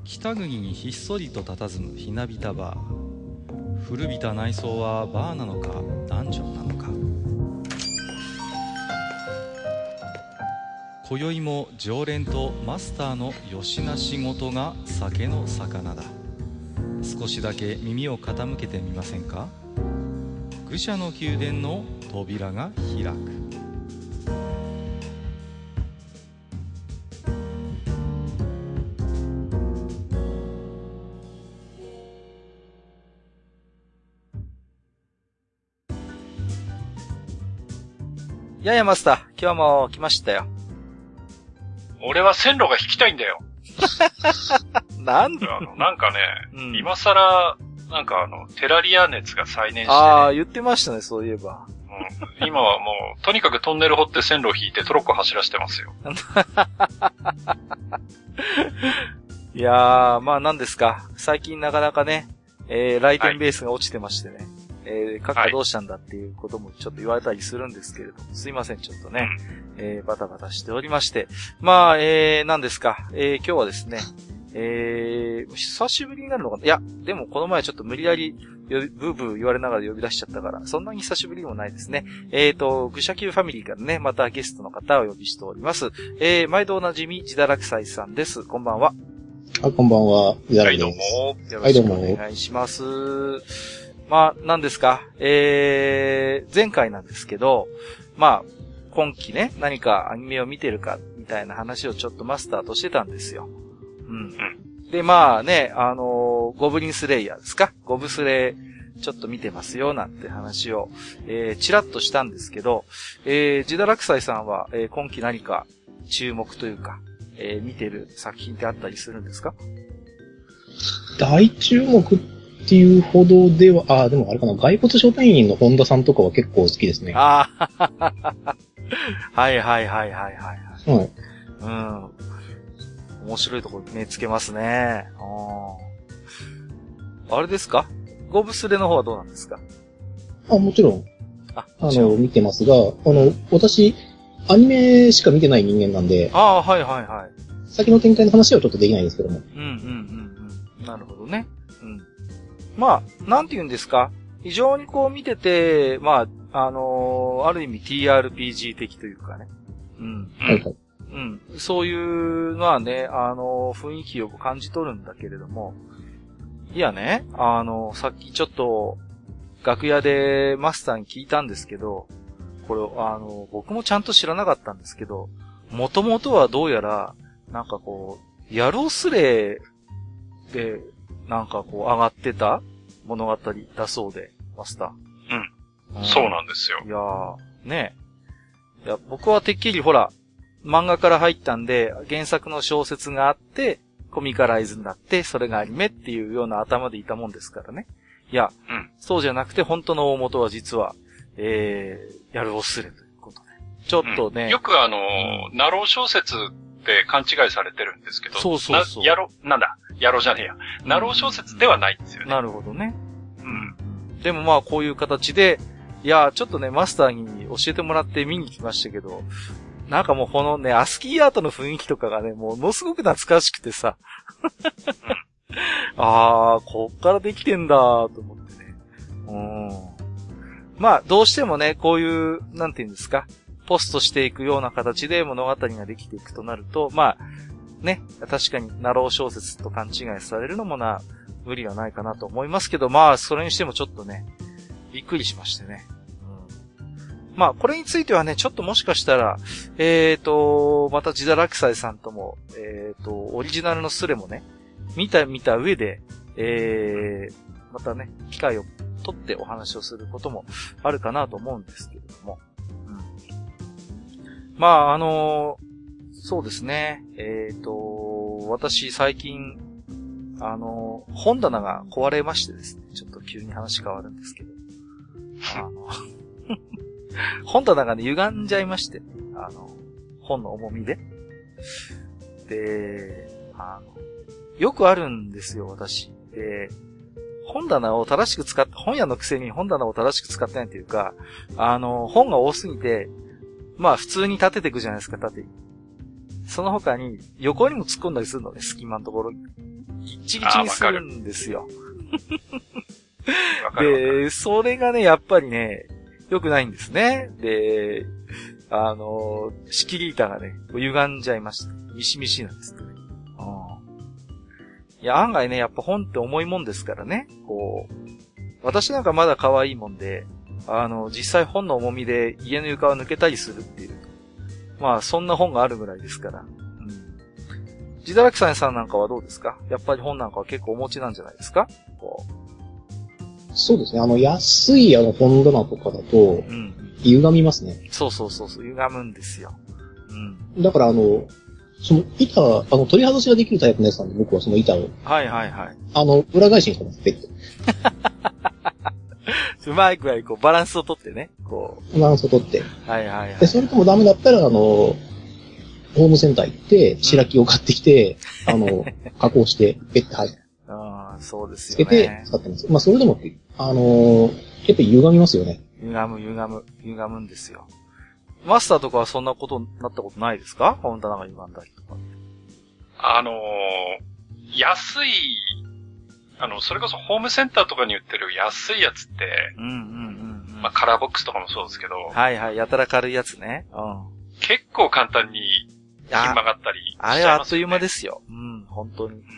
北国にひっそりと佇むひなびたバー。古びた内装はバーなのかダンジョンなのか。今宵も常連とマスターのよしな仕事が酒の魚だ。少しだけ耳を傾けてみませんか。愚者の宮殿の扉が開く。ややマスター、今日も来ましたよ。 俺は線路が引きたいんだよ。 なんでなんかね、今更、テラリア熱が再燃して、ね。 ああ、言ってましたね、そういえば。 今はもう、とにかくトンネル掘って線路を引いてトロッコ走らせてますよ。 いやー、まあ何ですか。最近なかなかね、来店ベースが落ちてましてね。閣下どうしたんだっていうこともちょっと言われたりするんですけれども、すいません、ちょっとね、バタバタしておりまして。まあ、何ですか。今日はですね、久しぶりになるのかな。いや、でもこの前ちょっと無理やり、ブーブー言われながら呼び出しちゃったから、そんなに久しぶりでもないですね。愚者級ファミリーからね、またゲストの方をお呼びしております。毎度おなじみ、自堕落斎さんです。こんばんは。 あ、こんばんは。 はい、どうも。 よろしくお願いします。まあ、何ですか。前回なんですけど、まあ、今期ね、何かアニメを見てるか、みたいな話をちょっとマスターとしてたんですよ。うん。で、まあね、ゴブリンスレイヤーですか？ゴブスレちょっと見てますよ、なんて話を、ちらっとしたんですけど、自堕落斎さんは、今期何か注目というか、見てる作品ってあったりするんですか？ 大注目っていうほどでは、でもあれかな、骸骨書店員の本田さんとかは結構好きですね。 ああ、はいはいはいはいはい。 はい。 うん。面白いところ目つけますね。あれですか？ゴブスレの方はどうなんですか？ もちろん。見てますが、私、アニメしか見てない人間なんで、 はいはいはい。 先の展開の話はちょっとできないんですけども。 なるほどね。うん。まあ、なんて言うんですか？非常にこう見てて、まあ、ある意味 TRPG 的というかね。うん。 はいはい。 うん。そういうのはね、雰囲気を感じ取るんだけれども、いやね、さっきちょっと、楽屋でマスターに聞いたんですけど、これ、僕もちゃんと知らなかったんですけど、もともとはどうやら、なんかこう、ヤロスレで、なんかこう、上がってた物語だそうで、マスター。 うん。そうなんですよ。 いやー、ねえ。いや、僕はてっきりほら、漫画から入ったんで、原作の小説があって、コミカライズになって、それがアニメっていうような頭でいたもんですからね。いや、そうじゃなくて、本当の大元は実は、ヤルオスレということで。ちょっとね。 よくナロー小説って勘違いされてるんですけど。 そう。 ヤロじゃねえや。ナロー小説ではないんですよね。 なるほどね。でもまあ、こういう形で、いや、ちょっとね、マスターに教えてもらって見に来ましたけど、なんかもうこのね、アスキーアートの雰囲気とかがね、ものすごく懐かしくてさ。こっからできてんだと思ってね。まあ、どうしてもね、こういう、なんていうんですか、ポストしていくような形で物語ができていくとなると、まあ、ね、確かにナロー小説と勘違いされるのも無理はないかなと思いますけど、まあ、それにしてもちょっとね、びっくりしましてね。まあ、これについてはね、ちょっともしかしたら、また自堕落斎さんとも、オリジナルのスレもね、見た上で、またね、機会を取ってお話をすることもあるかなと思うんですけれども。まあ、そうですね。私最近、本棚が壊れましてですね、ちょっと急に話変わるんですけど、本棚がね、歪んじゃいまして、本の重みで。で、よくあるんですよ、私。で、本棚を正しく使って、本屋のくせに本棚を正しく使ってないというか、本が多すぎて、まあ普通に立てていくじゃないですか、縦に。その他に、横にも突っ込んだりするのね、隙間のところに。 ギッチギチにするんですよ。 わかる。 で、それがね、やっぱりね、良くないんですね。で、仕切り板がね、歪んじゃいました。ミシミシなんですってね。いや、案外ね、やっぱ本って重いもんですからね。こう、私なんかまだ可愛いもんで、実際本の重みで家の床を抜けたりするっていう。まあ、そんな本があるぐらいですから。ジダラキさんなんかはどうですか？やっぱり本なんかは結構お持ちなんじゃないですか？こうそうですね。安い本棚とかだと、歪みますね。 そう、歪むんですよ。 だからその板、取り外しができるタイプのやつなんで、僕はその板を。 はい。 裏返しにしてます、ペット。 うまいくらい、バランスをとってね、 バランスをとって。 はい。 で、それともダメだったら、ホームセンター行って、白木を買ってきて、加工して、ペッて入る。 ああ、そうですよね。つけて使ってます。まあ、それでも、やっぱり歪みますよね。 歪むんですよ。マスターとかはそんなことになったことないですか？本棚が歪んだりとか。 安い、それこそホームセンターとかに売ってる安いやつって、まあ、カラーボックスとかもそうですけど。 はい。やたら軽いやつね。 結構簡単に、ひん曲がったりしちゃいますよね。 あれはあっという間ですよ。本当に。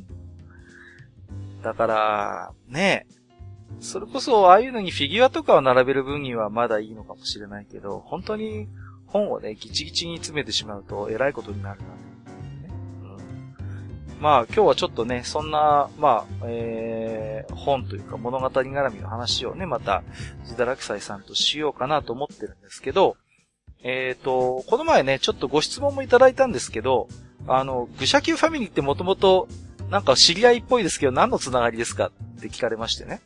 だから、ね、それこそああいうのにフィギュアとかを並べる分にはまだいいのかもしれないけど、本当に本をね、ギチギチに詰めてしまうと偉いことになるな、ね。まあ今日はちょっとね、そんな、まあ、本というか物語絡みの話をね、また、ジダラクサイさんとしようかなと思ってるんですけど、この前ね、ちょっとご質問もいただいたんですけど、愚者級ファミリーってもともと、なんか知り合いっぽいですけど、何のつながりですかって聞かれましてね。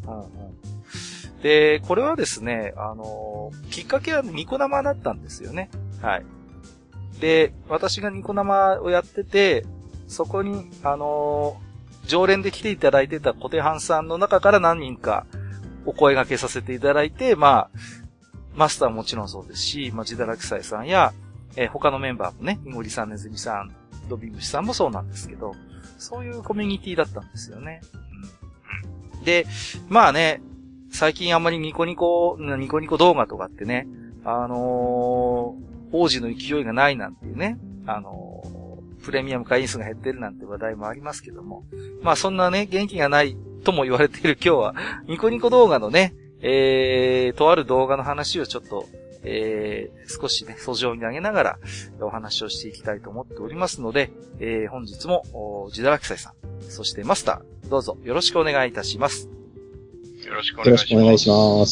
で、これはですね、きっかけはニコ生だったんですよね。はい。で、私がニコ生をやってて、そこに、常連で来ていただいてた小手半さんの中から何人かお声掛けさせていただいて、まあ、マスターももちろんそうですし、まあ、ジダラクサイさんや、他のメンバーもね、イゴリさん、ネズミさん、ドビムシさんもそうなんですけど、そういうコミュニティだったんですよね。で、まあね、最近あんまりニコニコ動画とかってね、王子の勢いがないなんていうね、プレミアム会員数が減ってるなんて話題もありますけども、まあそんなね、元気がないとも言われている今日は、ニコニコ動画のね、とある動画の話をちょっと、少しね、訴状に上げながらお話をしていきたいと思っておりますので、本日も、ジダラキサイさん、そしてマスター、どうぞよろしくお願いいたします。 よろしくお願いします。 よろしくお願いします。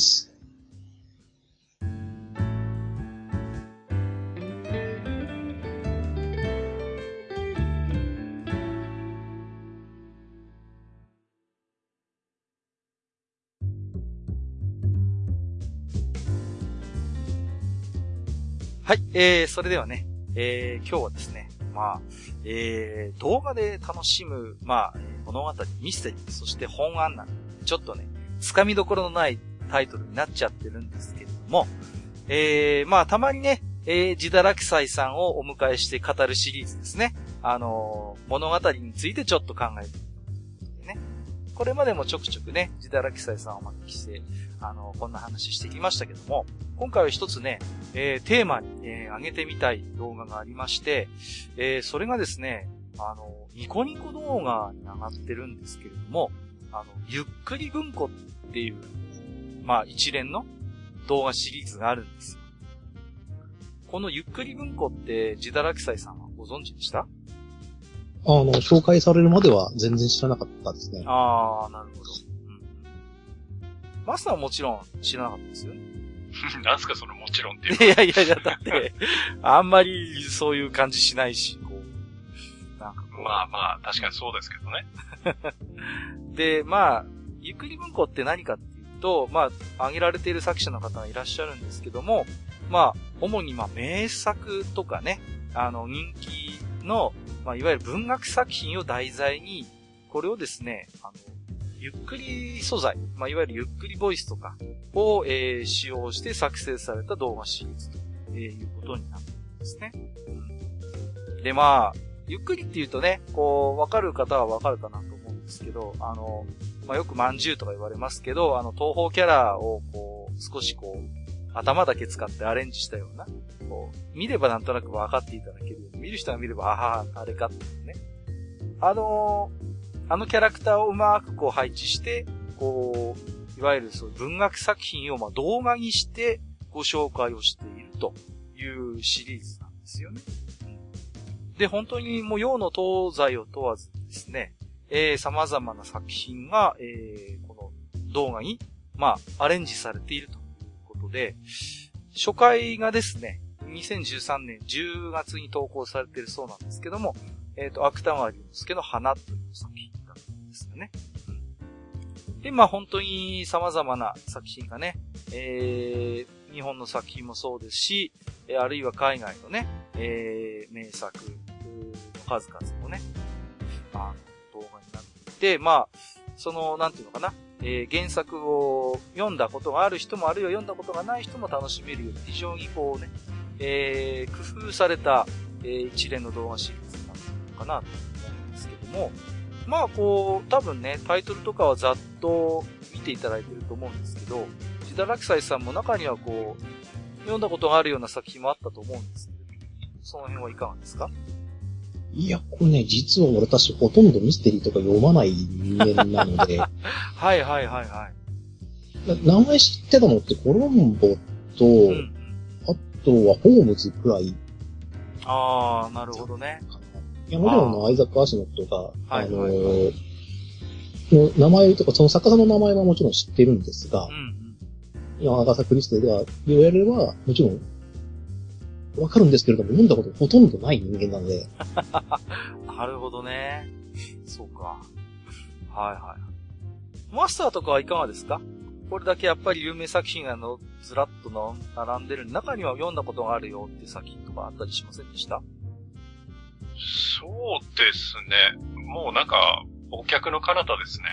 はい、それではね、今日はですね、まあ、動画で楽しむ、まあ、物語、ミステリー、そして本案なんで、ちょっとね、つかみどころのないタイトルになっちゃってるんですけれども、まあ、たまにね、ジダラキサイさんをお迎えして語るシリーズですね。物語についてちょっと考えてみるね。これまでもちょくちょくね、ジダラキサイさんをお招きして、こんな話してきましたけども、今回は一つね、テーマに、上げてみたい動画がありまして、それがですね、ニコニコ動画に上がってるんですけれども、ゆっくり文庫っていう、まあ一連の動画シリーズがあるんですよ。このゆっくり文庫ってジダラキサイさんはご存知でした？ 紹介されるまでは全然知らなかったですね。 ああ、なるほど。マスターはもちろん知らなかったですよね。 なんすかそのもちろんっていう。 いや、だって、あんまりそういう感じしないし、こう。なんかまあ、確かにそうですけどね。 で、まあ、ゆっくり文庫って何かっていうと、まあ、挙げられている作者の方がいらっしゃるんですけども、まあ、主に名作とかね、人気の、まあ、いわゆる文学作品を題材に、これをですね、ゆっくり素材、まあ、いわゆるゆっくりボイスとかを、使用して作成された動画シリーズということになっているんですね。で、まあ、 ゆっくりって言うとね、こう、わかる方はわかるかなと思うんですけど、よく饅頭とか言われますけど、東宝キャラをこう、少しこう、頭だけ使ってアレンジしたような、こう、見ればなんとなく分かっていただけるように、見る人が見れば、あれかっていうね。あのキャラクターをうまくこう配置して、こう、いわゆるそう文学作品をまあ動画にしてご紹介をしているというシリーズなんですよね。で、本当にもう洋の東西を問わずですね、様々な作品が、この動画に、まあ、アレンジされているということで、初回がですね、2013年10月に投稿されているそうなんですけども、芥川龍之介の花という作品だったんですよね。で、まあ本当に様々な作品がね、日本の作品もそうですし、あるいは海外のね、名作の数々もね、動画になっていて、まあ、なんていうのかな、原作を読んだことがある人も、あるいは読んだことがない人も楽しめるように、非常にこうね、工夫された、一連の動画シリーズになっているのかなと思うんですけども、まあこう、多分ね、タイトルとかはざっと見ていただいていると思うんですけど、志田落斎さんも中にはこう、読んだことがあるような作品もあったと思うんですけど、その辺はいかがですか？ いや、これね、実は私ほとんどミステリーとか読まない人間なので。 はいはいはいはい。 名前知ってたのってコロンボと、あとはホームズくらい。 ああ、なるほどね。 いや、もちろんアイザック・アシノットが、の名前とか、その作家さんの名前はもちろん知ってるんですが、いや、アガサ・クリステが言われれば、もちろん、わかるんですけれども、読んだことほとんどない人間なので。 なるほどね。そうか。はいはい。マスターとかはいかがですか？これだけやっぱり有名作品がずらっと並んでる中には読んだことがあるよっていう作品とかあったりしませんでした？ そうですね。もうなんか、お客の彼方ですね。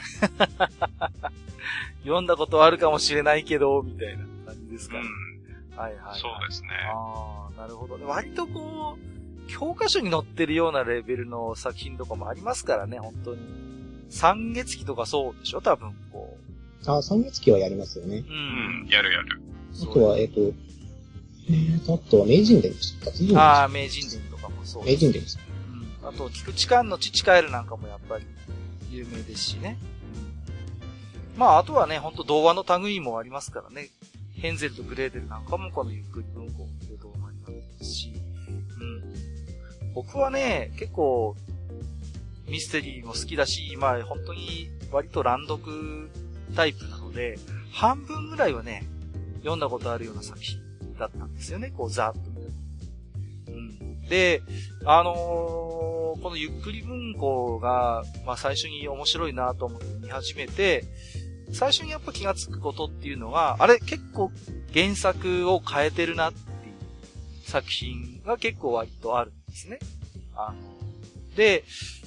読んだことあるかもしれないけど、みたいな感じですかね。はいはい、はい。 そうですね。 ああ、なるほどね。割とこう、教科書に載ってるようなレベルの作品とかもありますからね、本当に。三月期とかそうでしょ、多分、こう。 あ、三月期はやりますよね。 やるやる。 あとは、あとは名人伝でした。 ああ、名人伝とかもそうです。 名人伝です。 あと、菊池寛の父帰るなんかもやっぱり有名ですしね。まあ、あとはね、ほんと童話の類もありますからね。ヘンゼルとグレーデルなんかもこのゆっくり文庫という動画になってますし。僕はね、結構、ミステリーも好きだし、まあ、本当に割と乱読タイプなので、半分ぐらいはね、読んだことあるような作品だったんですよね。こう、ざーっと見た。で、このゆっくり文庫が、まあ最初に面白いなと思って見始めて、最初にやっぱ気がつくことっていうのが、あれ結構原作を変えてるなっていう作品が結構割とあるんですね。で、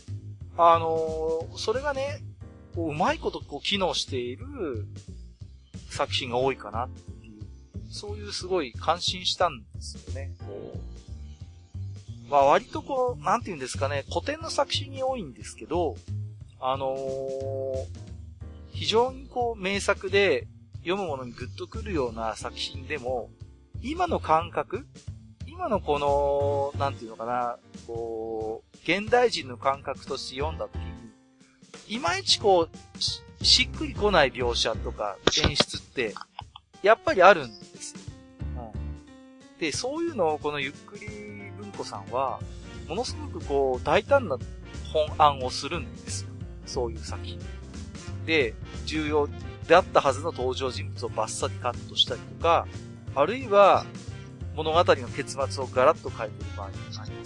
それがね、こううまいことこう機能している作品が多いかなっていう、そういうすごい感心したんですよね。まあ割とこう、なんて言うんですかね、古典の作品に多いんですけど、非常にこう名作で読むものにグッとくるような作品でも、今の感覚、今のこの、なんていうのかな、こう、現代人の感覚として読んだ時に、いまいちこう、しっくりこない描写とか演出って、やっぱりあるんですよ。で、そういうのをこのゆっくり文庫さんは、ものすごくこう、大胆な本案をするんですよ。そういう作品。で、重要であったはずの登場人物をバッサリカットしたりとか、あるいは、物語の結末をガラッと変えている場合があります。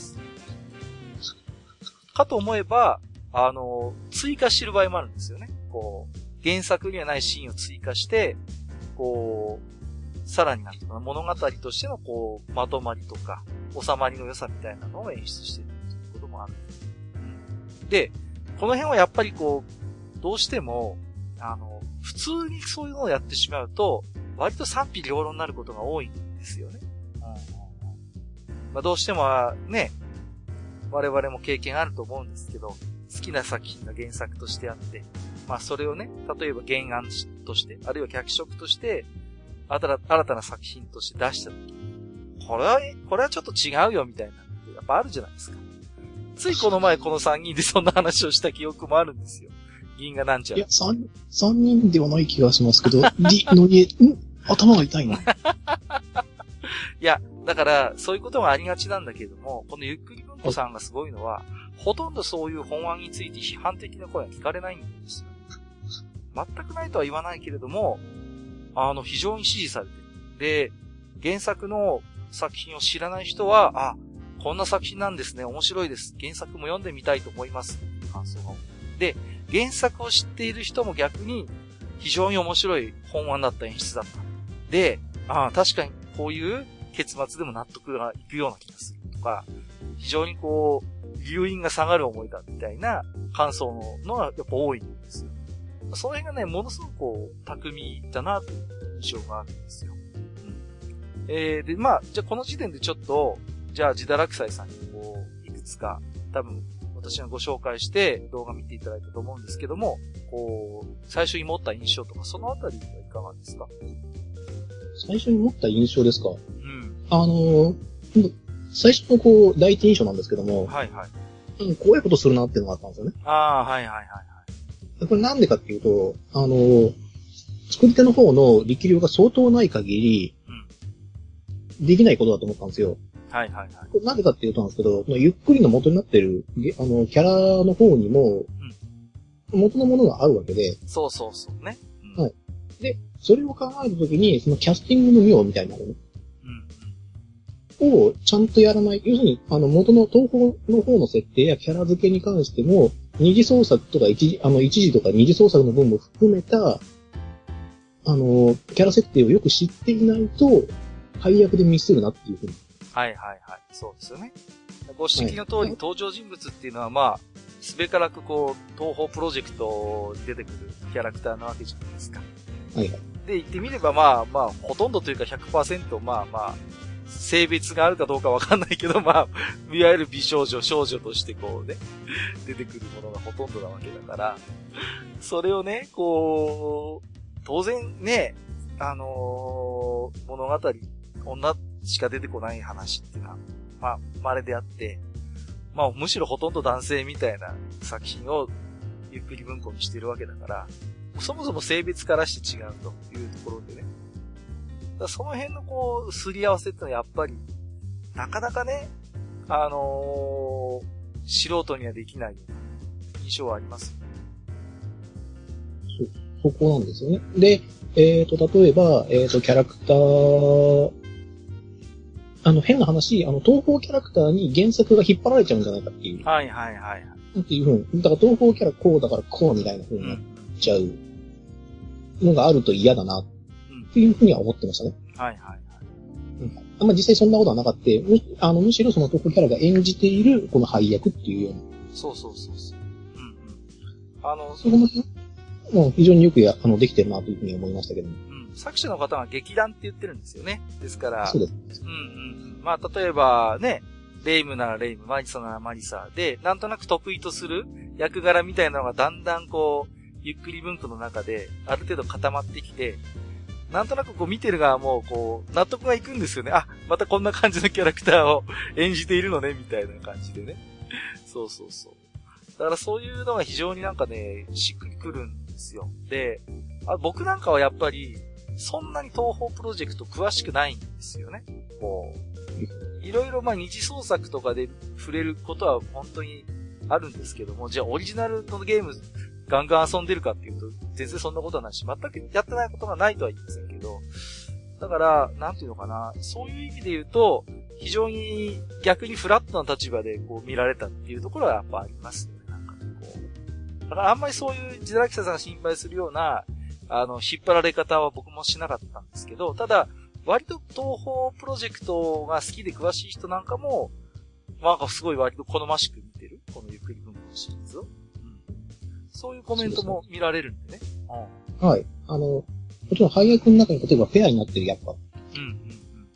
かと思えば、追加してる場合もあるんですよね。こう、原作にはないシーンを追加して、こう、さらになんていうかな、物語としてのこう、まとまりとか、収まりの良さみたいなのを演出しているということもある。で、この辺はやっぱりこう、どうしても、普通にそういうのをやってしまうと、割と賛否両論になることが多いんですよね。まあ、どうしてもね、 我々も経験あると思うんですけど、好きな作品が原作としてあって、まあそれをね、例えば原案として、あるいは脚色として、新たな作品として出したとき、これはちょっと違うよみたいな、やっぱあるじゃないですか。ついこの前この3人でそんな話をした記憶もあるんですよ。銀河なんちゃら。 いや、3人ではない気がしますけど、頭が痛いな。いや、だから、そういうことがありがちなんだけれども、このゆっくり文庫さんがすごいのは、ほとんどそういう本案について批判的な声は聞かれないんですよ。全くないとは言わないけれども、非常に支持されてる。で、原作の作品を知らない人は、こんな作品なんですね、面白いです。原作も読んでみたいと思います。感想が。で、原作を知っている人も逆に、非常に面白い本案だった演出だった。で、確かにこういう結末でも納得がいくような気がするとか、非常にこう、留飲が下がる思いだみたいな感想のがやっぱ多いんですよ。その辺がね、ものすごくこう、巧みだなという印象があるんですよ。で、じゃあこの時点でちょっと、じゃあ自堕落斎さんにこう、いくつか、多分、私がご紹介して動画見ていただいたと思うんですけども、こう、最初に持った印象とか、そのあたりはいかがですか？ 最初に持った印象ですか？最初のこう、第一印象なんですけども、 はいはい。 こういうことするなっていうのがあったんですよね。 はいはいはいはい。 これなんでかっていうと、作り手の方の力量が相当ない限り、できないことだと思ったんですよ。 はいはいはい。 これなんでかっていうとなんですけど、ゆっくりの元になってる、キャラの方にも、元のものがあるわけで。 そうそうそうね。 はい。で、それを考えるときに、そのキャスティングの妙みたいなのをちゃんとやらない。要するに、元の東宝の方の設定やキャラ付けに関しても、二次創作とか一次とか二次創作の分も含めた、キャラ設定をよく知っていないと、配役でミスるなっていうふうに。 はいはいはい。そうですよね。ご指摘の通り、登場人物っていうのはまあ、すべからくこう、東宝プロジェクトに出てくるキャラクターなわけじゃないですか。 はいはい。 で、言ってみればまあ、ほとんどというか 100% 性別があるかどうかわかんないけど、いわゆる美少女、少女としてこうね、出てくるものがほとんどなわけだから、それをね、こう、当然ね、物語、女しか出てこない話っていうのは、稀であって、むしろほとんど男性みたいな作品をゆっくり文庫にしてるわけだから、そもそも性別からして違うというところでね。その辺のこう、すり合わせってのはやっぱり、なかなかね、素人にはできない印象はありますよね。そこなんですよね。で、例えば、キャラクター、変な話、東宝キャラクターに原作が引っ張られちゃうんじゃないかっていう。 はいはいはい。 っていう風に、だから東宝キャラこうだからこうみたいな風になっちゃうのがあると嫌だな、っていう風には思ってましたね。 はいはいはい。 実際そんなことはなかった。むしろその東宝キャラが演じているこの配役っていうような。 そう。 そこのもう非常によくできてるなというふうに思いましたけども。 作者の方が劇団って言ってるんですよね。ですから。 そうです。 例えばね、レイムならレイム、マリサならマリサで、なんとなく得意とする役柄みたいなのがだんだんこう、ゆっくり文庫の中である程度固まってきて、なんとなくこう見てる側もこう、納得がいくんですよね。またこんな感じのキャラクターを演じているのね、みたいな感じでね。そう。だからそういうのが非常になんかね、しっくりくるんですよ。で、僕なんかはやっぱり、そんなに東宝プロジェクト詳しくないんですよね。こう、いろいろ二次創作とかで触れることは本当にあるんですけども、じゃあオリジナルのゲームガンガン遊んでるかっていうと、全然そんなことはないし、全くやってないことがないとは言いませんけど、だから、なんていうのかな、そういう意味で言うと、非常に逆にフラットな立場でこう見られたっていうところはやっぱありますよね。なんかこう。だからあんまりそういう自堕落斎さんが心配するような、引っ張られ方は僕もしなかったんですけど、ただ、割と東宝プロジェクトが好きで詳しい人なんかも、なんかすごい割と好ましく見てる。このゆっくり文庫のシリーズを。そういうコメントも見られるんでね。 はい。もちろん配役の中に例えばペアになってるやっぱ。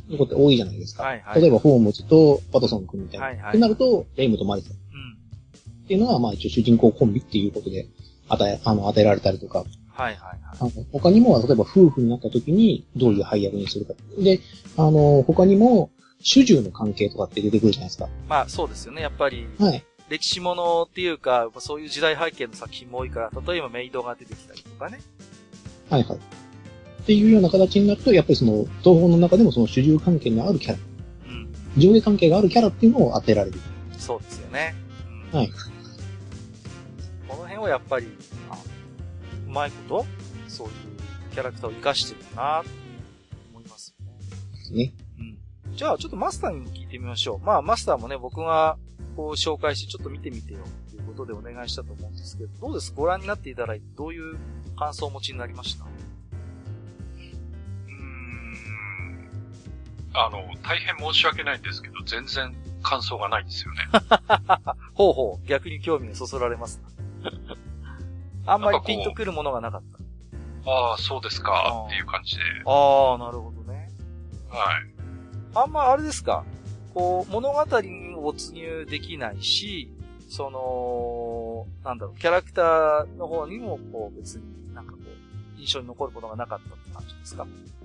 のことって多いじゃないですか。 はいはい。 例えば、ホームズとワトソン君みたいな。 はいはい。 ってなると、レイムとマリソン。っていうのは、まあ一応主人公コンビっていうことで与えられたりとか。 はいはいはい。 他にも、例えば夫婦になった時にどういう配役にするか。で、他にも、主従の関係とかって出てくるじゃないですか。 まあそうですよね、やっぱり。はい。歴史ものっていうか、そういう時代背景の作品も多いから、例えばメイドが出てきたりとかね。 はいはい。っていうような形になると、やっぱりその、東宝の中でもその主従関係にあるキャラ。うん。上下関係があるキャラっていうのを当てられる。 そうですよね。 うん、はい。 この辺はやっぱり、うまいこと、そういうキャラクターを活かしてるなと思いますよね。 ですね。 うん。じゃあ、ちょっとマスターにも聞いてみましょう。まあ、マスターもね、僕が、こう、紹介して、ちょっと見てみてよ、ということでお願いしたと思うんですけど、どうです？ご覧になっていただいて、どういう感想をお持ちになりました？ 大変申し訳ないんですけど、全然感想がないんですよね。 ほうほう、逆に興味がそそられます。あんまりピンとくるものがなかった。 ああ、そうですか、っていう感じで。 ああ、なるほどね。 はい。 あんまあれですか、こう、物語に没入できないし、その、なんだろう、キャラクターの方にも、こう、別になんかこう、印象に残ることがなかったって感じですか？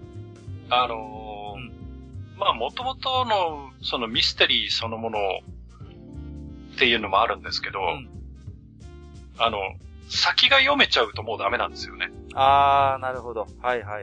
まあ、元々の、そのミステリーそのものっていうのもあるんですけど、先が読めちゃうともうダメなんですよね。 あー、なるほど。はいはいはい。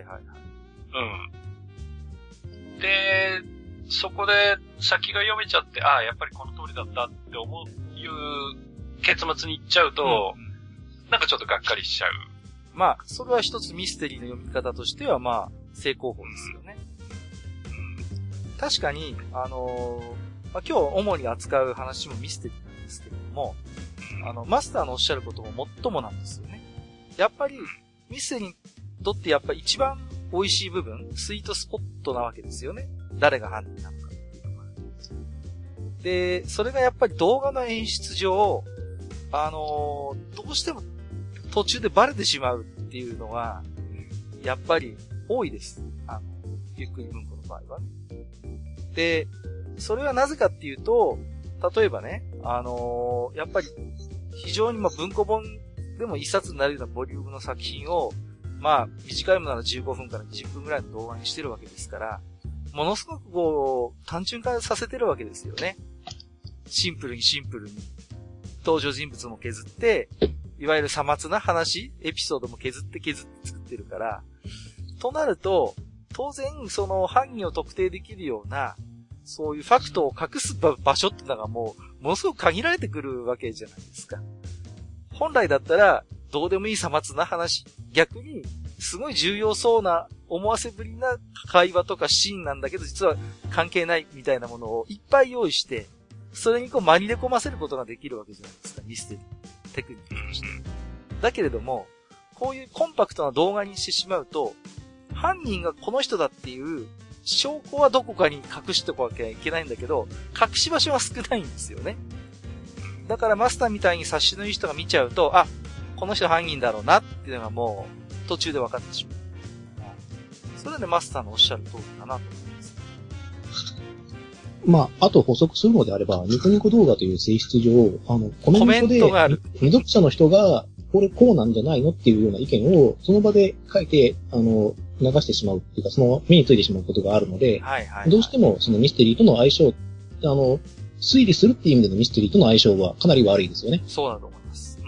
うん。で、そこで先が読めちゃって、ああ、やっぱりこの通りだったっていう結末に行っちゃうと、なんかちょっとがっかりしちゃう。 まあ、それは一つミステリーの読み方としては、まあ、正攻法ですよね。確かに、まあ、今日主に扱う話もミステリーなんですけれども、マスターのおっしゃることももっともなんですよね。やっぱり、ミステリーにとってやっぱり一番美味しい部分、スイートスポットなわけですよね。誰が犯人なのかっていうのが。で、それがやっぱり動画の演出上、どうしても途中でバレてしまうっていうのは、やっぱり多いです。ゆっくり文庫の場合はね。で、それはなぜかっていうと、例えばね、やっぱり非常に文庫本でも一冊になるようなボリュームの作品を、まあ、短いものなら15分から20分ぐらいの動画にしてるわけですから、ものすごくこう、単純化させてるわけですよね。シンプルに登場人物も削って、いわゆるさまつな話、エピソードも削って作ってるから、となると、当然、その犯人を特定できるような、そういうファクトを隠す場所ってのがものすごく限られてくるわけじゃないですか。本来だったら、どうでもいいさまつな話、逆に、すごい重要そうな、思わせぶりな会話とかシーンなんだけど、実は関係ないみたいなものをいっぱい用意して、それにこう紛れ込ませることができるわけじゃないですか、ミステリー。テクニックとして。だけれども、こういうコンパクトな動画にしてしまうと、犯人がこの人だっていう証拠はどこかに隠しておかなきゃいけないんだけど、隠し場所は少ないんですよね。だからマスターみたいに察しのいい人が見ちゃうと、あ、この人犯人だろうなっていうのがもう途中で分かってしまう。それでマスターのおっしゃる通りだなと思います。 まあ、あと補足するのであれば、ニコニコ動画という性質上、コメントで、未読者の人が、これこうなんじゃないのっていうような意見を、その場で書いて、流してしまうっていうか、その目についてしまうことがあるので、どうしてもそのミステリーとの相性、推理するっていう意味でのミステリーとの相性はかなり悪いですよね。 そうだと思います。うん。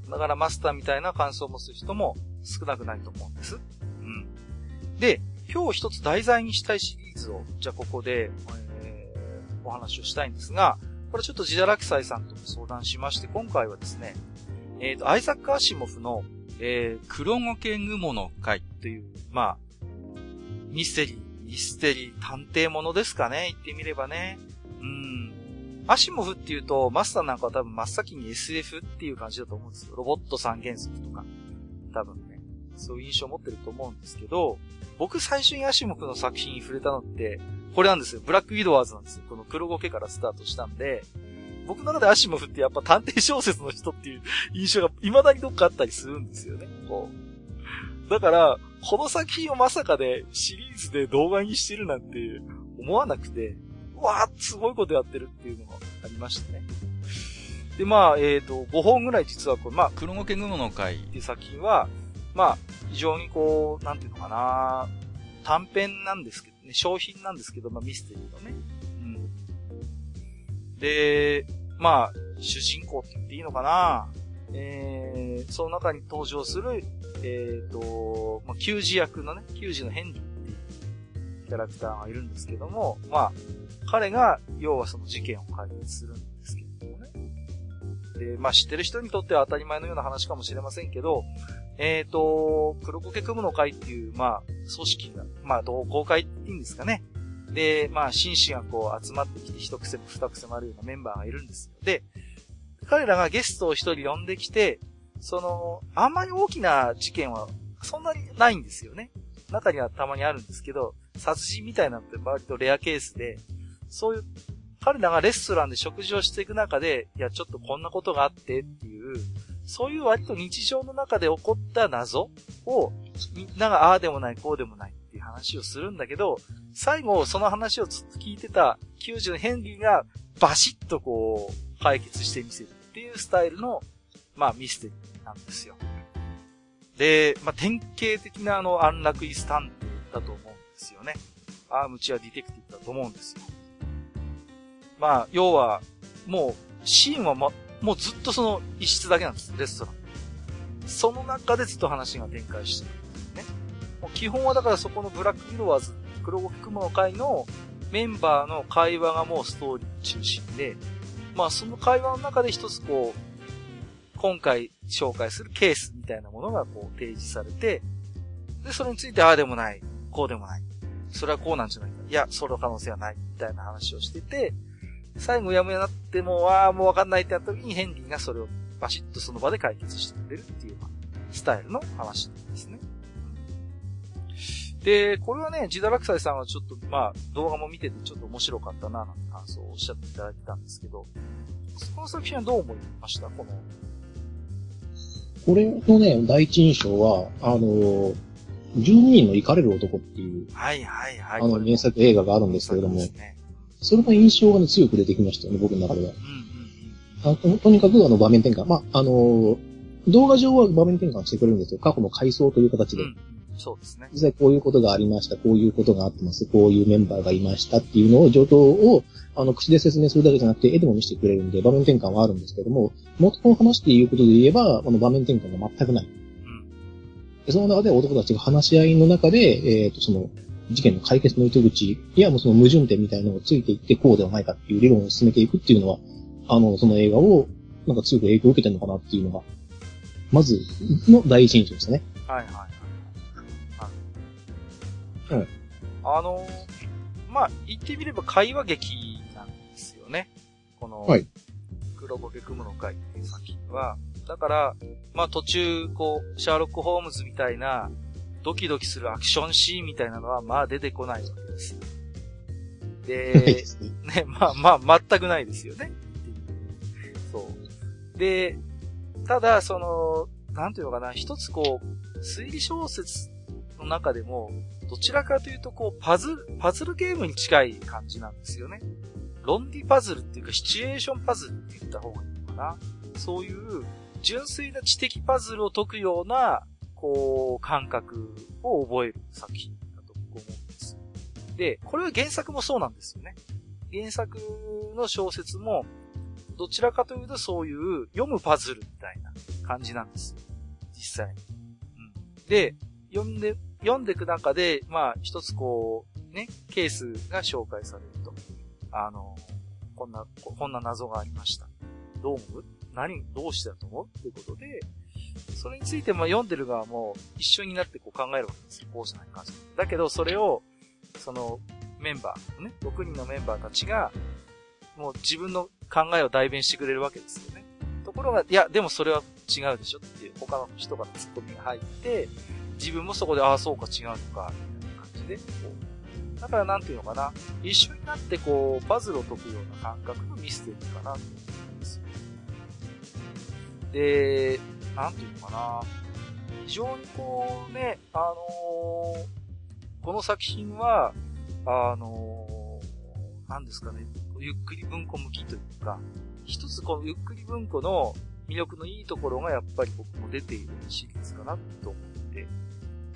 だからマスターみたいな感想を持つ人も少なくないと思うんです。うん。で、今日一つ題材にしたいシリーズを、じゃあここで、お話をしたいんですが、これちょっとジダラキサイさんとも相談しまして、今回はですね、アイザック・アシモフの、黒ゴケグモの会という、まあ、ミステリー、探偵ものですかね、言ってみればね。アシモフっていうと、マスターなんかは多分真っ先に SF っていう感じだと思うんですよ。ロボット三原則とか。多分ね、そういう印象を持ってると思うんですけど、僕最初にアシモフの作品に触れたのって、これなんですよ。ブラックウィドワーズなんですよ。この黒ゴケからスタートしたんで、僕の中でアシモフってやっぱ探偵小説の人っていう印象が未だにどっかあったりするんですよね。こう。だから、この作品をまさかでシリーズで動画にしてるなんて思わなくて、うわー、すごいことやってるっていうのがありましたね。で、まあ、5本ぐらい実はこれ、まあ、 黒ゴケグモの会っていう作品は、まあ、非常にこう、なんていうのかな、短編なんですけどね、商品なんですけど、まあ、ミステリーのね。うん。で、まあ、主人公って言っていいのかな、その中に登場する、まあ、給仕役のね、給仕のヘンリーっていうキャラクターがいるんですけども、まあ、彼が、要はその事件を解決するんですけどもね。で、まあ、知ってる人にとっては当たり前のような話かもしれませんけど、黒ゴケクムの会っていう、まあ、組織が、まあ、同好会っていうんですかね。で、まあ、紳士がこう集まってきて一癖も二癖もあるようなメンバーがいるんですよ。で、彼らがゲストを一人呼んできて、あんまり大きな事件はそんなにないんですよね。中にはたまにあるんですけど、殺人みたいなのって割とレアケースで、そういう、彼らがレストランで食事をしていく中で、いや、ちょっとこんなことがあってっていう、そういう割と日常の中で起こった謎を、みんながああでもない、こうでもないっていう話をするんだけど、最後その話をずっと聞いてた90のヘンリーがバシッとこう、解決してみせるっていうスタイルの、まあミステリーなんですよ。で、まあ典型的な安楽椅子探偵だと思うんですよね。アームチェアディテクティブだと思うんですよ。まあ、要は、もう、シーンはもうずっとその一室だけなんです、レストラン。その中でずっと話が展開してるんですね。もう基本はだからそこのブラックミロワーズ、黒ゴケクモの会のメンバーの会話がもうストーリー中心で、まあその会話の中で一つこう、今回紹介するケースみたいなものがこう提示されて、で、それについてああでもない、こうでもない。それはこうなんじゃないか。いや、その可能性はない。みたいな話をしてて、最後やむやなってもうわかんないってなった時にヘンリーがそれをバシッとその場で解決してくれるっていうスタイルの話ですね。で、これはね、ジダラクサイさんはちょっとまあ動画も見ててちょっと面白かったななんて感想をおっしゃっていただいてたんですけど、この作品はどう思いました？これのね、第一印象は、12人の怒れる男っていう、 はいはいはい。 名作映画があるんですけれども、それの印象がね、強く出てきましたよね、僕の中では。とにかく場面転換。まあ、動画上は場面転換してくれるんですよ。過去の回想という形で。 そうですね。 実際こういうことがありました、こういうことがあってます、こういうメンバーがいましたっていうのを、状況を、口で説明するだけじゃなくて、絵でも見せてくれるんで、場面転換はあるんですけども、元の話でいうことで言えば、場面転換が全くない。でその中で男たちが話し合いの中で、その、事件の解決の糸口や、もうその矛盾点みたいなのをついていって、こうではないかっていう理論を進めていくっていうのは、その映画を、なんか強く影響を受けてるのかなっていうのが、まず、の第一印象ですね。 はいはいはい。まあ、言ってみれば会話劇なんですよね。この、黒ゴケクムの会っていう作品は。だから、まあ途中、こう、シャーロック・ホームズみたいな、ドキドキするアクションシーンみたいなのは、まあ出てこないわけですよ。で、ね、まあ、全くないですよね。そう。で、ただ、なんていうのかな、一つこう、推理小説の中でも、どちらかというと、こう、パズルゲームに近い感じなんですよね。論理パズルっていうか、シチュエーションパズルって言った方がいいのかな。そういう、純粋な知的パズルを解くような、こう、感覚を覚える作品だと思うんです。で、これは原作もそうなんですよね。原作の小説も、どちらかというとそういう読むパズルみたいな感じなんですよ。実際に。で、読んでいく中で、まあ、一つこう、ね、ケースが紹介されると。こんな謎がありました。どう思う？どうしてだと思う？っていうことで、それについても読んでる側も一緒になってこう考えるわけですよ。こうじゃないか。だけど、それを、メンバー、ね、6人のメンバーたちが、もう自分の考えを代弁してくれるわけですよね。ところが、いや、でもそれは違うでしょっていう他の人からツッコミが入って、自分もそこで、ああ、そうか違うのか、みたいな感じで、だからなんていうのかな、一緒になってこう、パズルを解くような感覚のミステリーかなと思うんですよ。で、なんていうのかな、非常にこうね、この作品は、 なんですかね、ゆっくり文庫向きというか、一つこのゆっくり文庫の魅力のいいところがやっぱり僕も出ているシリーズかなと思ってます。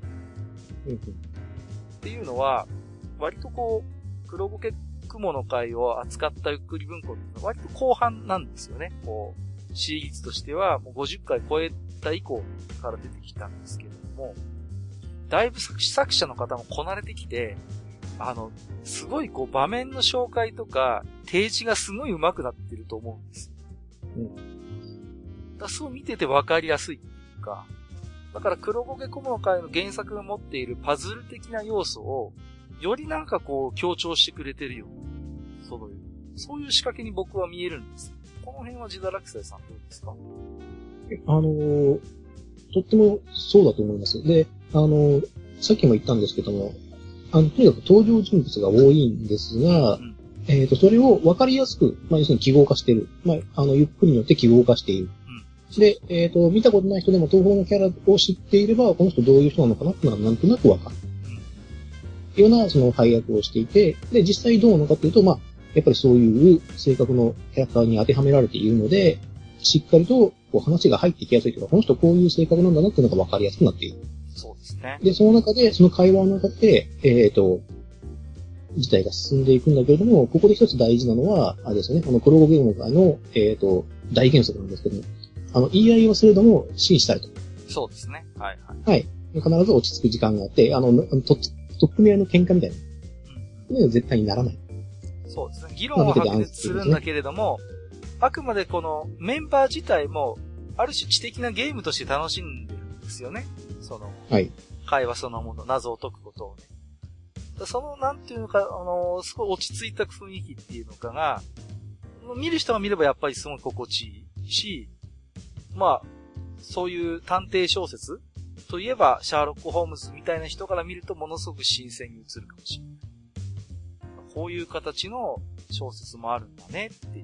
っていうのは、割とこう、黒ゴケ雲の会を扱ったゆっくり文庫っていうのは割と後半なんですよね。こう、シリーズとしてはもう50回超えた以降から出てきたんですけれども、だいぶ作者の方もこなれてきて、すごいこう場面の紹介とか提示がすごい上手くなってると思うんです。だそう見てて分かりやすいっていうか、だから黒ゴケ雲の会の原作が持っているパズル的な要素をよりなんかこう強調してくれてるよ。そういう仕掛けに僕は見えるんです。この辺はジダラクサイさんどうですか？ とってもそうだと思います。で、さっきも言ったんですけども、とにかく登場人物が多いんですが、それを分かりやすく、要するに記号化している。ゆっくりによって記号化している。で、見たことない人でも東方のキャラを知っていれば、この人どういう人なのかなっていうのはなんとなく分かる。ような、その配役をしていて、で、実際どうなのかというと、やっぱりそういう性格のキャラクターに当てはめられているので、しっかりとこう話が入ってきやすいというか、この人こういう性格なんだなっていうのが分かりやすくなっている。 そうですね。 で、その中で、その会話の中で、事態が進んでいくんだけれども、ここで一つ大事なのは、あれですよね、黒ゴケ雲の会の、大原則なんですけども、言い合いをするのも真摯たいと。 そうですね。はいはい。 はい。必ず落ち着く時間があって、とっくみ合いの喧嘩みたいな。うん。絶対にならない。 そうですね。議論を白熱するんだけれども、あくまでこのメンバー自体も、ある種知的なゲームとして楽しんでるんですよね。 はい。 会話そのもの、謎を解くことをね。なんていうのか、すごい落ち着いた雰囲気っていうのかが、見る人が見ればやっぱりすごい心地いいし、そういう探偵小説といえば、シャーロック・ホームズみたいな人から見るとものすごく新鮮に映るかもしれない。こういう形の小説もあるんだねっていう。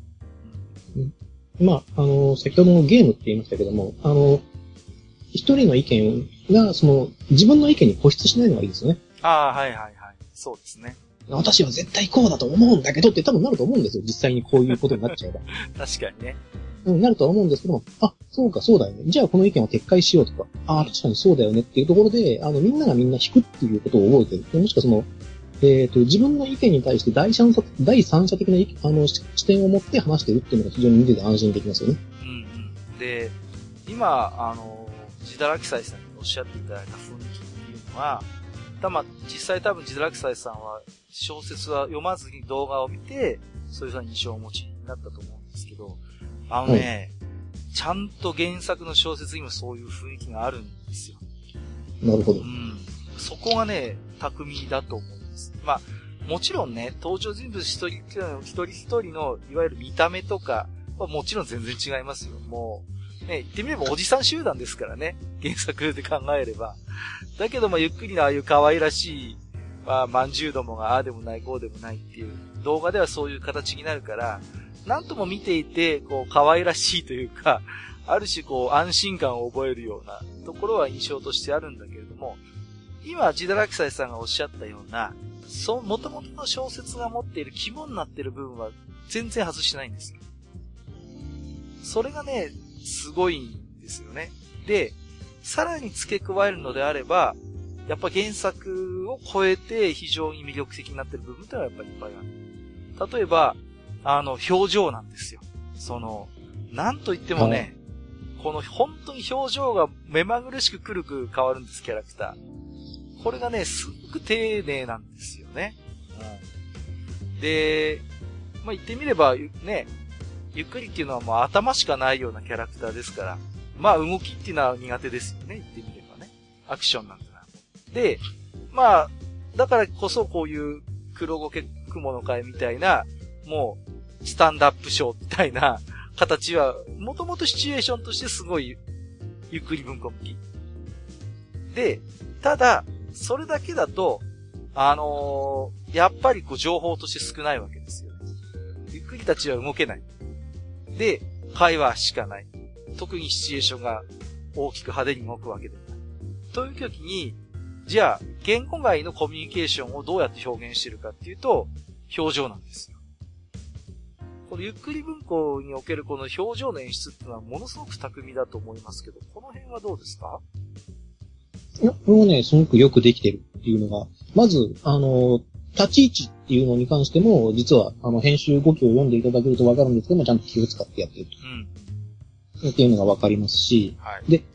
先ほどのゲームって言いましたけども、一人の意見が、自分の意見に固執しないのがいいですよね。 はいはいはい。そうですね。 私は絶対こうだと思うんだけどって多分なると思うんですよ。実際にこういうことになっちゃえば。 確かにね。 なるとは思うんですけども、そうか、そうだよね。じゃあこの意見を撤回しようとか、確かにそうだよねっていうところで、みんながみんな引くっていうことを覚えてる。もしくは自分の意見に対して第三者的な視点を持って話してるっていうのが非常に見てて安心できますよね。 で、今、ジダラキサイさんにおっしゃっていただいた雰囲気っていうのは、実際多分ジダラキサイさんは小説は読まずに動画を見て、そういう印象をお持ちになったと思うんですけど、ちゃんと原作の小説にもそういう雰囲気があるんですよ。 なるほど。 そこがね、巧みだと思います。もちろんね、登場人物一人一人のいわゆる見た目とかはもちろん全然違いますよ。もう、ね、言ってみればおじさん集団ですからね。原作で考えれば。だけどゆっくりなああいう可愛らしい、まんじゅうどもがああでもないこうでもないっていう動画ではそういう形になるから、なんとも見ていて、こう可愛らしいというか、ある種こう安心感を覚えるようなところは印象としてあるんだけれども、今、ジダラキサイさんがおっしゃったような、元々の小説が持っている肝になっている部分は全然外してないんですよ。それがね、すごいんですよね。で、さらに付け加えるのであれば、やっぱ原作を超えて非常に魅力的になっている部分ってのはやっぱりいっぱいある。例えば、表情なんですよ。なんと言ってもね、この本当に表情が目まぐるしくくるく変わるんです、キャラクター。これがね、すごく丁寧なんですよね。で、言ってみれば、ね、ゆっくりっていうのはもう頭しかないようなキャラクターですから、動きっていうのは苦手ですよね、言ってみればね。アクションなんてな。で、だからこそこういう黒ゴケ雲の会みたいな、もう、スタンドアップショーみたいな形は、もともとシチュエーションとしてすごい、ゆっくり文庫向き。で、ただ、それだけだと、やっぱり情報として少ないわけですよ。ゆっくりたちは動けない。で、会話しかない。特にシチュエーションが大きく派手に動くわけでもない。という時に、 じゃあ、言語外のコミュニケーションをどうやって表現してるかっていうと、表情なんですよ。このゆっくり文庫におけるこの表情の演出っていうのはものすごく巧みだと思いますけど、この辺はどうですか？ いや、これもね、すごくよくできてるっていうのが、まず、立ち位置っていうのに関しても、実は、編集5期を読んでいただけるとわかるんですけども、ちゃんと気を使ってやってると。っていうのがわかりますし、 はい、 で、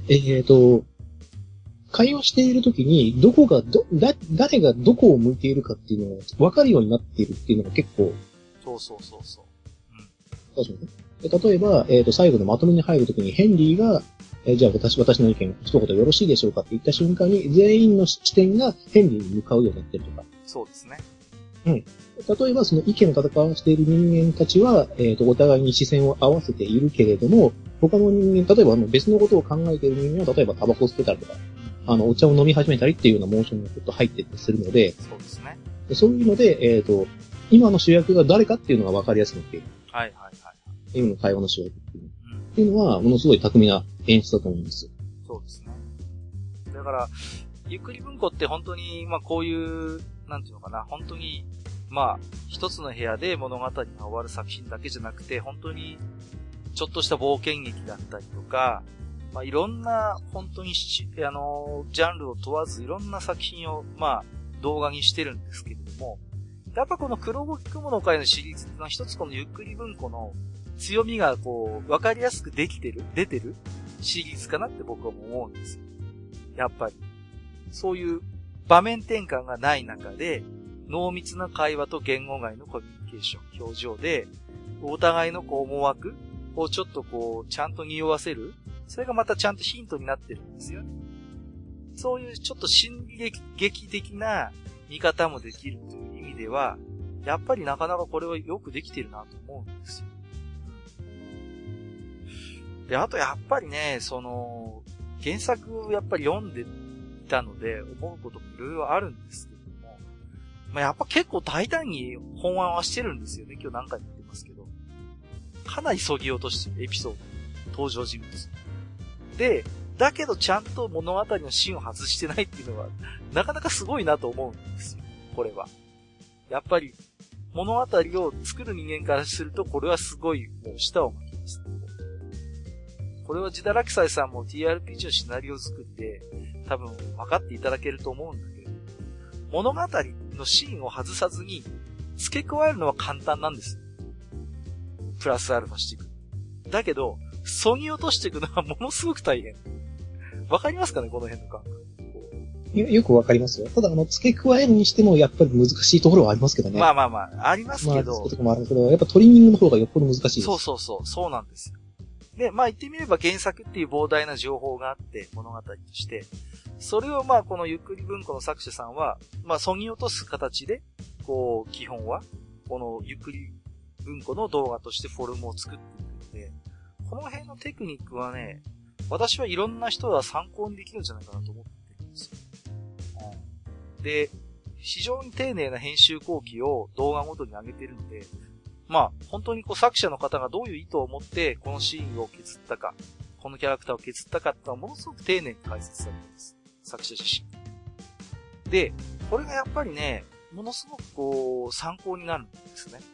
会話しているときに、誰がどこを向いているかっていうのがわかるようになっているっていうのが結構。 そう。 確かにね。例えば、最後のまとめに入るときにヘンリーが、じゃあ私の意見一言よろしいでしょうかって言った瞬間に、全員の視点がヘンリーに向かうようになってるとか。 そうですね。 うん。例えばその意見を戦わしている人間たちは、お互いに視線を合わせているけれども、他の人間、例えば別のことを考えている人間は、例えばタバコを吸ってたりとか、お茶を飲み始めたりっていうようなモーションがちょっと入ってったりするので、 そうですね。 そういうので、今の主役が誰かっていうのが分かりやすくなっている。 はい。 今の会話の主役っていうのは、ものすごい巧みな演出だと思うんですよ。 そうですね。だから、ゆっくり文庫って本当に、こういう、なんていうのかな、本当に、一つの部屋で物語が終わる作品だけじゃなくて、本当に、ちょっとした冒険劇だったりとか、いろんな、本当にジャンルを問わず、いろんな作品を、動画にしてるんですけれども、やっぱこの黒ごき雲の会のシリーズってのは一つこのゆっくり文庫の強みがわかりやすく出てるシリーズかなって僕は思うんですよ。やっぱり。そういう場面転換がない中で、濃密な会話と言語外のコミュニケーション、表情で、お互いの思惑をちょっとちゃんと匂わせる。それがまたちゃんとヒントになってるんですよね。そういうちょっと心理劇的な見方もできるという意味では、やっぱりなかなかこれはよくできてるなと思うんですよ。で、あとやっぱりね、原作をやっぱり読んでいたので、思うこともいろいろあるんですけども、やっぱ結構大胆に本案はしてるんですよね。今日何回も言ってますけど。かなり削ぎ落としてるエピソード、登場人物。で、だけどちゃんと物語の芯を外してないっていうのは、なかなかすごいなと思うんですよ。これは。やっぱり、物語を作る人間からすると、これはすごい、もう舌を巻きます。これはジダラキサイさんも TRPG のシナリオ作りで、多分分かっていただけると思うんだけど、物語の芯を外さずに、付け加えるのは簡単なんです。プラスアルファしていく。だけど、削ぎ落としていくのはものすごく大変。わかりますかね、この辺の感覚。 よくわかりますよ。ただ、付け加えるにしても、やっぱり難しいところはありますけどね。 ありますけど。 そういうところもあるけど、やっぱトリミングの方がよっぽど難しいです。 そうなんですよ。で、言ってみれば原作っていう膨大な情報があって、物語として、それをこのゆっくり文庫の作者さんは、削ぎ落とす形で、基本は、このゆっくり文庫の動画としてフォルムを作っていくので、この辺のテクニックはね、私はいろんな人が参考にできるんじゃないかなと思ってるんですよ。で、非常に丁寧な編集後期を動画ごとに上げてるので、本当に作者の方がどういう意図を持ってこのシーンを削ったか、このキャラクターを削ったかってのはものすごく丁寧に解説されています。作者自身。で、これがやっぱりね、ものすごく参考になるんですね。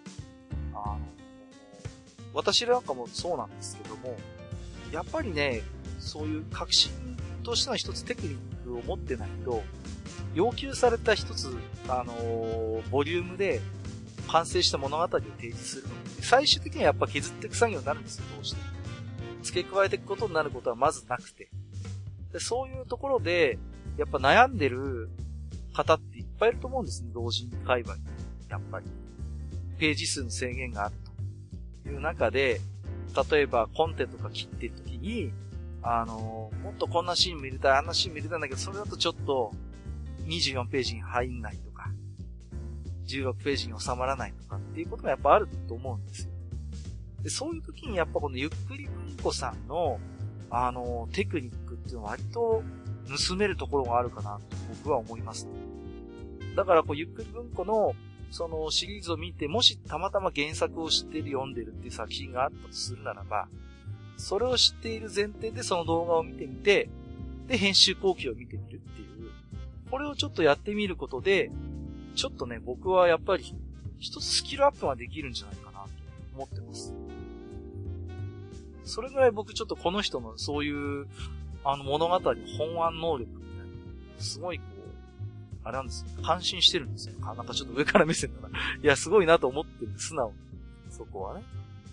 私なんかもそうなんですけども、やっぱりね、そういう革新としての一つテクニックを持ってないと、要求された一つ、ボリュームで完成した物語を提示するので、最終的にはやっぱ削っていく作業になるんですよ、どうしても。付け加えていくことになることはまずなくて。で、そういうところで、やっぱ悩んでる方っていっぱいいると思うんですね、同人界隈に。やっぱり。ページ数の制限があるという中で、例えばコンテとか切ってるときに、もっとこんなシーン見れたい、あんなシーン見れたんだけど、それだとちょっと24ページに入んないとか、16ページに収まらないとかっていうことがやっぱあると思うんですよ。で、そういう時にやっぱこのゆっくり文庫さんの、テクニックっていうのは割と盗めるところがあるかなと僕は思いますね。だからゆっくり文庫のそのシリーズを見て、もしたまたま原作を知ってる、読んでるっていう作品があったとするならば、それを知っている前提でその動画を見てみて、で、編集後期を見てみるっていう、 これをちょっとやってみることで、ちょっとね、僕はやっぱり一つスキルアップができるんじゃないかなと思ってます。それぐらい僕ちょっとこの人のそういう物語の本案能力みたいな、すごいこう、あれなんですよ。感心してるんですよ。なんかちょっと上から目線だな。いや、すごいなと思ってるんです、素直に。そこはね。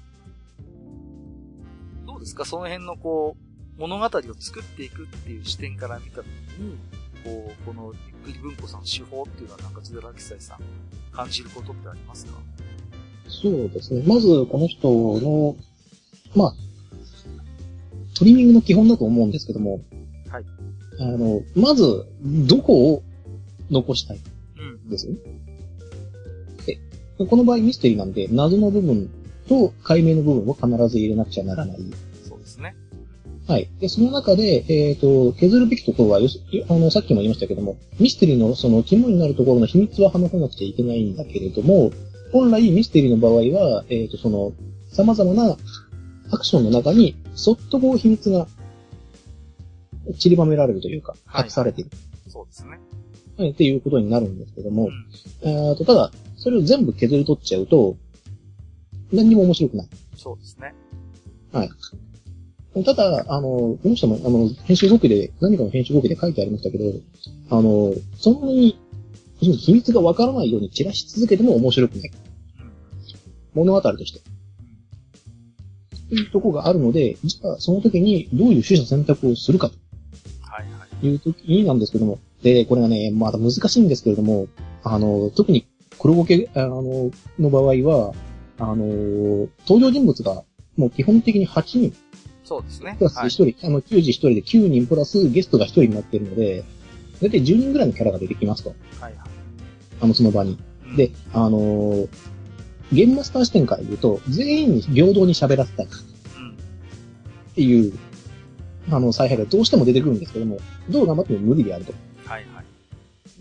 どうですかその辺のこう、物語を作っていくっていう視点から見たときに、こう、このゆっくり文庫さんの手法っていうのはなんか津田楽斎さん感じることってありますか？ そうですね。まず、この人の、まあ、トリミングの基本だと思うんですけども、 はい。 まず、どこを残したいですよね。で、この場合ミステリーなんで、謎の部分と解明の部分を必ず入れなくちゃならない。 そうですね。 はい。で、その中で、削るべきところは、さっきも言いましたけども、ミステリーのその肝になるところの秘密は話さなくちゃいけないんだけれども、本来ミステリーの場合は、その、様々なアクションの中に、そっとこう秘密が散りばめられるというか、隠されている。 そうですね。 はい、っていうことになるんですけども、ただ、それを全部削り取っちゃうと、何にも面白くない。 そうですね。 はい。ただ、この人も、編集語記で、何かの編集語記で書いてありましたけど、そんなに、秘密がわからないように散らし続けても面白くない。物語として。というところがあるので、じゃあ、その時にどういう取捨選択をするかと。 はいはい。いう時になんですけども、で、これがね、まだ難しいんですけれども、特に黒ゴケ、の場合は、登場人物が、もう基本的に8人。 そうですね。 プラス1人、球児1人で9人プラスゲストが1人になっているので、だいたい10人ぐらいのキャラが出てきますと。 はいはい。 その場に。で、ゲームマスター視点から言うと、全員に平等に喋らせたい。っていう、采配がどうしても出てくるんですけども、どう頑張っても無理であると。 はいはい。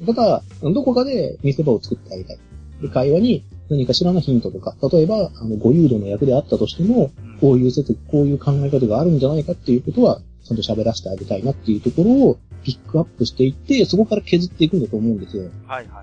ただ、どこかで見せ場を作ってあげたい。で、会話に何かしらのヒントとか、例えば、ご誘導の役であったとしても、こういう説、こういう考え方があるんじゃないかっていうことは、ちゃんと喋らせてあげたいなっていうところをピックアップしていって、そこから削っていくんだと思うんですよ。 はいはい。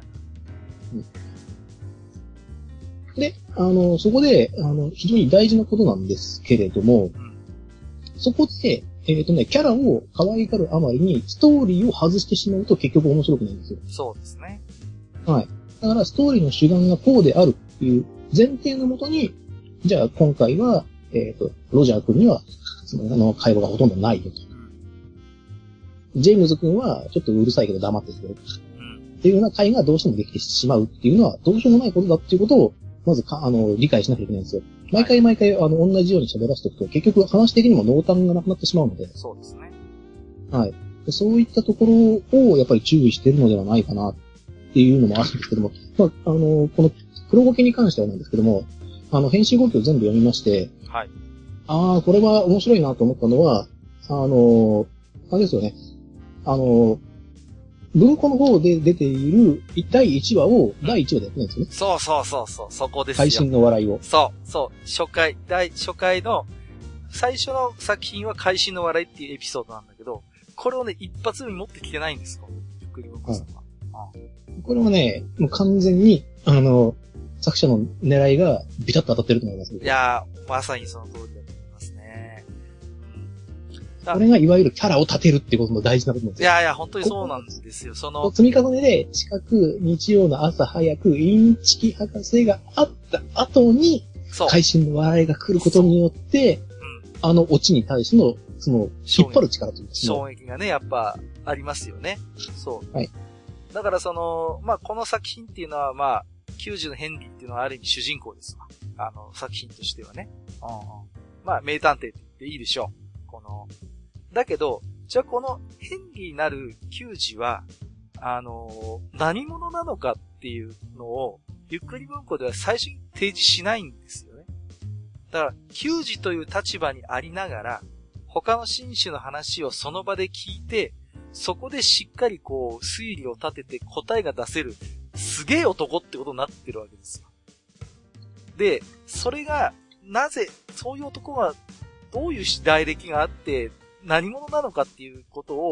で、そこで、非常に大事なことなんですけれども、そこで、キャラを可愛がるあまりに、ストーリーを外してしまうと結局面白くないんですよ。 そうですね。 はい。だからストーリーの主眼がこうであるっていう前提のもとに、じゃあ今回は、ロジャー君には、会話がほとんどないよと。ジェームズ君はちょっとうるさいけど黙ってるよ。っていうような会がどうしてもできてしまうっていうのはどうしようもないことだっていうことを、まず理解しなきゃいけないんですよ。毎回同じように喋らせておくと、結局話的にも濃淡がなくなってしまうので。 そうですね。 はい。そういったところをやっぱり注意しているのではないかなっていうのもあるんですけども、まあ、この黒ゴケに関してはなんですけども、編集語記を全部読みまして、 はい。 これは面白いなと思ったのは、あれですよね。文庫の方で出ている第1話を第1話でやってないんですよね。 そう、そこですよ。 会心の笑いを。 そう、初回の、最初の作品は会心の笑いっていうエピソードなんだけど、これをね、一発目に持ってきてないんですよ。ゆっくり文庫さんは。 これはね、もう完全に、作者の狙いがビタッと当たってると思います。 いやー、まさにその通りだと思いますね。 これがいわゆるキャラを立てるってことも大事なことなんですよ。 いや、本当にそうなんですよ。 積み重ねで、近く日曜の朝早く、インチキ博士があった後に、会心の笑いが来ることによって、オチに対しての、引っ張る力というか、 衝撃がね、やっぱ、ありますよね。そう。 はい。 だからまあ、この作品っていうのは、まあ、90のヘンリーっていうのはある意味主人公ですわ。作品としてはね。まあ、名探偵って言っていいでしょう。だけど、じゃあこのヘンリーなる90は、何者なのかっていうのを、ゆっくり文庫では最初に提示しないんですよね。だから、90という立場にありながら、他の紳士の話をその場で聞いて、そこでしっかりこう、推理を立てて答えが出せる、すげえ男ってことになってるわけですよ。で、それが、なぜ、そういう男が、どういう来歴があって、何者なのかっていうことを、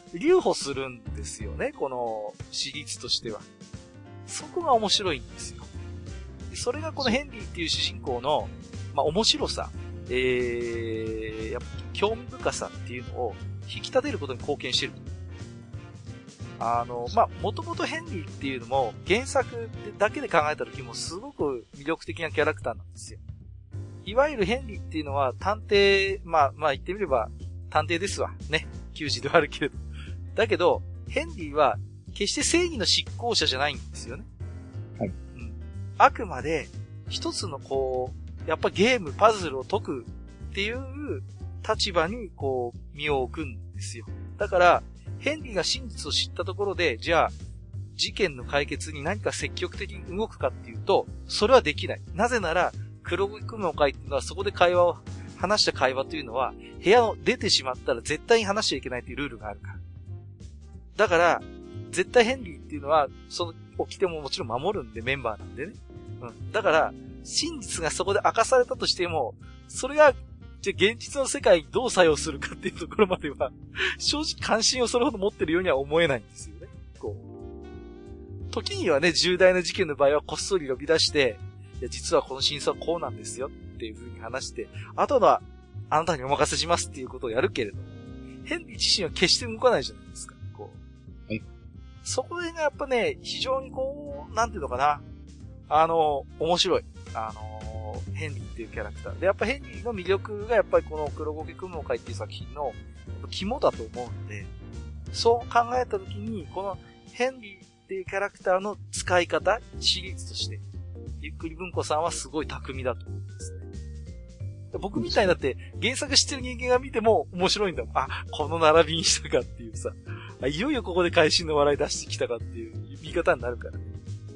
留保するんですよね、このシリーズとしては。そこが面白いんですよ。それがこのヘンリーっていう主人公の、まあ、面白さ、やっぱ興味深さっていうのを引き立てることに貢献してる。まあ、もともとヘンリーっていうのも原作だけで考えた時もすごく魅力的なキャラクターなんですよ。いわゆるヘンリーっていうのは探偵、まあ言ってみれば探偵ですわ。ね。球児ではあるけれど。だけど、ヘンリーは決して正義の執行者じゃないんですよね。 はい。 うん。あくまで一つのやっぱゲーム、パズルを解くっていう立場に身を置くんですよ。だから、ヘンリーが真実を知ったところで、じゃあ、事件の解決に何か積極的に動くかっていうと、それはできない。なぜなら、黒木雲の会っていうのはそこで話した会話というのは、部屋を出てしまったら絶対に話しちゃいけないというルールがあるから。だから、絶対ヘンリーっていうのは、起きてももちろん守るんで、メンバーなんでね。うん。だから、真実がそこで明かされたとしても、それが、じゃあ現実の世界にどう作用するかっていうところまでは、正直関心をそれほど持ってるようには思えないんですよね。時にはね、重大な事件の場合はこっそり呼び出して、いや、実はこの真相はこうなんですよっていう風に話して、あとは、あなたにお任せしますっていうことをやるけれど、ヘンリー自身は決して動かないじゃないですか。 はい。 そこでね、やっぱね、非常になんていうのかな、面白い。ヘンリーっていうキャラクター。で、やっぱヘンリーの魅力がやっぱりこの黒苔雲の会っていう作品の肝だと思うので、そう考えたときに、このヘンリーっていうキャラクターの使い方、シリーズとして、ゆっくり文庫さんはすごい巧みだと思うんですね。僕みたいになって原作知ってる人間が見ても面白いんだもん。あ、この並びにしたかっていうさ、いよいよここで会心の笑い出してきたかっていう見方になるからね。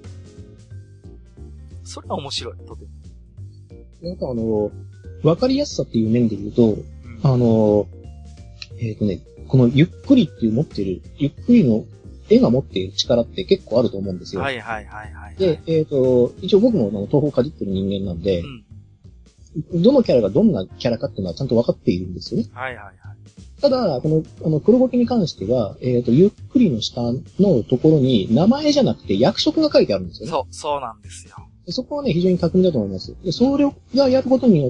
それは面白い、とても。 なんかわかりやすさっていう面で言うと、このゆっくりっていう持ってる、ゆっくりの絵が持っている力って結構あると思うんですよ。 はいはいはいはい。 で、一応僕も東宝かじってる人間なんで、どのキャラがどんなキャラかっていうのはちゃんと分かっているんですよね。 はいはいはい。 ただ、黒ゴキに関しては、ゆっくりの下のところに名前じゃなくて役職が書いてあるんですよね。 そうなんですよ。 そこはね、非常に巧みだと思います。で、それがやることによって、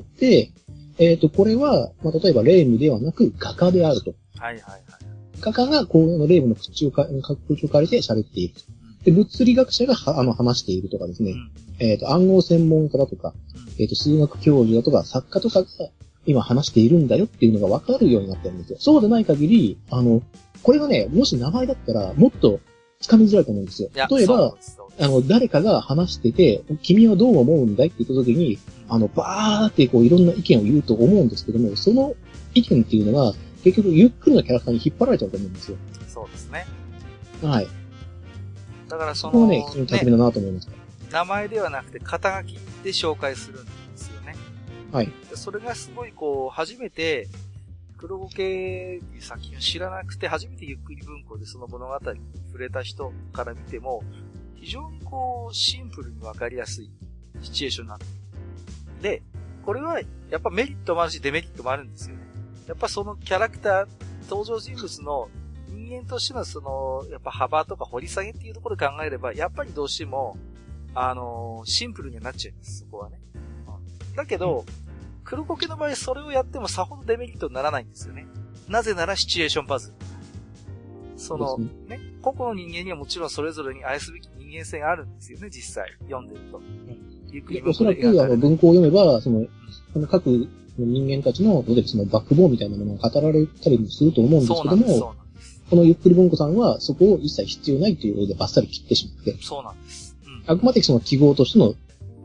これは、例えば霊夢ではなく画家であると。 はいはいはい。 画家がこう霊夢の口を借りて喋っている。で、物理学者が話しているとかですね。暗号専門家だとか、数学教授だとか、作家とかが今話しているんだよっていうのが分かるようになってるんですよ。そうでない限り、これがね、もし名前だったら、もっと掴みづらいと思うんですよ。例えば、誰かが話してて、君はどう思うんだいって言った時に、バーっていろんな意見を言うと思うんですけども、その意見っていうのは、結局、ゆっくりのキャラクターに引っ張られちゃうと思うんですよ。 そうですね。 はい。 だからここはね、非常に巧みだなと思いました。 名前ではなくて、肩書きで紹介するんですよね。 はい。 それがすごい初めて、黒ゴケっていう作品を知らなくて、初めてゆっくり文庫でその物語に触れた人から見ても、非常にシンプルにわかりやすいシチュエーションになっている。で、これはやっぱメリットもあるしデメリットもあるんですよね。やっぱそのキャラクター、登場人物の人間としてのやっぱ幅とか掘り下げっていうところで考えれば、やっぱりどうしても、シンプルにはなっちゃいます、そこはね。だけど、黒コケの場合それをやってもさほどデメリットにならないんですよね。なぜならシチュエーションパズル。ね、個々の人間にはもちろんそれぞれに愛すべき人間性があるんですよね、実際。読んでると。ゆっくりおそらく文庫を読めば、各人間たちの、例えばバックボーンみたいなものが語られたりもすると思うんですけども、このゆっくり文庫さんはそこを一切必要ないということでバッサリ切ってしまって。 そうなんです。 あくまで記号としての、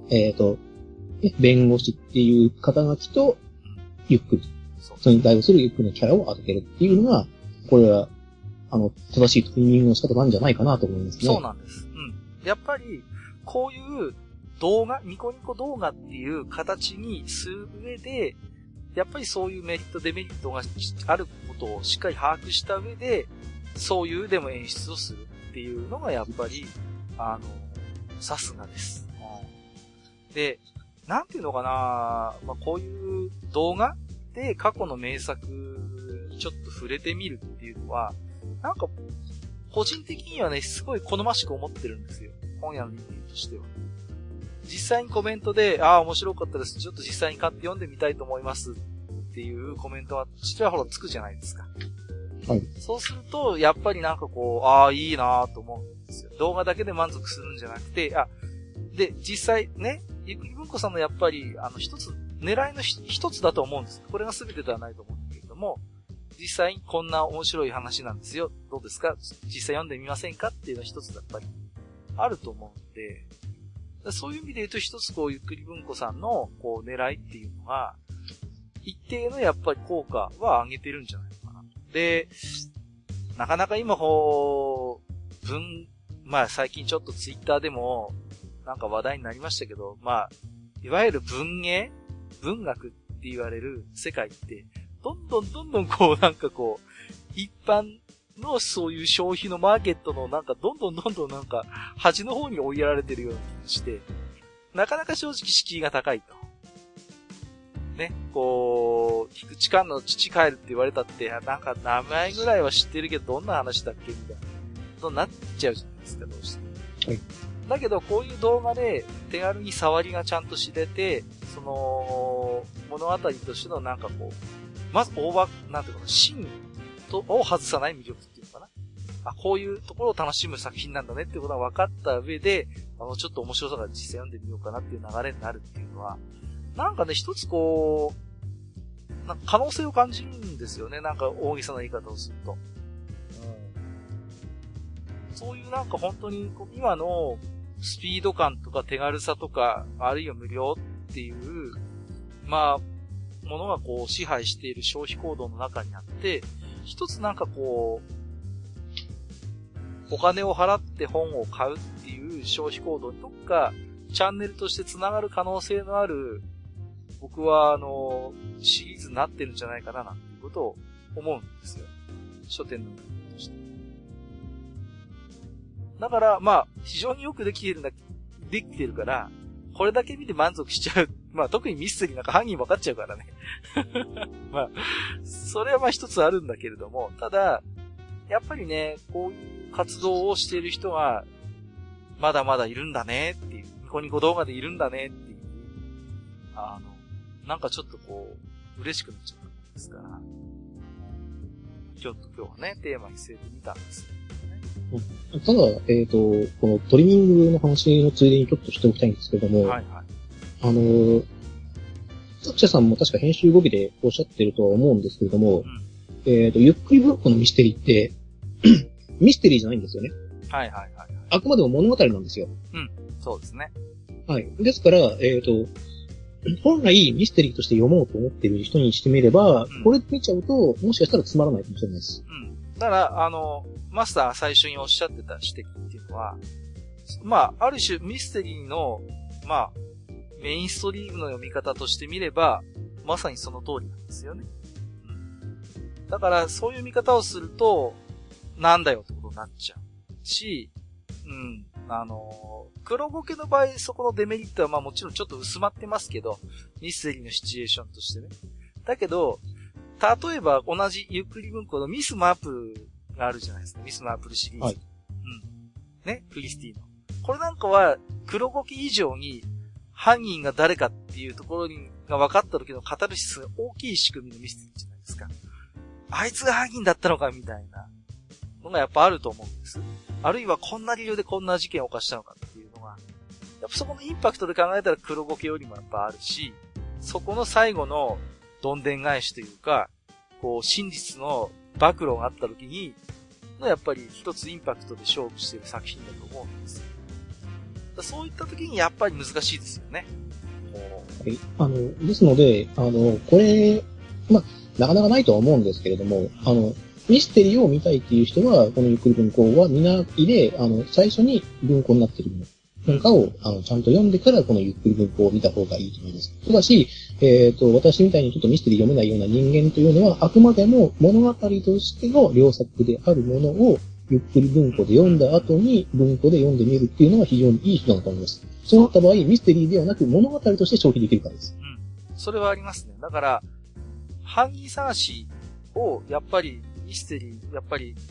弁護士っていう肩書きと、ゆっくり。それに対応するゆっくりのキャラを当ててるっていうのが、これは、正しいトリミングの仕方なんじゃないかなと思いますね。 そうなんです。やっぱり、こういう動画、ニコニコ動画っていう形にする上で、やっぱりそういうメリット、デメリットがあることをしっかり把握した上で、そういうでも演出をするっていうのがやっぱり、さすがです。で、なんていうのかな、こういう動画で過去の名作にちょっと触れてみるっていうのは、 なんか、個人的にはね、すごい好ましく思ってるんですよ。本屋の人間としては。実際にコメントで、面白かったです。ちょっと実際に買って読んでみたいと思います。っていうコメントは、ちらほらつくじゃないですか。 はい。 そうすると、やっぱりなんかこう、いいなぁと思うんですよ。動画だけで満足するんじゃなくて、で、実際ね、ゆっくり文庫さんのやっぱり、狙いの一つだと思うんです。これが全てではないと思うんだけれども、実際にこんな面白い話なんですよ。どうですか？実際読んでみませんかっていうのは一つやっぱりあると思うんで、そういう意味で言うと一つこう、ゆっくり文庫さんのこう、狙いっていうのが、一定のやっぱり効果は上げてるんじゃないのかな。で、なかなか今最近ちょっとツイッターでもなんか話題になりましたけど、いわゆる文学って言われる世界って、どんどんこうなんかこう、一般のそういう消費のマーケットのなんかどんどんなんか端の方に追いやられてるような気がして、なかなか正直敷居が高いと。ね、こう、菊池寛の父帰るって言われたって、なんか名前ぐらいは知ってるけど、どんな話だっけみたいなことになっちゃうじゃないですか、どうしても。はい。だけど、こういう動画で手軽に触りがちゃんと知れて、その、物語としてのなんかこう、まずなんていうかな、芯を外さない魅力っていうのかな。こういうところを楽しむ作品なんだねっていうことが分かった上で、ちょっと面白さが実際読んでみようかなっていう流れになるっていうのは、なんかね、一つこう、なんか可能性を感じるんですよね。なんか大げさな言い方をすると。そういうなんか本当に今のスピード感とか手軽さとか、あるいは無料っていう、ものがこう支配している消費行動の中にあって、一つなんかこう、お金を払って本を買うっていう消費行動にどっかチャンネルとして繋がる可能性のある、僕はシリーズになってるんじゃないかななんていうことを思うんですよ。書店の人間として。だから非常によくできてるから、これだけ見て満足しちゃう。特にミステリーなんか犯人分かっちゃうからね。それは一つあるんだけれども、ただ、やっぱりね、こういう活動をしている人は、まだまだいるんだねっていう、ニコニコ動画でいるんだねっていう、なんかちょっとこう、嬉しくなっちゃったんですから、ちょっと今日はね、テーマに据えてみたんですけどね。 ただ、このトリミングの話のついでにちょっとしておきたいんですけども、はいはい。作者さんも確か編集語尾でおっしゃってるとは思うんですけれども、ゆっくり文庫のミステリーって、ミステリーじゃないんですよね。 はいはいはい。 あくまでも物語なんですよ。 そうですね。 はい。ですから、本来ミステリーとして読もうと思っている人にしてみれば、これ見ちゃうと、もしかしたらつまらないかもしれないです。 だから、マスターが最初におっしゃってた指摘っていうのは、ある種ミステリーの、メインストリームの読み方としてみれば、まさにその通りなんですよね。だから、そういう見方をすると、なんだよってことになっちゃうし、黒ゴケの場合、そこのデメリットはもちろんちょっと薄まってますけど、ミステリーのシチュエーションとしてね。だけど、例えば同じゆっくり文庫のミス・マープルがあるじゃないですか。ミス・マープルシリーズ。はい。ね、クリスティの。これなんかは、黒ゴケ以上に、犯人が誰かっていうところが分かった時のカタルシスが大きい仕組みのミステリーじゃないですか。あいつが犯人だったのかみたいなのがやっぱあると思うんです。あるいはこんな理由でこんな事件を犯したのかっていうのが、やっぱそこのインパクトで考えたら黒ゴケよりもやっぱあるし、そこの最後のどんでん返しというか、こう真実の暴露があった時に、やっぱり一つインパクトで勝負している作品だと思うんですよ。そういった時にやっぱり難しいですよね。 はい。ですので、これ、なかなかないとは思うんですけれども、ミステリーを見たいっていう人は、このゆっくり文庫は見ないで、最初に文庫になっているものなんかを、ちゃんと読んでから、このゆっくり文庫を見た方がいいと思います。ただし、私みたいにちょっとミステリー読めないような人間というのは、あくまでも物語としての良作であるものを、ゆっくり文庫で読んだ後に文庫で読んでみるっていうのは非常にいい手段だと思います。そうなった場合、ミステリーではなく物語として消費できるからです。 それはありますね。だから、犯人探しを、やっぱり、ミステリー、やっぱり、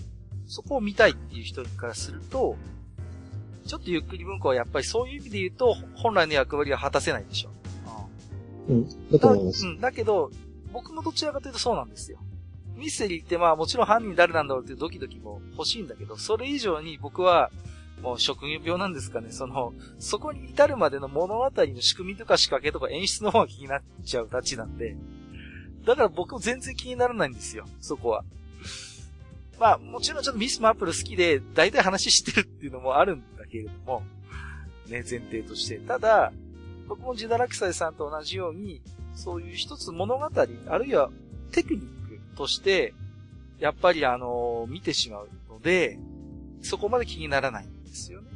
そこを見たいっていう人からすると、ちょっとゆっくり文庫はやっぱりそういう意味で言うと、本来の役割は果たせないでしょ。 だと思います。 だけど、僕もどちらかというとそうなんですよ。ミステリーってまあもちろん犯人誰なんだろうっていうドキドキも欲しいんだけど、それ以上に僕は、もう職業病なんですかね、そこに至るまでの物語の仕組みとか仕掛けとか演出の方が気になっちゃうたちなんで、だから僕も全然気にならないんですよ、そこは。まあもちろんちょっとミス・マープル好きで、大体話知ってるっていうのもあるんだけれども、ね、前提として。ただ、僕もジダラクサイさんと同じように、そういう一つ物語、あるいはテクニックとして、やっぱり見てしまうので、そこまで気にならないんですよね。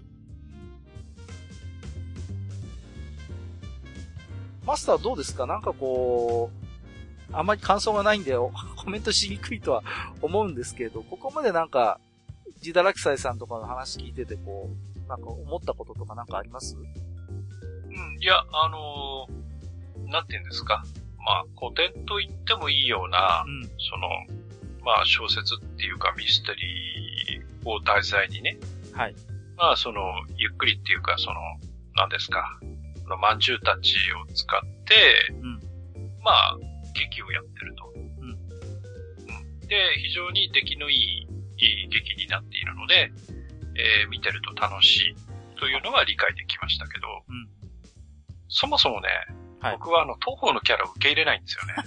マスターどうですか？なんかこう、あんまり感想がないんでコメントしにくいとは思うんですけれど、ここまでなんか、ジダラクサイさんとかの話聞いててこう、なんか思ったこととかなんかあります？ いや、なんて言うんですか。まあ、古典と言ってもいいような、まあ、小説っていうかミステリーを題材にね。 はい。 まあ、ゆっくりっていうか、何ですか。まんじゅうたちを使って、まあ、劇をやってると。で、非常に出来のいい劇になっているので、見てると楽しいというのは理解できましたけど、そもそもね、僕は東方のキャラを受け入れないんですよね。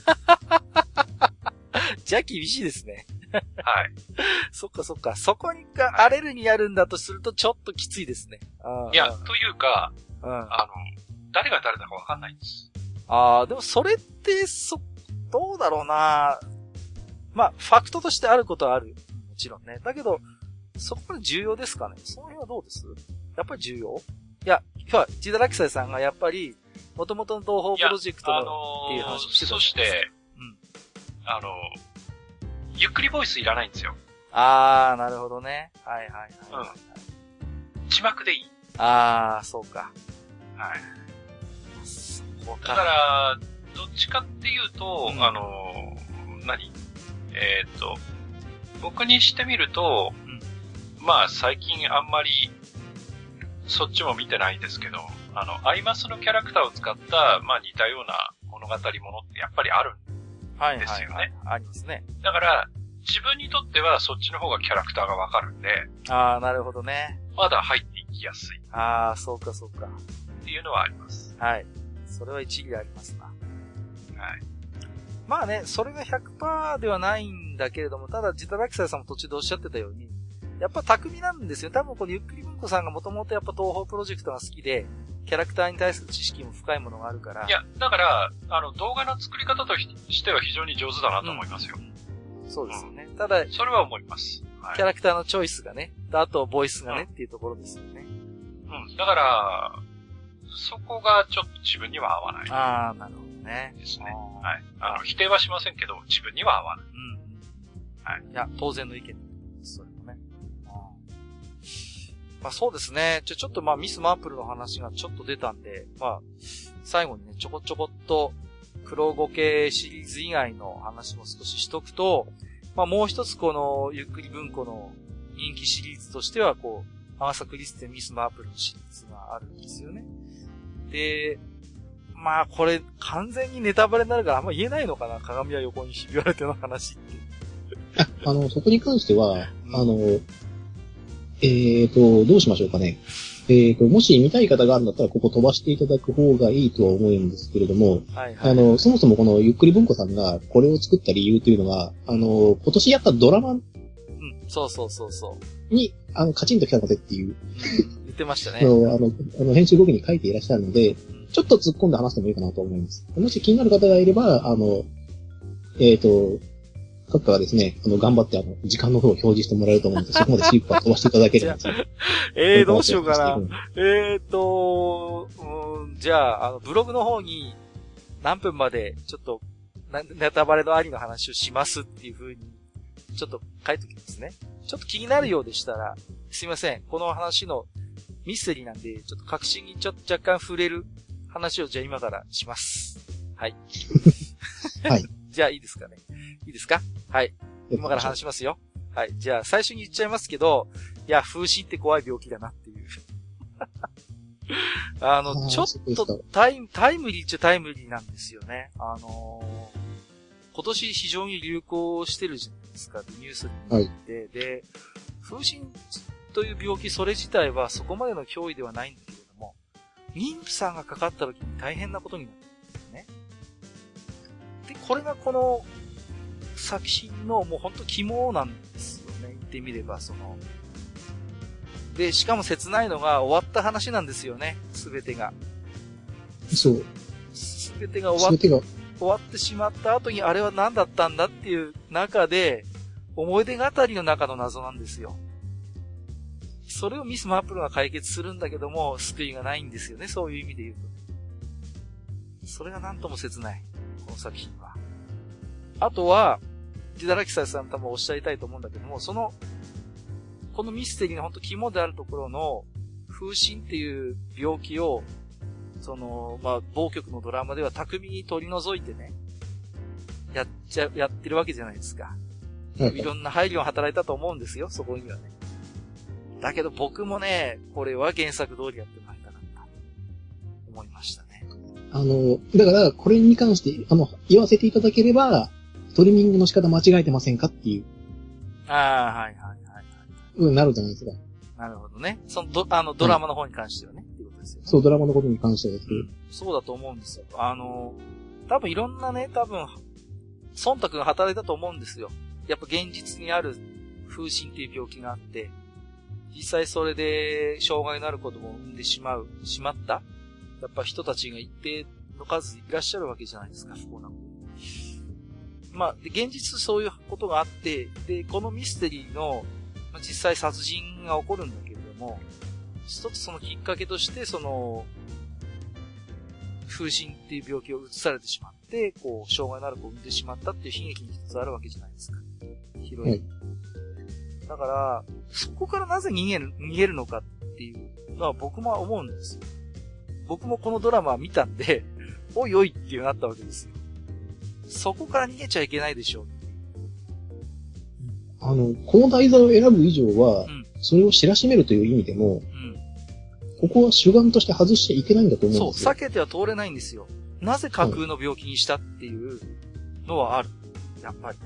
じゃあ厳しいですね。 はい。 そっかそっか。そこにアレルにやるんだとするとちょっときついですね。 いや、というか、誰が誰だかわかんないんです。 でもそれって、どうだろうな。まあ、ファクトとしてあることはある。もちろんね。だけど、そこまで重要ですかね。その辺はどうです？やっぱり重要？いや、今日はジダラキサイさんがやっぱり、元々の東方プロジェクトのっていう話をしてた。 そして、ゆっくりボイスいらないんですよ。 なるほどね。はい。 字幕でいい。 そうか。 はい。 そうか。 だから、どっちかっていうと、僕にしてみると、まあ最近あんまり、そっちも見てないんですけど、アイマスのキャラクターを使った、まあ似たような物語ものってやっぱりあるんですよね。 ありますね。 だから、自分にとってはそっちの方がキャラクターがわかるんで。 なるほどね。 まだ入っていきやすい。 そうかそうか。 っていうのはあります。 はい。それは一理ありますな。 はい。 まあね、それが 100% ではないんだけれども、ただ、ジタラキサイさんも途中でおっしゃってたように、やっぱ巧みなんですよ。多分このゆっくり文庫さんがもともとやっぱ東方プロジェクトが好きで、キャラクターに対する知識も深いものがあるから。 いや、だから、動画の作り方としては非常に上手だなと思いますよ。 そうですよね。ただ、 それは思います。 キャラクターのチョイスがね、あとボイスがねっていうところですよね。 だから、そこがちょっと自分には合わない。 なるほどね。 ですね。はい。否定はしませんけど、自分には合わない。 はい。いや、当然の意見です。それもね。まあそうですね。ちょっとまあミスマープルの話がちょっと出たんで、まあ、最後にね、ちょこっと、黒5系シリーズ以外の話も少ししとくと、まあもう一つこのゆっくり文庫の人気シリーズとしては、こう、アガサ・クリスティミス・マープルのシリーズがあるんですよね。で、まあこれ完全にネタバレになるからあんま言えないのかな、鏡は横にひび割れての話って。 そこに関しては、どうしましょうかね。もし見たい方があるんだったら、ここ飛ばしていただく方がいいとは思うんですけれども、そもそもこのゆっくり文庫さんがこれを作った理由というのが、今年やったドラマ、 そうに、カチンと来たのでっていう、 言ってましたね。 編集後期に書いていらっしゃるので、ちょっと突っ込んで話してもいいかなと思います。もし気になる方がいれば、閣下がですね、頑張って時間の方を表示してもらえると思うので、そこまでスリッパ飛ばしていただければ。 どうしようかな。じゃあ、ブログの方に何分までちょっとネタバレのありの話をしますっていう風にちょっと書いておきますね。ちょっと気になるようでしたら、すいません。この話のミステリーなんで、ちょっと確信にちょっと若干触れる話をじゃあ今からします。はい。 はい。 じゃあいいですかね。いいですか？はい。今から話しますよ。 はい。じゃあ、最初に言っちゃいますけど、いや、風疹って怖い病気だなっていう。ちょっとタイムリーっちゃタイムリーなんですよね。今年非常に流行してるじゃないですか、ニュースになって、はい、で、風疹という病気それ自体はそこまでの脅威ではないんだけれども、妊婦さんがかかった時に大変なことになるんですね。で、これがこの作品のもうほんと肝なんですよね、言ってみれば、で、しかも切ないのが終わった話なんですよね、すべてが。 そう。 すべてが終わってしまった後にあれは何だったんだっていう中で、思い出語りの中の謎なんですよ。それをミス・マープルが解決するんだけども、救いがないんですよね、そういう意味で言うと。それが何とも切ない、この作品は。あとは、ジダラキサイさん多分おっしゃりたいと思うんだけども、このミステリーの本当肝であるところの、風疹っていう病気を、某局のドラマでは巧みに取り除いてね、やってるわけじゃないですか。いろんな配慮を働いたと思うんですよ、そこにはね。だけど僕もね、これは原作通りやってもらいたかった。思いましたね。 だから、これに関して、言わせていただければ、トリミングの仕方間違えてませんかっていう。 はいはいはい。 なるじゃないですか。 なるほどね。ドラマの方に関してはね、っていうことですよね。 そう、ドラマのことに関してはですけど。 そうだと思うんですよ。多分いろんなね、忖度が働いたと思うんですよ。やっぱ現実にある風疹っていう病気があって、実際それで障害のある子供を産んでしまったやっぱ人たちが一定の数いらっしゃるわけじゃないですか、不幸な子。まあ、で、現実そういうことがあって、で、このミステリーの、実際殺人が起こるんだけれども、一つそのきっかけとして、風疹っていう病気を移されてしまって、障害のある子を産んでしまったっていう悲劇に一つあるわけじゃないですか。広い。だから、そこからなぜ逃げるのかっていうのは僕も思うんですよ。僕もこのドラマ見たんで、おいおいっていうなったわけですよ。そこから逃げちゃいけないでしょう。 この題材を選ぶ以上は、それを知らしめるという意味でも、ここは主眼として外しちゃいけないんだと思うんですよ。 そう、避けては通れないんですよ。なぜ架空の病気にしたっていうのはある。やっぱり。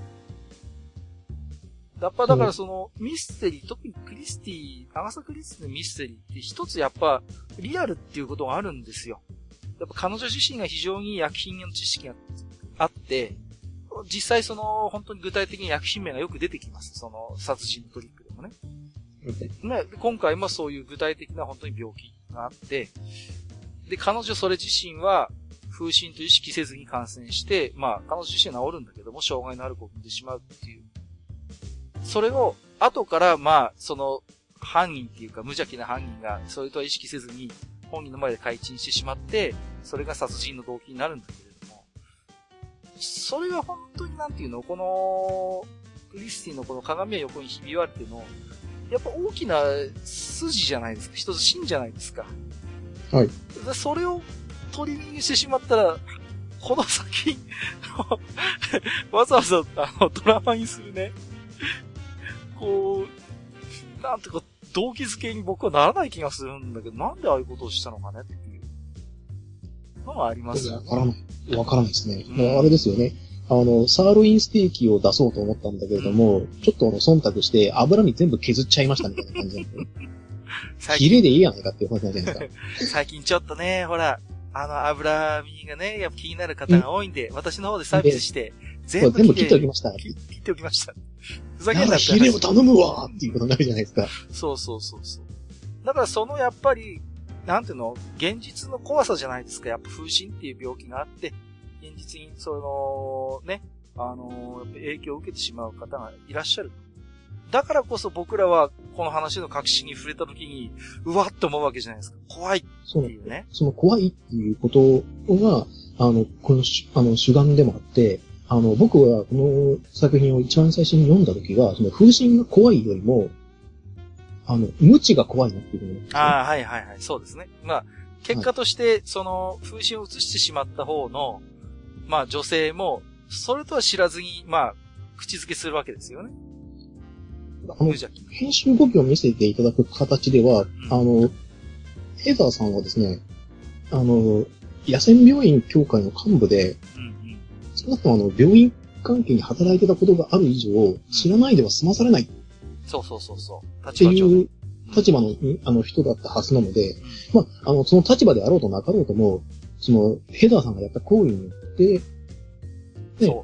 だからミステリー、特にアガサ・クリスティのミステリーって一つやっぱリアルっていうことがあるんですよ。やっぱ彼女自身が非常に薬品の知識があって、実際本当に具体的に薬品名がよく出てきます。殺人トリックでもね。今回もそういう具体的な本当に病気があって、で、彼女それ自身は風疹と意識せずに感染して、彼女自身は治るんだけども、障害のある子を産んでしまうっていう。それを、後から、犯人っていうか無邪気な犯人が、それとは意識せずに、本人の前で開陳してしまって、それが殺人の動機になるんだけれども、それが本当にこの、クリスティのこの鏡を横にひび割っての、やっぱ大きな筋じゃないですか。一つ芯じゃないですか。 はい。 それを取り逃げしてしまったら、この先、わざわざドラマにするね、動機づけに僕はならない気がするんだけど、なんでああいうことをしたのかねっていうのがありますよね。 わからないですね。もうあれですよね。サーロインステーキを出そうと思ったんだけれども、ちょっと忖度して油身全部削っちゃいましたみたいな感じなんで、ね。ヒレでいいやないかっていう話じゃないですか。 最近ちょっとね、ほら、油身がね、やっぱ気になる方が多いんで、私の方でサービスして、全部切っておきました。 切っておきました。ふざけんなって。 ヒレを頼むわっていうことになるじゃないですか。 そう。だからやっぱり、現実の怖さじゃないですか。やっぱ風疹っていう病気があって、現実にやっぱ影響を受けてしまう方がいらっしゃる。だからこそ僕らはこの話の核心に触れた時に、うわっと思うわけじゃないですか。怖いっていうね。 その怖いっていうことが、この主眼でもあって、僕はこの作品を一番最初に読んだ時は、風疹が怖いよりも、無知が怖いなっていうふうに思って、ね。 はい、そうですね。結果として、風疹を移してしまった方の、女性も、それとは知らずに、口づけするわけですよね。 編集語尾を見せていただく形では、ヘザーさんはですね、野戦病院協会の幹部で、少なくとも病院関係に働いてたことがある以上、知らないでは済まされない。 そう。 っていう立場の、人だったはずなので、まあ、その立場であろうとなかろうとも、ヘザーさんがやった行為によって、で、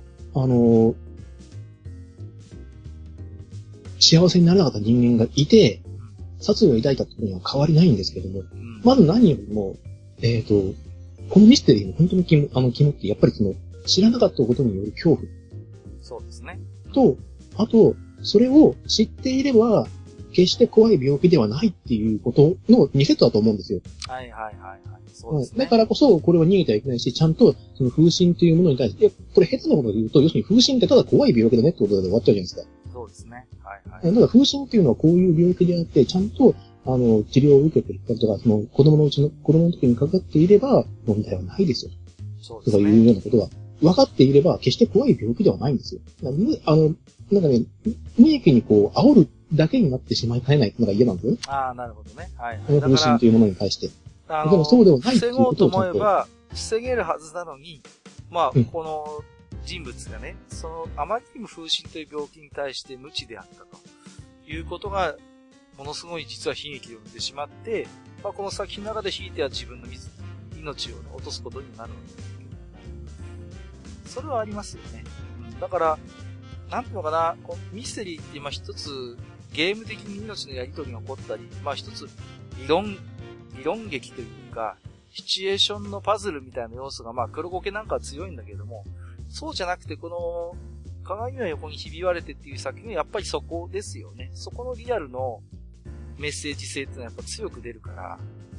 幸せにならなかった人間がいて、殺意を抱いたことには変わりないんですけども、まず何よりも、このミステリーの本当に肝って、やっぱり知らなかったことによる恐怖。 そうですね。 と、あと、それを知っていれば、決して怖い病気ではないっていうことの2セットだと思うんですよ。 はい。そうですね。 だからこそ、これは逃げてはいけないし、ちゃんと、その風疹というものに対して、これ下手なことで言うと、要するに風疹ってただ怖い病気だねってことで終わっちゃうじゃないですか。 そうですね。はい。 だから風疹っていうのはこういう病気であって、ちゃんと、治療を受けていったりとか、子供の時にかかっていれば、問題はないですよ。 そうですね。 とかいうようなことが、分かっていれば、決して怖い病気ではないんですよ。なんかね、無益に煽るだけになってしまいかねないっていうのが嫌なんですよね。 ああ、なるほどね。はい。 風疹というものに対して。でもそうではないっていうことをちゃんと。 防ごうと思えば、防げるはずなのに、まあ、この人物がね、あまりにも風疹という病気に対して無知であったということが、ものすごい実は悲劇を生んでしまって、まあ、この作品の中でひいては自分の命を落とすことになるわけですけど、それはありますよね。だから、なんていうのかな、ミステリーって今一つ、ゲーム的に命のやり取りが起こったり、まあ一つ、理論劇というか、シチュエーションのパズルみたいな要素が、まあ黒ゴケなんかは強いんだけれども、そうじゃなくてこの、鏡の横にひび割れてっていう作品はやっぱりそこですよね。そこのリアルのメッセージ性っていうのはやっぱ強く出るから。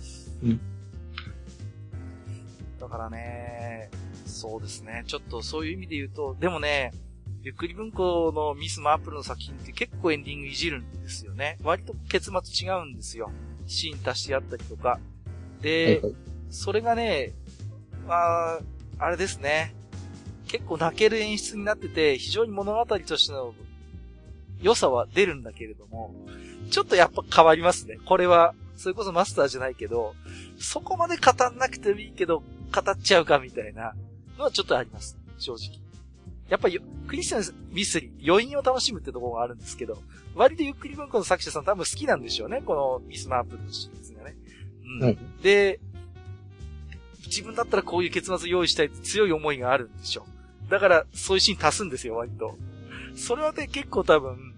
だからね、そうですね。ちょっとそういう意味で言うと、でもね、ゆっくり文庫のミス・マープルの作品って結構エンディングいじるんですよね。割と結末違うんですよ。シーン足してあったりとか。で、それがね、まあ、あれですね。結構泣ける演出になってて、非常に物語としての良さは出るんだけれども、ちょっとやっぱ変わりますね。これは、それこそマスターじゃないけど、そこまで語んなくてもいいけど、語っちゃうかみたいなのはちょっとあります。正直。やっぱり、クリスチャンミステリー、余韻を楽しむってところがあるんですけど、割とゆっくり文庫の作者さん多分好きなんでしょうね。このミスマープルのシリーズがね。 はい、 で、自分だったらこういう結末用意したいって強い思いがあるんでしょう。だから、そういうシーン足すんですよ、割と。それはね、結構多分、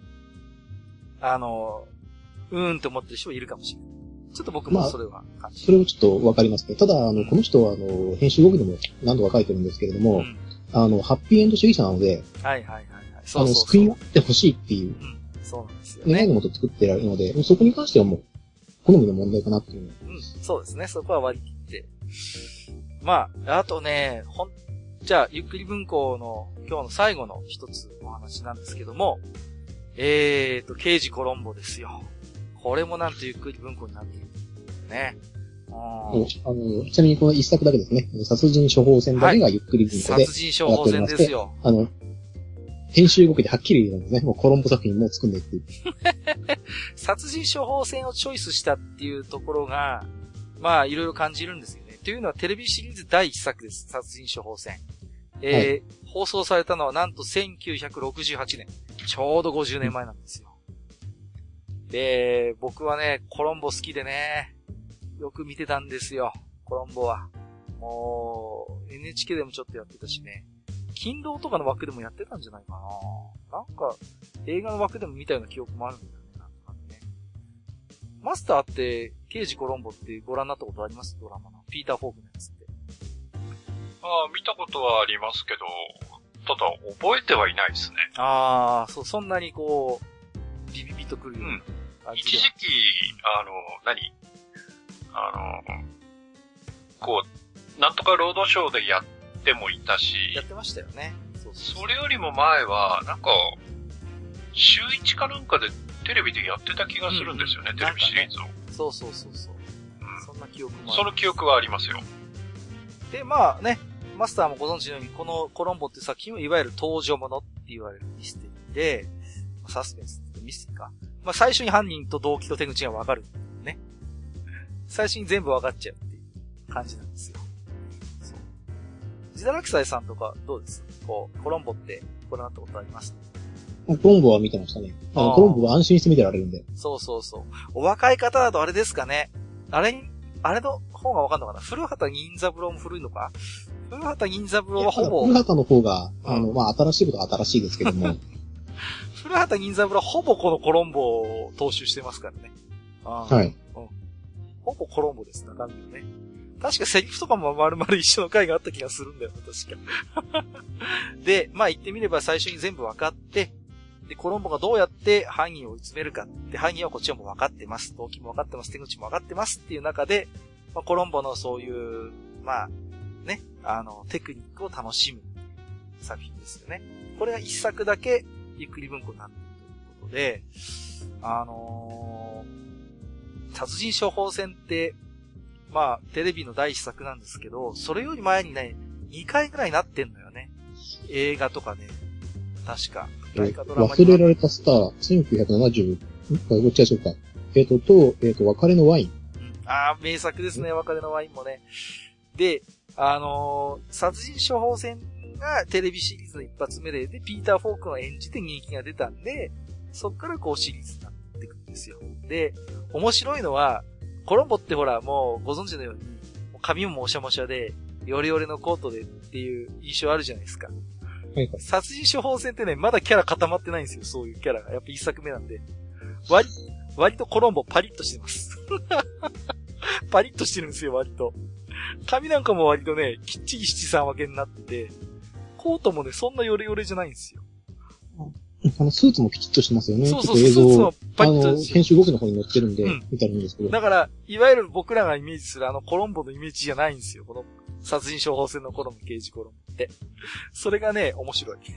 って思ってる人いるかもしれない。ちょっと僕もそれは感じ、 それをちょっとわかりますね。ただ、この人は、編集語尾でも何度か書いてるんですけれども、ハッピーエンド主義者なので、救いがあってほしいっていう、 そうなんですよね。 願いのもと作ってられるので、そこに関してはもう、好みの問題かなっていう。 そうですね。そこは割り切って。まあ、あとね、じゃあ、ゆっくり文庫の今日の最後の一つお話なんですけども、刑事コロンボですよ。これもなんとゆっくり文庫になっている。ね。 ちなみにこの一作だけですね。殺人処方箋だけがゆっくり文庫で、 殺人処方箋ですよ。 編集動きではっきり言うんですね。もうコロンボ作品もう作んねえっていう。 殺人処方箋をチョイスしたっていうところが、まあいろいろ感じるんですよね。というのはテレビシリーズ第一作です。殺人処方箋。放送されたのはなんと1968年。ちょうど50年前なんですよ。で、僕はね、コロンボ好きでね、よく見てたんですよ。コロンボは。もう、NHK でもちょっとやってたしね。勤労とかの枠でもやってたんじゃないかな。なんか、映画の枠でも見たような記憶もあるんだよね。なんかね。マスターって、刑事コロンボってご覧になったことあります？ドラマの。ピーター・フォークのやつって。 見たことはありますけど、ただ覚えてはいないですね。 そんなにこう、ビビビとくるような感じで。 一時期、なんとかロードショーでやってもいたし。 やってましたよね。 それよりも前は、なんか、週1かなんかでテレビでやってた気がするんですよね、テレビシリーズを。 そう。そんな記憶もある。 その記憶はありますよ。 で、まあね、マスターもご存知のように、このコロンボっていう作品はいわゆる登場物って言われるミステリーで、 サスペンスってミステリーか。まあ、最初に犯人と動機と手口がわかる。ね。最初に全部わかっちゃうっていう感じなんですよ。そう。ジダラキサイさんとかどうです？こう、コロンボってご覧になったことあります？ コロンボは見てましたね。コロンボは安心して見てられるんで。 そうそうそう。お若い方だとあれですかね。あれの方がわかんのかな？古畑任三郎も古いのか？古畑任三郎はほぼ。 古畑の方が、まあ、新しいことは新しいですけども。 古畑任三郎はほぼこのコロンボを踏襲してますからね。 はい。 ほぼコロンボですね、中身のね。確かセリフとかも丸々一緒の回があった気がするんだよ、確か。で、まあ言ってみれば最初に全部分かって、で、コロンボがどうやって犯人を追い詰めるかって、犯人はこっちはもう分かってます。動機も分かってます。手口も分かってますっていう中で、まあ、コロンボのそういう、まあ、ね、テクニックを楽しむ作品ですよね。これが一作だけゆっくり文庫になっているということで、殺人処方箋って、まあ、テレビの第一作なんですけど、それより前にね、2回ぐらいなってんのよね。映画とかね。確か。 忘れられたスター、1970、どっちでしょうか。別れのワイン。 名作ですね、別れのワインもね。で、殺人処方箋がテレビシリーズの一発目で、ピーター・フォークを演じて人気が出たんで、そっからこうシリーズになっていくんですよ。で、面白いのは、コロンボってほら、もうご存知のように、髪ももしゃもしゃで、ヨレヨレのコートでっていう印象あるじゃないですか。 はいはい、 殺人処方箋ってね、まだキャラ固まってないんですよ、そういうキャラが。やっぱ一作目なんで。割とコロンボパリッとしてます。パリッとしてるんですよ、割と。髪なんかも割とね、きっちり七三分けになってて、コートもね、そんなヨレヨレじゃないんですよ。 スーツもきちっとしてますよね。 そうそう、 映像スーツもパリッとして編集5期の方に載ってるんで、見たらいいんですけど。 だから、いわゆる僕らがイメージするコロンボのイメージじゃないんですよ。この殺人処方箋のコロンボ、刑事コロンボって。それがね、面白い。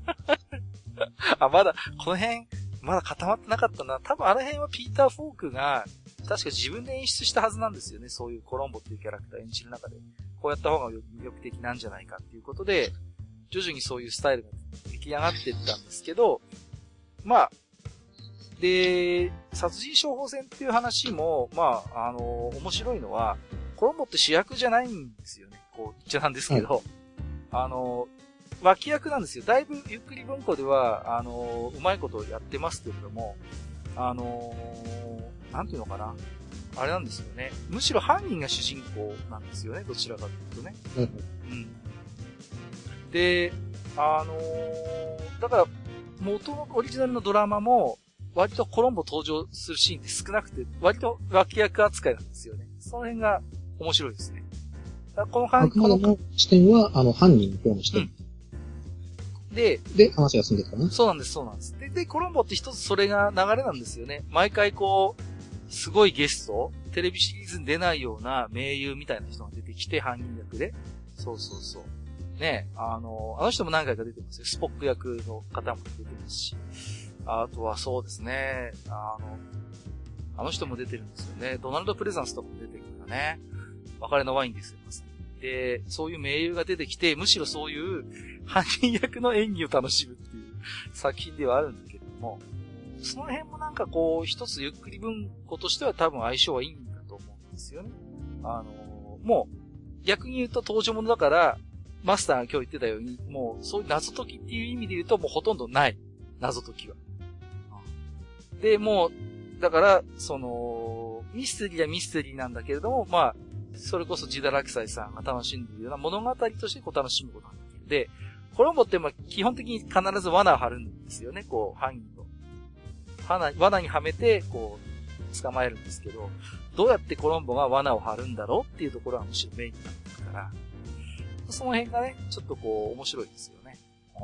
まだ、この辺、まだ固まってなかったな。多分あの辺はピーター・フォークが、確か自分で演出したはずなんですよね。そういうコロンボっていうキャラクター演じる中で。こうやった方が魅力的なんじゃないかっていうことで、徐々にそういうスタイルが出来上がっていったんですけど、まあ、で、殺人処方箋っていう話も、まあ、面白いのは、コロンボって主役じゃないんですよね。こう言っちゃなんですけど、脇役なんですよ。だいぶゆっくり文庫では、うまいことをやってますけれども、なんていうのかな。あれなんですよね。むしろ犯人が主人公なんですよね。どちらかというとね。うん。で、だから、元のオリジナルのドラマも、割とコロンボ登場するシーンって少なくて、割と脇役扱いなんですよね。その辺が面白いですね。このあくまでも視点は、犯人の方の視点。 で、 話が進んでいくかな。 そうなんです、そうなんです。で、コロンボって一つそれが流れなんですよね。毎回こう、すごいゲスト、テレビシリーズに出ないような名優みたいな人が出てきて、犯人役で。そうそうそう。ね、あの人も何回か出てますよ。スポック役の方も出てますし。あとはそうですね、あの人も出てるんですよね。ドナルド・プレザンスとかも出てるからね。別れのワインですよ、まさに。で、そういう名優が出てきて、むしろそういう犯人役の演技を楽しむっていう作品ではあるんだけれども、その辺もなんかこう、一つゆっくり文庫としては多分相性はいいんだと思うんですよね。もう、逆に言うと登場者だから、マスターが今日言ってたように、もうそういう謎解きっていう意味で言うともうほとんどない。謎解きは。で、もう、だから、ミステリーはミステリーなんだけれども、まあ、それこそジダラキサイさんが楽しんでいるような物語としてこう楽しむことができる。で、コロンボってまあ基本的に必ず罠を張るんですよね、こう、犯人を。罠にはめて、こう、捕まえるんですけど、どうやってコロンボが罠を張るんだろうっていうところはむしろメインになってくるから、その辺がね、ちょっとこう、面白いですよね。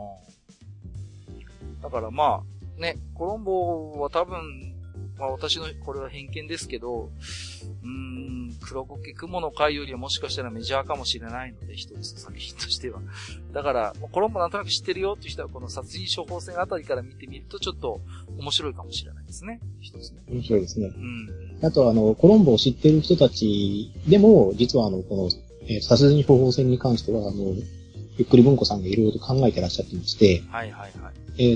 だからまあ、ね、コロンボは多分、まあ私の、これは偏見ですけど、黒苔雲の会よりはもしかしたらメジャーかもしれないので、一つ作品としては。だから、コロンボなんとなく知ってるよっていう人は、この殺人処方箋あたりから見てみると、ちょっと面白いかもしれないですね。一つね。 面白いですね。あとコロンボを知ってる人たちでも、実はこの、殺人処方箋に関しては、 ゆっくり文庫さんがいろいろと考えてらっしゃってまして、 はいはいはい。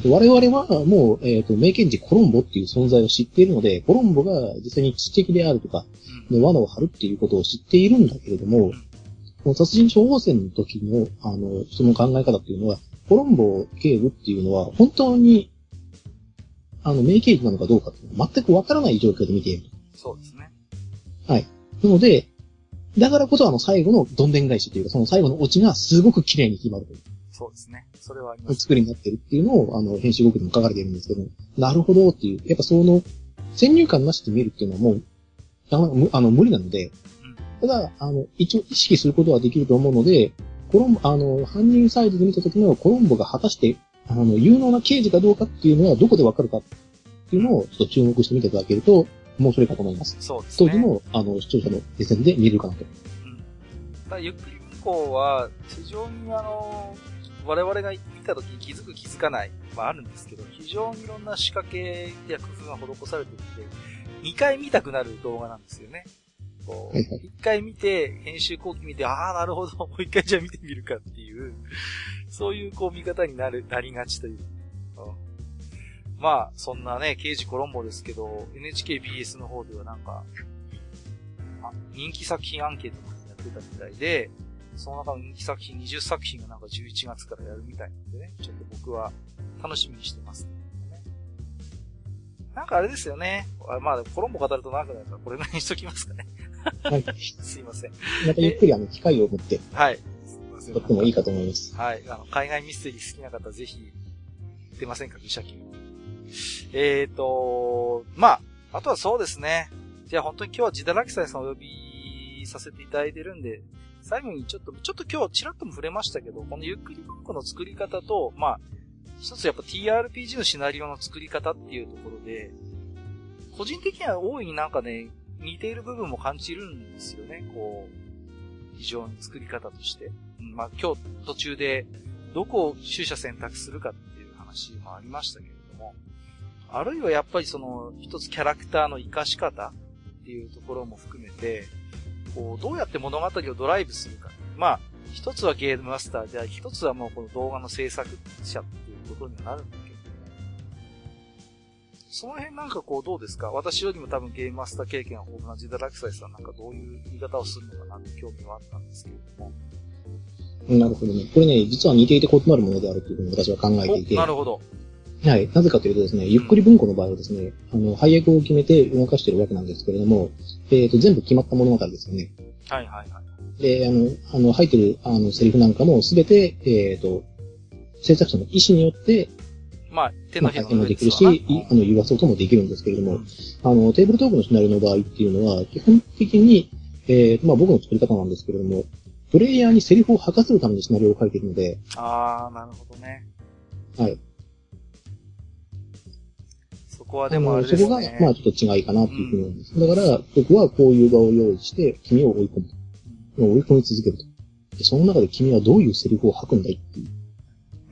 我々はもう、名検事コロンボっていう存在を知っているので、コロンボが実際に知的であるとか、罠を張るっていうことを知っているんだけれども、この殺人処方箋の時の、その考え方っていうのは、コロンボ警部っていうのは、本当に、名刑事なのかどうかっていうのは全くわからない状況で見ている。 そうですね。 はい。なので、だからこそ最後のどんでん返しというか、その最後のオチがすごく綺麗に決まるという。 そうですね。それはあります。 作りになってるっていうのを、編集後期でも書かれているんですけど、なるほどっていう、やっぱその、先入観なしで見るっていうのはもう、無理なので、ただ、一応意識することはできると思うので、犯人サイドで見た時のコロンボが果たして、有能な刑事かどうかっていうのはどこでわかるかっていうのをちょっと注目してみていただけると、面白いかと思います。 そうですね。 当時の、視聴者の目線で見れるかなと。 ただゆっくり文庫は、非常に我々が見た時に気づく気づかない、あるんですけど、非常にいろんな仕掛けや工夫が施されていて、2回見たくなる動画なんですよね。1回見て、編集後期見て、ああ、なるほど、もう1回じゃあ見てみるかっていう、そういう見方になりがちという。そんなね、刑事コロンボですけど、NHKBS の方では人気作品アンケートもやってたみたいで、その中の人気作品20作品が11月からやるみたいなんでね、ちょっと僕は楽しみにしてます、ね。あれですよね。コロンボ語ると長くなるから、これぐらいにしときますかね。はい。すいません。 またゆっくり機会を持って。 はい。 とってもいいかと思います。 はい。海外ミステリー好きな方、ぜひ、出ませんか、愚者級。あとはそうですね。じゃあ本当に今日はジダラキサイさんをお呼びさせていただいてるんで、最後にちょっと今日ちらっとも触れましたけど、このゆっくり文庫の作り方と、一つやっぱ TRPG のシナリオの作り方っていうところで、個人的には大いに似ている部分も感じるんですよね、非常に作り方として。今日途中で、どこを取捨選択するかっていう話もありましたけれども、あるいはやっぱり一つキャラクターの活かし方っていうところも含めて、どうやって物語をドライブするか。一つはゲームマスターで、一つはもうこの動画の制作者っていうことにはなるんだけど、その辺どうですか？私よりも多分ゲームマスター経験が豊富なジダラキサイさんどういう言い方をするのかなって興味はあったんですけれども。 なるほどね。これね、実は似ていて異なるものであるというふうに私は考えていて。 なるほど。 はい。なぜかというとですね、ゆっくり文庫の場合はですね、配役を決めて動かしているわけなんですけれども、全部決まった物語ですよね。 はいはいはい。 で、入ってる、セリフなんかもすべて、制作者の意思によって、 手のひらもできるし、言わそうともできるんですけれども、テーブルトークのシナリオの場合っていうのは、基本的に、僕の作り方なんですけれども、プレイヤーにセリフを吐かせるためにシナリオを書いているので。 なるほどね。 はい。 そこはでもあれですね。 そこが、ちょっと違いかなっていうふうに思います。だから、僕はこういう場を用意して、君を追い込む。追い込み続けると。で、その中で君はどういうセリフを吐くんだいっていう。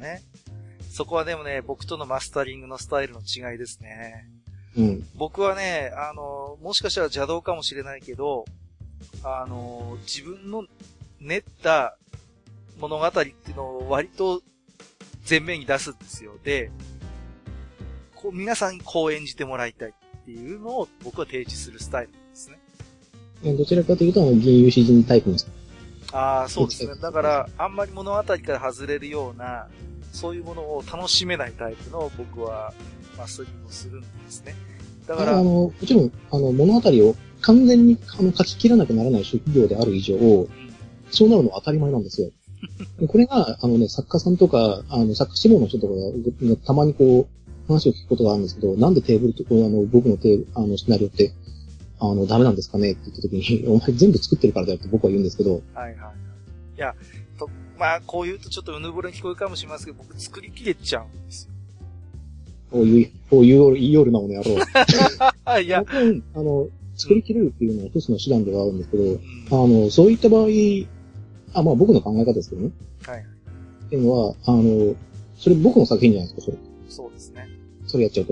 ね。そこはでもね、僕とのマスタリングのスタイルの違いですね。僕はね、もしかしたら邪道かもしれないけど、自分の練った物語っていうのを割と前面に出すんですよ。で、皆さんにこう演じてもらいたいっていうのを僕は提示するスタイルなんですね。 どちらかというと、銀融詩人タイプの。 そうですね。だから、あんまり物語から外れるような、そういうものを楽しめないタイプの僕は、マスタリングをするんですね。だから、 もちろん、物語を完全に書き切らなきゃならない職業である以上、そうなるのは当たり前なんですよ。これが、作家さんとか、作家志望の人とかが、たまに話を聞くことがあるんですけど、なんでテーブルと、僕のシナリオって、ダメなんですかねって言った時に、お前全部作ってるからだよって僕は言うんですけど。 はいはい。いや、こう言うとちょっとうぬぼれに聞こえるかもしれませんけど、僕作りきれちゃうんですよ。 言いよるなものやろう。 いや、 作りきれるっていうのは一つの手段ではあるんですけど、そういった場合、僕の考え方ですけどね。はい。っていうのは、それ僕の作品じゃないですか、それ。 そうですね。 それやっちゃうと。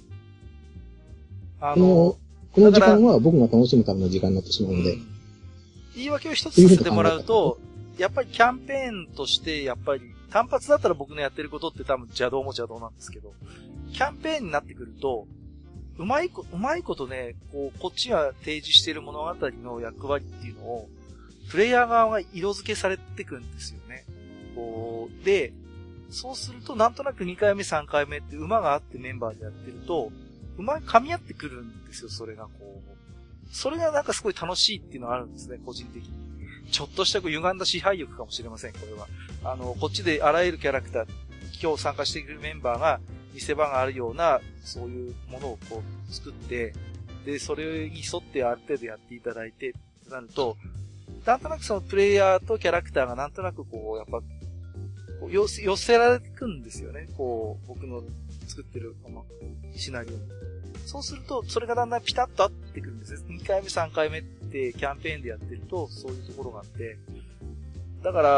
この時間は僕が楽しむための時間になってしまうので。 言い訳を一つさせてもらうと、 やっぱりキャンペーンとして、やっぱり、単発だったら僕のやってることって多分邪道も邪道なんですけど、キャンペーンになってくると、うまいことね、こっちが提示している物語の役割っていうのを、プレイヤー側が色付けされてくんですよね。で、そうするとなんとなく2回目3回目って馬があってメンバーでやってると、馬噛み合ってくるんですよ、それがそれがなんかすごい楽しいっていうのがあるんですね、個人的に。ちょっとした歪んだ支配欲かもしれません、これは。こっちであらゆるキャラクター、今日参加してくるメンバーが見せ場があるような、そういうものを作って、で、それに沿ってある程度やっていただいて、ってなると、なんとなくそのプレイヤーとキャラクターがなんとなくやっぱ、寄せられていくんですよね。僕の作ってるこのシナリオに。そうすると、それがだんだんピタッと合ってくるんですね。2回目3回目ってキャンペーンでやってると、そういうところがあって。だから、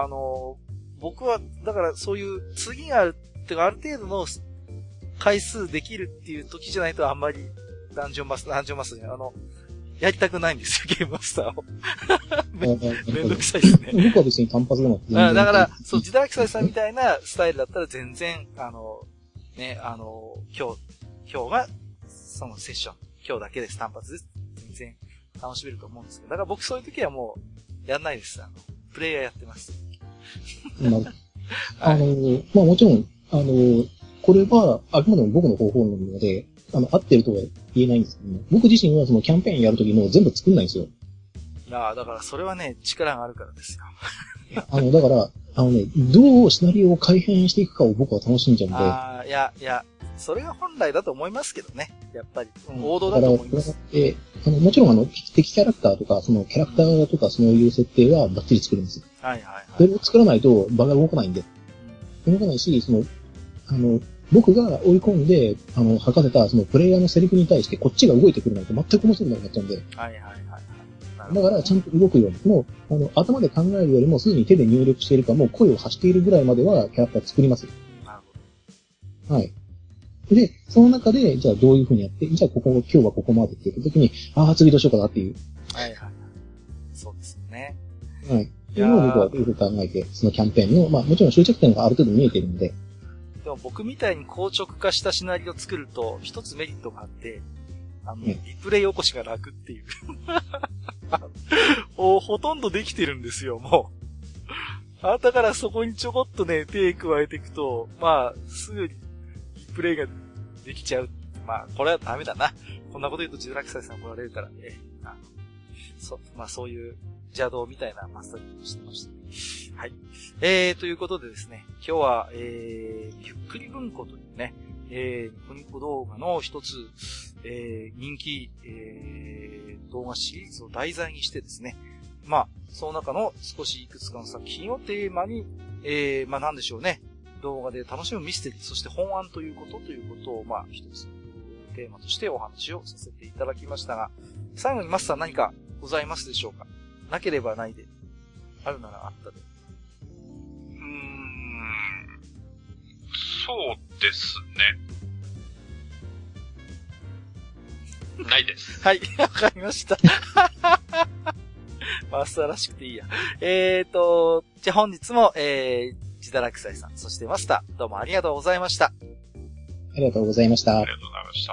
僕は、だからそういう次がある、ってかある程度の回数できるっていう時じゃないとあんまりダンジョンマスターじゃない、やりたくないんですよ、ゲームマスターを。めんどくさいですね。 僕は別に単発でも。 だから、そう、ジダラキサイさんみたいなスタイルだったら全然、ね、今日が、そのセッション、今日だけです、単発です。全然楽しめると思うんですけど、だから僕そういう時はもう、やんないです。プレイヤーやってます。 まあもちろん、これは、あくまでも僕の方法なので、合ってるとは言えないんですけども、僕自身はそのキャンペーンやるときも全部作んないんですよ。 だからそれはね、力があるからですよ。 だから、どうシナリオを改変していくかを僕は楽しんじゃうんで。 いや、それが本来だと思いますけどね。やっぱり、王道だと思います。 もちろん敵キャラクターとか、そのキャラクターとかそういう設定はバッチリ作るんですよ。 はいはいはい。 それを作らないと場が動かないんで。動かないし、僕が追い込んで、吐かせた、そのプレイヤーのセリフに対してこっちが動いてくるなんて全く面白くなくなっちゃうんで。 はいはいはい。 だから、ちゃんと動くように、もう、頭で考えるよりも、すでに手で入力しているか、もう声を発しているぐらいまでは、キャラクター作りますよ。 なるほど。 はい。で、その中で、じゃあどういう風にやって、じゃあ今日はここまでって言った時に、次どうしようかなっていう。 はいはい。そうですよね。 はい。っていうのを僕はよく考えて、そのキャンペーンの、もちろん終着点がある程度見えてるので。 でも僕みたいに硬直化したシナリオを作ると、一つメリットがあって、リプレイ起こしが楽っていう。ほとんどできてるんですよ、もう。だからそこにちょこっとね、手加えていくと、すぐにリプレイができちゃう。これはダメだな。こんなこと言うとジドラキサイさん怒られるからね。そういう邪道みたいなマスタリングをしてましたね。はい。ということでですね、今日は、ゆっくり文庫というね、ニコニコ動画の一つ、人気、動画シリーズを題材にしてですね、その中の少しいくつかの作品をテーマに、なんでしょうね、動画で楽しむミステリー、そして本案ということを、一つテーマとしてお話をさせていただきましたが、最後にマスター何かございますでしょうか？なければないで、あるならあったで。 そうですね。ないです。 はい、わかりました。マスターらしくていいや。じゃあ本日も、ジダラクサイさん、そしてマスター、どうもありがとうございました。 ありがとうございました。 ありがとうございました。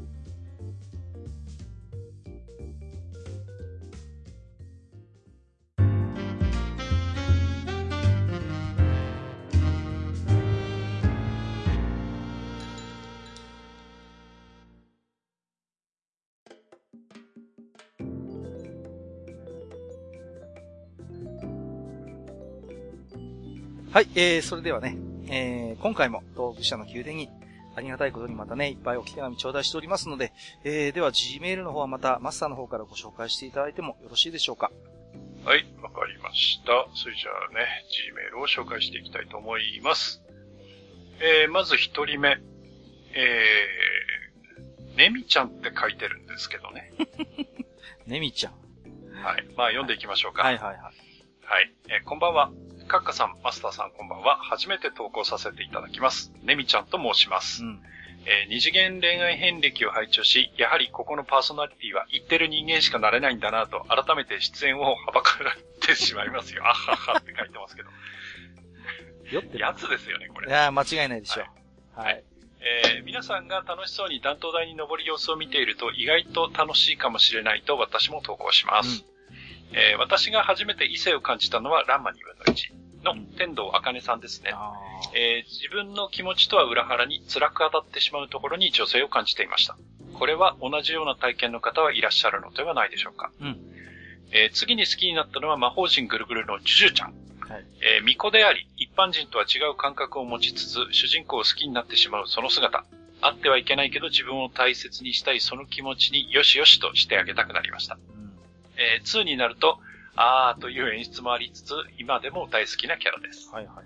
はい、それではね、今回も東武者の宮殿にありがたいことにまたね、いっぱいお手紙頂戴しておりますので、では Gmail の方はまたマスターの方からご紹介していただいてもよろしいでしょうか？ はい、わかりました。それじゃあね、Gmail を紹介していきたいと思います。まず一人目、ねみちゃんって書いてるんですけどね。 ねみちゃん。 はい。読んでいきましょうか。 はいはいはい。 はい。こんばんは。カッカさん、マスターさんこんばんは。初めて投稿させていただきます。ねみちゃんと申します。 二次元恋愛遍歴を拝聴し、やはりここのパーソナリティは言ってる人間しかなれないんだなと、改めて出演をはばかられてしまいますよ。あははって書いてますけど。 酔ってるやつですよね、これ。 いやー、間違いないでしょう。はい。 皆さんが楽しそうに断頭台に登る様子を見ていると意外と楽しいかもしれないと私も投稿します。私が初めて異性を感じたのはランマ2分の1の天童茜さんですね。自分の気持ちとは裏腹に辛く当たってしまうところに女性を感じていました。これは同じような体験の方はいらっしゃるのではないでしょうか。次に好きになったのは魔法陣ぐるぐるのジュジュちゃん。はい、巫女であり、一般人とは違う感覚を持ちつつ、主人公を好きになってしまうその姿。あってはいけないけど自分を大切にしたいその気持ちによしよしとしてあげたくなりました。2になると、あーという演出もありつつ、今でも大好きなキャラです。はいはい。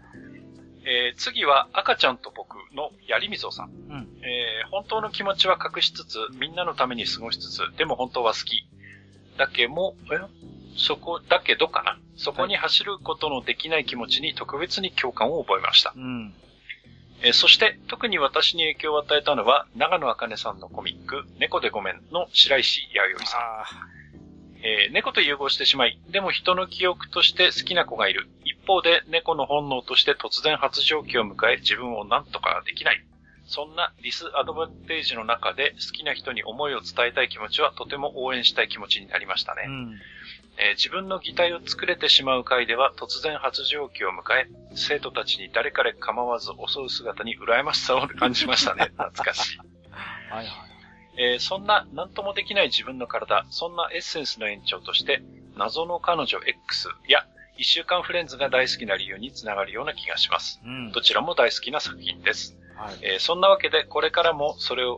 次は赤ちゃんと僕のやりみぞさん。本当の気持ちは隠しつつ、みんなのために過ごしつつ、でも本当は好き。だけどかな。そこに走ることのできない気持ちに特別に共感を覚えました。そして特に私に影響を与えたのは長野茜さんのコミック猫でごめんの白石弥生さん。猫と融合してしまい、でも人の記憶として好きな子がいる。一方で猫の本能として突然発情期を迎え自分を何とかできない。そんなディスアドバンテージの中で好きな人に思いを伝えたい気持ちはとても応援したい気持ちになりましたね。自分の擬態を作れてしまう回では突然発情期を迎え、生徒たちに誰彼構わず襲う姿に羨ましさを感じましたね。懐かしい。はいはい。そんな何ともできない自分の体、そんなエッセンスの延長として、謎の彼女 X や一週間フレンズが大好きな理由につながるような気がします。どちらも大好きな作品です。そんなわけでこれからも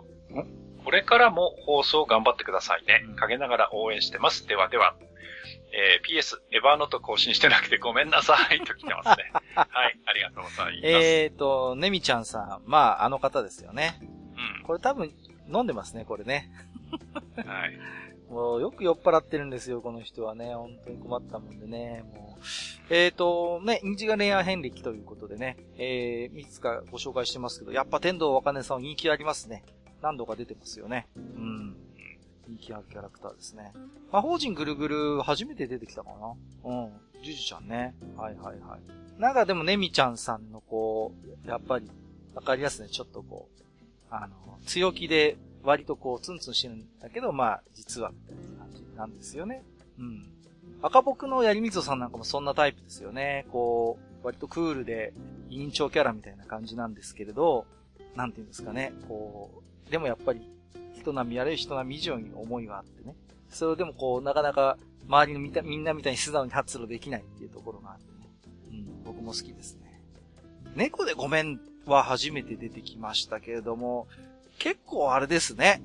放送頑張ってくださいね。陰ながら応援してます。ではでは。PS、エヴァーノート更新してなくてごめんなさいと来てますね。はい、ありがとうございます。 ねみちゃんさん、あの方ですよね。これ多分飲んでますね、これね。はい。もうよく酔っ払ってるんですよ、この人はね。本当に困ったもんでね。もう二次元恋愛遍歴ということでね、いつかご紹介してますけど、やっぱ天童茜さん人気ありますね。何度か出てますよね。人気あるキャラクターですね。魔法陣ぐるぐる初めて出てきたかな。ジュジュちゃんね。はいはいはい。なんかでもねみちゃんさんのやっぱり、わかりやすいね。ちょっと強気で割とツンツンしてるんだけど、実は、みたいな感じなんですよね。赤僕のやりみぞさんなんかもそんなタイプですよね。割とクールで、委員長キャラみたいな感じなんですけれど、なんていうんですかね。でもやっぱり、人並み以上に思いがあってね。それでもなかなか、周りのみんなみたいに素直に発露できないっていうところがあってね。僕も好きですね。猫でごめんは初めて出てきましたけれども、結構あれですね。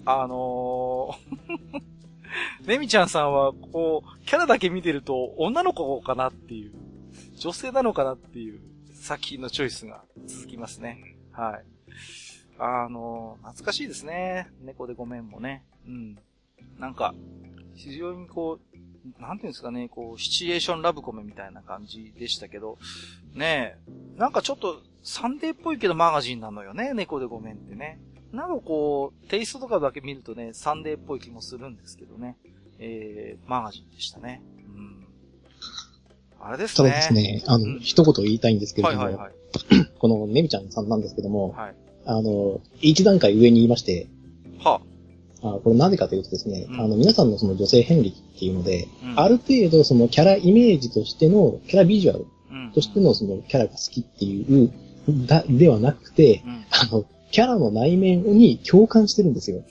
ねみちゃんさんは、キャラだけ見てると、女の子かなっていう、女性なのかなっていう、作品のチョイスが続きますね。はい。懐かしいですね。猫でごめんもね。なんか、非常になんていうんですかね、シチュエーションラブコメみたいな感じでしたけど、ねえ、なんかちょっとサンデーっぽいけどマガジンなのよね、猫でごめんってね。なんかテイストとかだけ見るとね、サンデーっぽい気もするんですけどね。マガジンでしたね。あれですね。 そうですね。一言言いたいんですけれども、このねみちゃんさんなんですけども、一段階上に言いまして、これなぜかというとですね、皆さんのその女性遍歴っていうので、ある程度そのキャライメージとしての、キャラビジュアルとしてのそのキャラが好きっていう、ではなくて、キャラの内面に共感してるんですよ。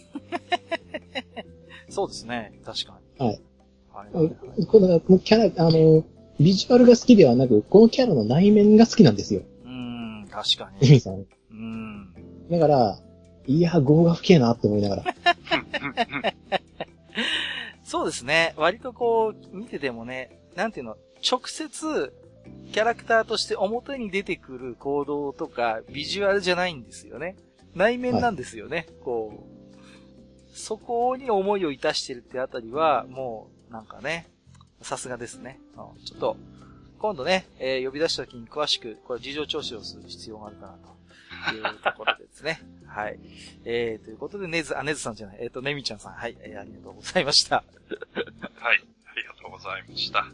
そうですね、確かに。はい。このキャラ、ビジュアルが好きではなく、このキャラの内面が好きなんですよ。 確かに。 エミさん。だから、いや、業が深えなって思いながら。 そうですね。割と見ててもね、なんていうの、直接、キャラクターとして表に出てくる行動とか、ビジュアルじゃないんですよね。内面なんですよね。そこに思いをいたしてるってあたりは、もう、なんかね、さすがですね。ちょっと、今度ね、呼び出した時に詳しく、これ事情聴取をする必要があるかなと。 いうところですね。はい。ということで、ねずさんじゃない、ねみちゃんさん、はい、ありがとうございました。 はい、ありがとうございました。はい、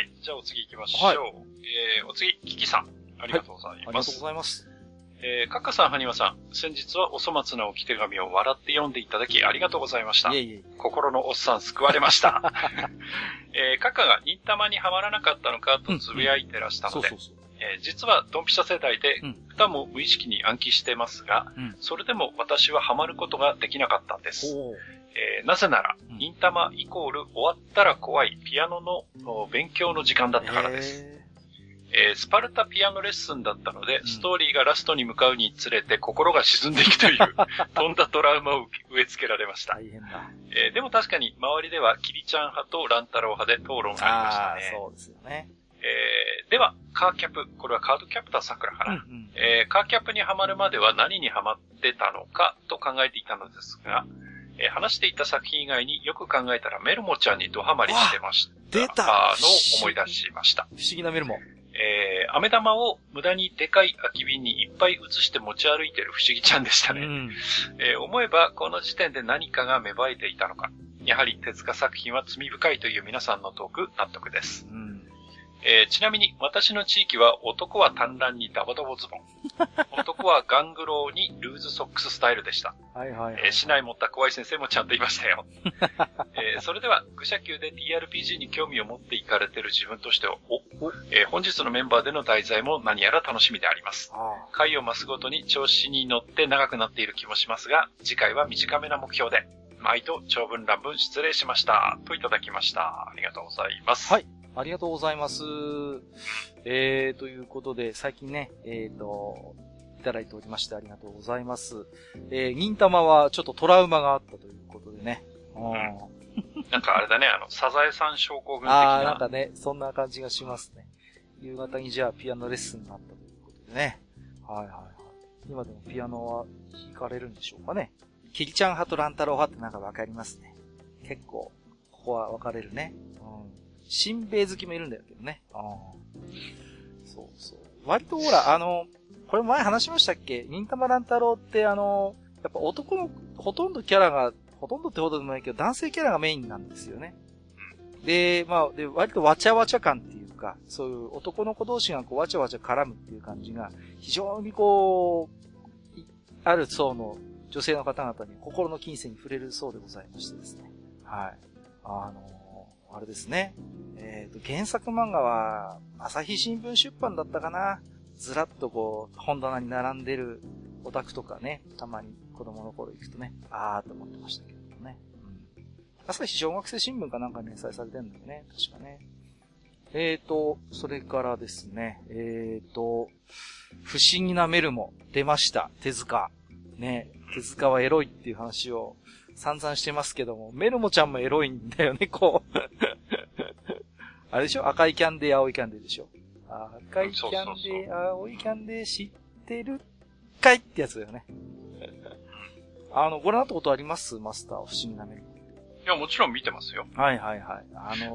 じゃあお次行きましょう。はい、お次、キキさん、ありがとうございます。はい、ありがとうございます。カッカさん、ハニワさん、先日はお粗末な置き手紙を笑って読んでいただきありがとうございました。心のおっさん救われました。カッカが忍たまにはまらなかったのかとつぶやいてらしたので、実はドンピシャ世代で歌も無意識に暗記してますが、それでも私はハマることができなかったんです。なぜなら、忍たまイコール終わったら怖いピアノの勉強の時間だったからです。スパルタピアノレッスンだったので、ストーリーがラストに向かうにつれて心が沈んでいくという飛んだトラウマを植え付けられました。大変だ。でも確かに周りではキリちゃん派とランタロウ派で討論がありましたね。そうですよね。では、カーキャップ、これはカードキャプター桜かな。カーキャップにはまるまでは何にはまってたのかと考えていたのですが、話していた作品以外によく考えたらメルモちゃんにドハマりしてました。出たのを思い出しました。不思議なメルモ。飴玉を無駄にでかい空き瓶にいっぱい移して持ち歩いてる不思議ちゃんでしたね。思えばこの時点で何かが芽生えていたのか。やはり手塚作品は罪深いという皆さんのトーク納得です。ちなみに私の地域は男は短乱にダボダボズボン。男はガングローにルーズソックススタイルでした。市内持った怖い先生もちゃんといましたよ。それでは、愚者級で TRPG に興味を持っていかれている自分としては、本日のメンバーでの題材も何やら楽しみであります。回を増すごとに調子に乗って長くなっている気もしますが、次回は短めな目標で、毎度長文乱文失礼しました。といただきました。ありがとうございます。はい。ありがとうございます。ということで、最近ね、いただいておりましてありがとうございます。忍たまはちょっとトラウマがあったということでね。なんかあれだね、サザエさん症候群的な。なんかね、そんな感じがしますね。夕方にじゃあピアノレッスンになったということでね。はいはいはい。今でもピアノは弾かれるんでしょうかね。キリちゃん派とランタロウ派ってなんかわかりますね。結構、ここは分かれるね。しんべヱ好きもいるんだけどね。そうそう。割とほら、これ前話しましたっけ？忍たま乱太郎ってやっぱ男のほとんどキャラが、ほとんどってほどでもないけど、男性キャラがメインなんですよね。で、割とわちゃわちゃ感っていうか、そういう男の子同士がこうわちゃわちゃ絡むっていう感じが、非常にこう、ある層の女性の方々に心の金銭に触れる層でございましてですね。はい。あれですね。原作漫画は、朝日新聞出版だったかな。ずらっとこう、本棚に並んでるオタクとかね、たまに子供の頃行くとね、と思ってましたけどね。朝日小学生新聞かなんかに連載されてるんだよね、確かね。それからですね、不思議なメルモ出ました、手塚。ね、手塚はエロいっていう話を散々してますけども、メルモちゃんもエロいんだよね、こう。あれでしょ？赤いキャンデー、青いキャンデーでしょ？赤いキャンデー、青いキャンデー知ってるかいってやつだよね。ご覧になったことありますマスター、不思議なメルモ。いや、もちろん見てますよ。はいはいはい。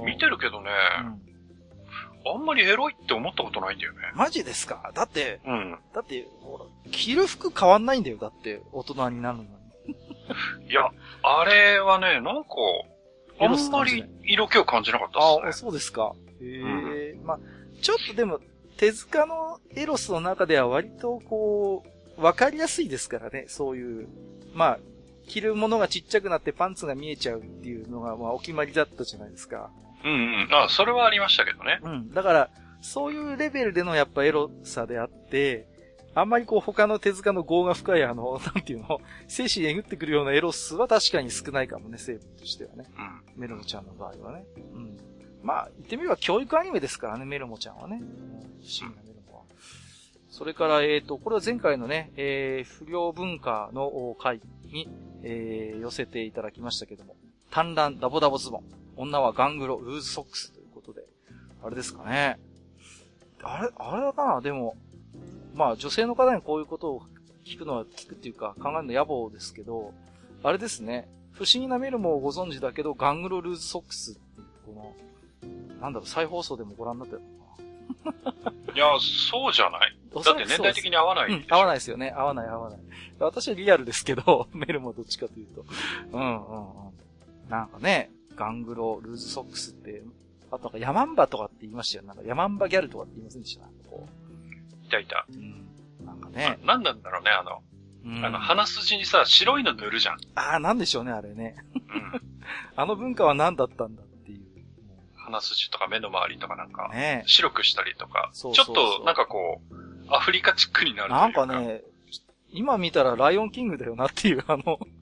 見てるけどね、あんまりエロいって思ったことないんだよね。マジですか？だって、ほら、着る服変わんないんだよ、だって、大人になるのに。いや、あれはね、なんか、あんまり色気を感じなかったですね。そうですか。ちょっとでも、手塚のエロスの中では割とこう、わかりやすいですからね、そういう。着るものがちっちゃくなってパンツが見えちゃうっていうのが、お決まりだったじゃないですか。それはありましたけどね。だから、そういうレベルでのやっぱエロさであって、あんまりこう他の手塚の業が深いなんていうの、精神えぐってくるようなエロスは確かに少ないかもね、成分としてはね。メルモちゃんの場合はね。言ってみれば教育アニメですからね、メルモちゃんはね。不思議なメルモは。それから、これは前回のね、不良文化の回に、寄せていただきましたけども、短乱ダボダボズボン、女はガングロルーズソックスということで、あれですかね。あれだな、でも、女性の方にこういうことを聞くっていうか考えるの野暮ですけど、あれですね、不思議なメルモをご存知だけど、ガングロルーズソックスっていう、再放送でもご覧になったのかいや、そうじゃない。だって年代的に合わないでしょ。 合わないですよね。合わない。私はリアルですけど、メルもどっちかというと。なんかね、ガングロ、ルーズソックスって、あとなんかヤマンバとかって言いましたよ。なんかヤマンバギャルとかって言いませんでした？ いた。 なんかね。 なんなんだろうね、鼻筋にさ、白いの塗るじゃん。 なんでしょうね、あれね。あの文化は何だったんだっていう。 鼻筋とか目の周りとかなんか、 ね、 白くしたりとか、 そうちょっとなんかこう、アフリカチックになるというか。 なんかね、今見たらライオンキングだよなっていう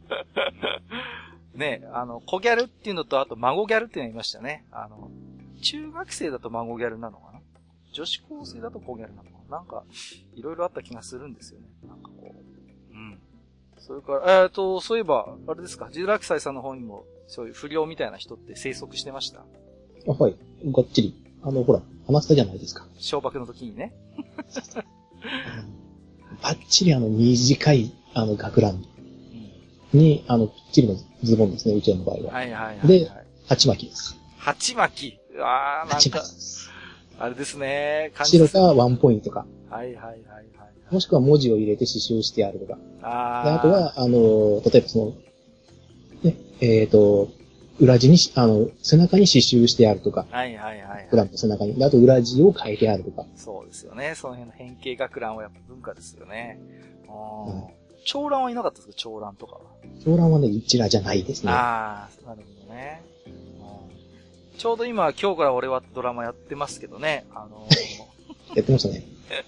ね、子ギャルっていうのと、あと孫ギャルっていうのがいましたね。中学生だと孫ギャルなのかな？女子高生だと子ギャルなのかな？なんか、いろいろあった気がするんですよね。なんかこう。それから、そういえば、あれですか、ジドラクサイさんの方にも、そういう不良みたいな人って生息してました？ はい。がっちり。ほら、話したじゃないですか。 小爆の時にね。 ばっちり短い、学ランに、ぴっちりのズボンですね、うちの場合は。 はい。 で、鉢巻きです。 鉢巻き。なんか、あれですね。 白かワンポイントか。 はい。 もしくは文字を入れて刺繍してあるとか。であとは、例えばその、ね、裏地に、背中に刺繍してあるとか。 はい。 学ランの背中に。であと裏地を書いてあるとか。 そうですよね。その辺の変形学ランはやっぱ文化ですよね。長蘭はいなかったですか？長蘭とかは。長蘭はね、うちらじゃないですね。 なるほどね。ちょうど今日から俺はドラマやってますけどね。 やってましたね。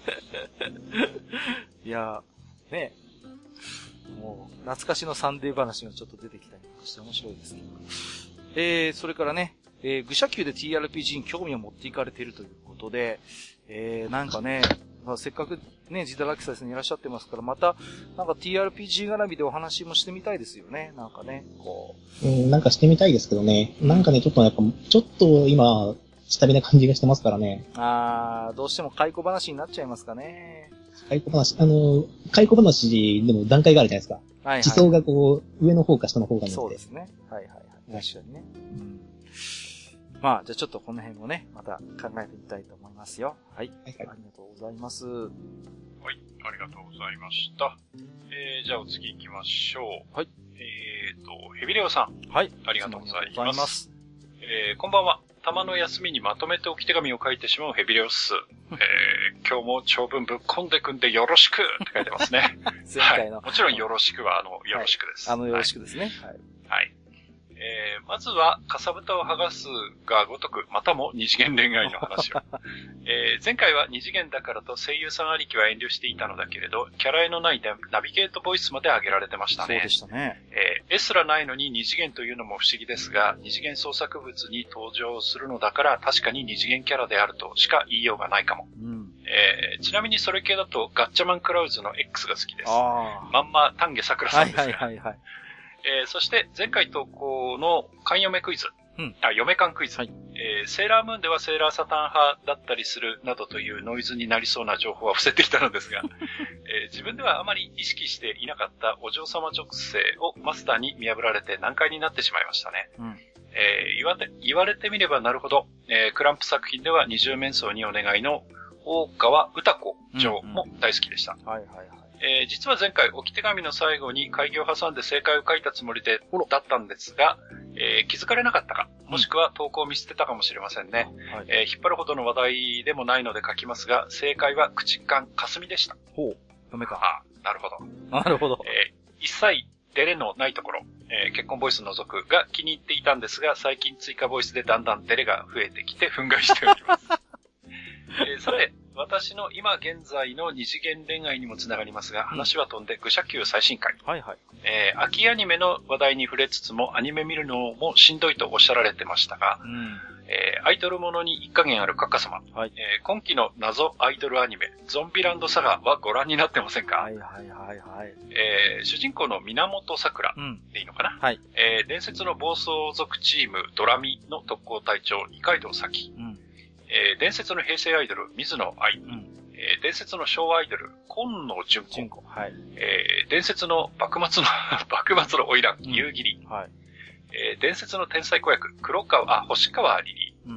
いや、ね。もう、懐かしのサンデー話がちょっと出てきたりとかして面白いですけど。それからね、愚者級で TRPG に興味を持っていかれているということで、なんかね、せっかくね、ジダラキサイさんにいらっしゃってますから、また、なんか TRPG 絡みでお話もしてみたいですよね。なんかね、こう。なんかしてみたいですけどね。なんかね、ちょっと今、下火な感じがしてますからね。 どうしても解雇話になっちゃいますかね。 解雇話でも段階があるじゃないですか。はい。地層がこう、上の方か下の方かになって。 そうですね。はい。確かにね。まあ、じゃあちょっとこの辺もね、また考えてみたいと思いますよ。はい。ありがとうございます。 はい、ありがとうございました。じゃあお次行きましょう。 はい。 ヘビレオさん。 はい。 ありがとうございます。こんばんは。たまの休みにまとめて置き手紙を書いてしまうヘビレオス。今日も長文ぶっ込んでくんでよろしくって書いてますね。 前回の、 はい。もちろんよろしくは、よろしくです。 よろしくですね。 はい。まずは、かさぶたを剥がすがごとく、またも二次元恋愛の話を。前回は二次元だからと声優さんありきは遠慮していたのだけれど、キャラ絵のないナビゲートボイスまで上げられてましたね。 そうでしたね。 絵すらないのに二次元というのも不思議ですが、二次元創作物に登場するのだから確かに二次元キャラであるとしか言いようがないかも。ちなみにそれ系だとガッチャマンクラウズの X が好きです。まんま丹下桜さんですが。そして前回投稿の勘嫁クイズ。嫁勘クイズ。セーラームーンではセーラーサタン派だったりするなどというノイズになりそうな情報は伏せてきたのですが、自分ではあまり意識していなかったお嬢様属性をマスターに見破られて難解になってしまいましたね。言われてみればなるほど、クランプ作品では二十面相にお願いの大川歌子女も大好きでした。実は前回置き手紙の最後に開業を挟んで正解を書いたつもりでだったんですが、気づかれなかったか、もしくは投稿を見捨てたかもしれませんね。引っ張るほどの話題でもないので書きますが、正解は口かすみでした。 嫁か。 なるほど。 なるほど。 一切デレのないところ、結婚ボイス除くが気に入っていたんですが、最近追加ボイスでだんだんデレが増えてきて憤慨しております。さて、私の今現在の二次元恋愛にもつながりますが、話は飛んで愚者級最新回。秋アニメの話題に触れつつも、アニメ見るのもしんどいとおっしゃられてましたが、アイドルものに一加減あるカッカ様、今期の謎アイドルアニメ、ゾンビランドサガはご覧になってませんか？主人公の源桜でいいのかな、伝説の暴走族チームドラミの特攻隊長二階堂咲、伝説の平成アイドル水野愛、伝説の昭和アイドル今野純子、伝説の幕末の花魁夕霧、伝説の天才子役星川リリー、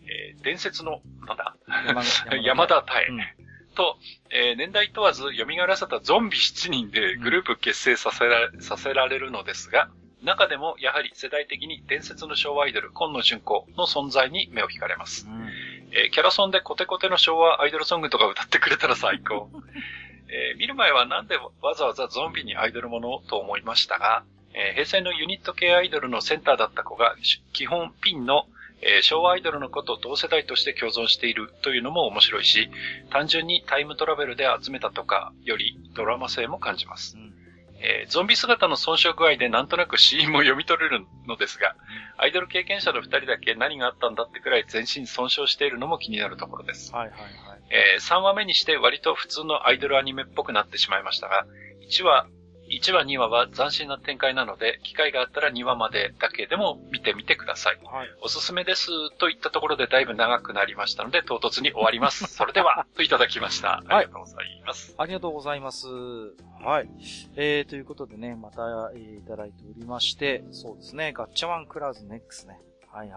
伝説の、山田太江、と、年代問わず蘇らせたゾンビ7人でグループ結成させられるのですが、中でもやはり世代的に伝説の昭和アイドル、今野純子の存在に目を惹かれます。キャラソンでコテコテの昭和アイドルソングとか歌ってくれたら最高。見る前はなんでわざわざゾンビにアイドルものと思いましたが、平成のユニット系アイドルのセンターだった子が基本ピンの昭和アイドルの子と同世代として共存しているというのも面白いし、単純にタイムトラベルで集めたとかよりドラマ性も感じます。ゾンビ姿の損傷具合でなんとなく死因も読み取れるのですが、アイドル経験者の2人だけ何があったんだってくらい全身損傷しているのも気になるところです。3話目にして割と普通のアイドルアニメっぽくなってしまいましたが、1話、2話は斬新な展開なので、機会があったら2話までだけでも見てみてください。おすすめですといったところでだいぶ長くなりましたので、唐突に終わります。それでは、といただきました。ありがとうございます。 ありがとうございます。はい。ということでね、また、いただいておりまして、そうですね、ガッチャマンクラウズネックスね。はい。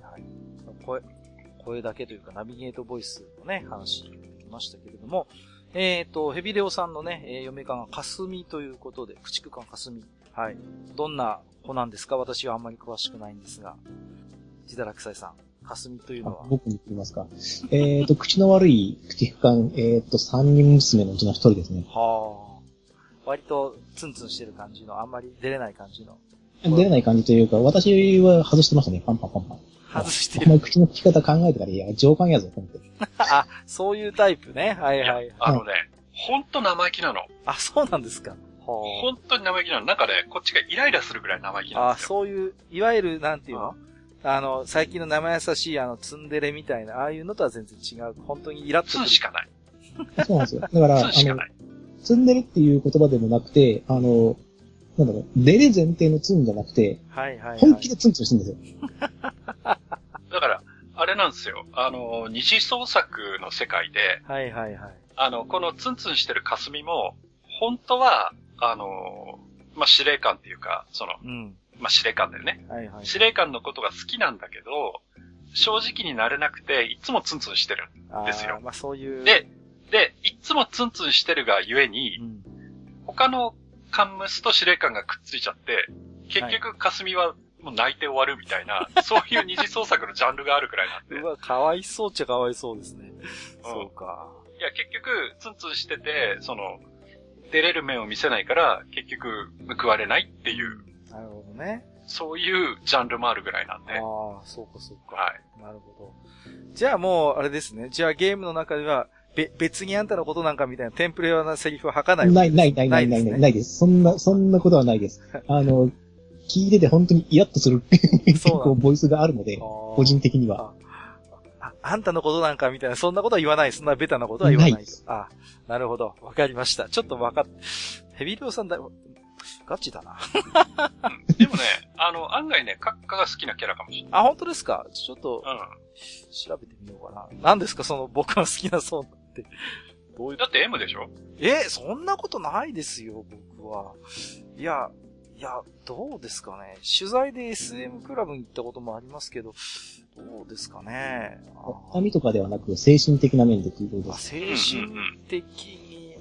声だけというか、ナビゲートボイスのね、話になりましたけれども、ヘビレオさんのね、嫁かがかすみということで、駆逐艦かすみ。はい。どんな子なんですか？私はあんまり詳しくないんですが。ジダラクサイさん、かすみというのは。 僕に言いますか。口の悪い駆逐艦、三人娘のうちの一人ですね。 はあ。割とツンツンしてる感じの、あんまり出れない感じの。 出れない感じというか、私は外してましたね。パンパン。 外してる。 お前口の利き方考えてから、いや、上官やぞ、と思って。 あ、そういうタイプね。はい。 ほんと生意気なの。 あ、そうなんですか。 ほんとに生意気なの。なんかね、こっちがイライラするぐらい生意気なんですよ。 あ、そういう、いわゆる、なんていうの？最近の生優しい、ツンデレみたいな、ああいうのとは全然違う。本当にイラッとする。 ツンしかない。 そうなんですよ。だから、ツンデレっていう言葉でもなくて、なんだろう、デレ前提のツンじゃなくて、本気でツンツンしてるんですよ。 だから、あれなんですよ。二次創作の世界で、このツンツンしてるかすみも、本当は、司令官っていうか、司令官だよね。司令官のことが好きなんだけど、正直になれなくて、いつもツンツンしてるんですよ。 そういう。 で、いつもツンツンしてるがゆえに、他のカンムスと司令官がくっついちゃって、結局かすみはもう泣いて終わるみたいな、そういう二次創作のジャンルがあるくらいなんで。 うわ、かわいそうっちゃかわいそうですね。そうか。 いや、結局、ツンツンしてて、出れる面を見せないから、結局、報われないっていう。 なるほどね。 そういうジャンルもあるぐらいなんで。 ああ、そうか。 はい。 なるほど。じゃあもう、あれですね。じゃあゲームの中では、別にあんたのことなんかみたいなテンプレなセリフは吐かない。 ないです。そんなことはないです。聞いてて本当にイラッとする結構ボイスがあるので、個人的には。 あんたのことなんかみたいな、そんなことは言わない。そんなベタなことは言わない。あ、なるほど。わかりました。ちょっとヘビリオさんだよ。ガチだな。 でもね、案外ね、カッカが好きなキャラかもしれない。 あ、本当ですか？ちょっと、調べてみようかな。何ですかその僕が好きなそうって。 どういうだって M でしょ？ そんなことないですよ、僕は。いや、どうですかね。取材で SM クラブに行ったこともありますけど、どうですかね。 髪とかではなく、精神的な面で聞いてるんです。 精神的に、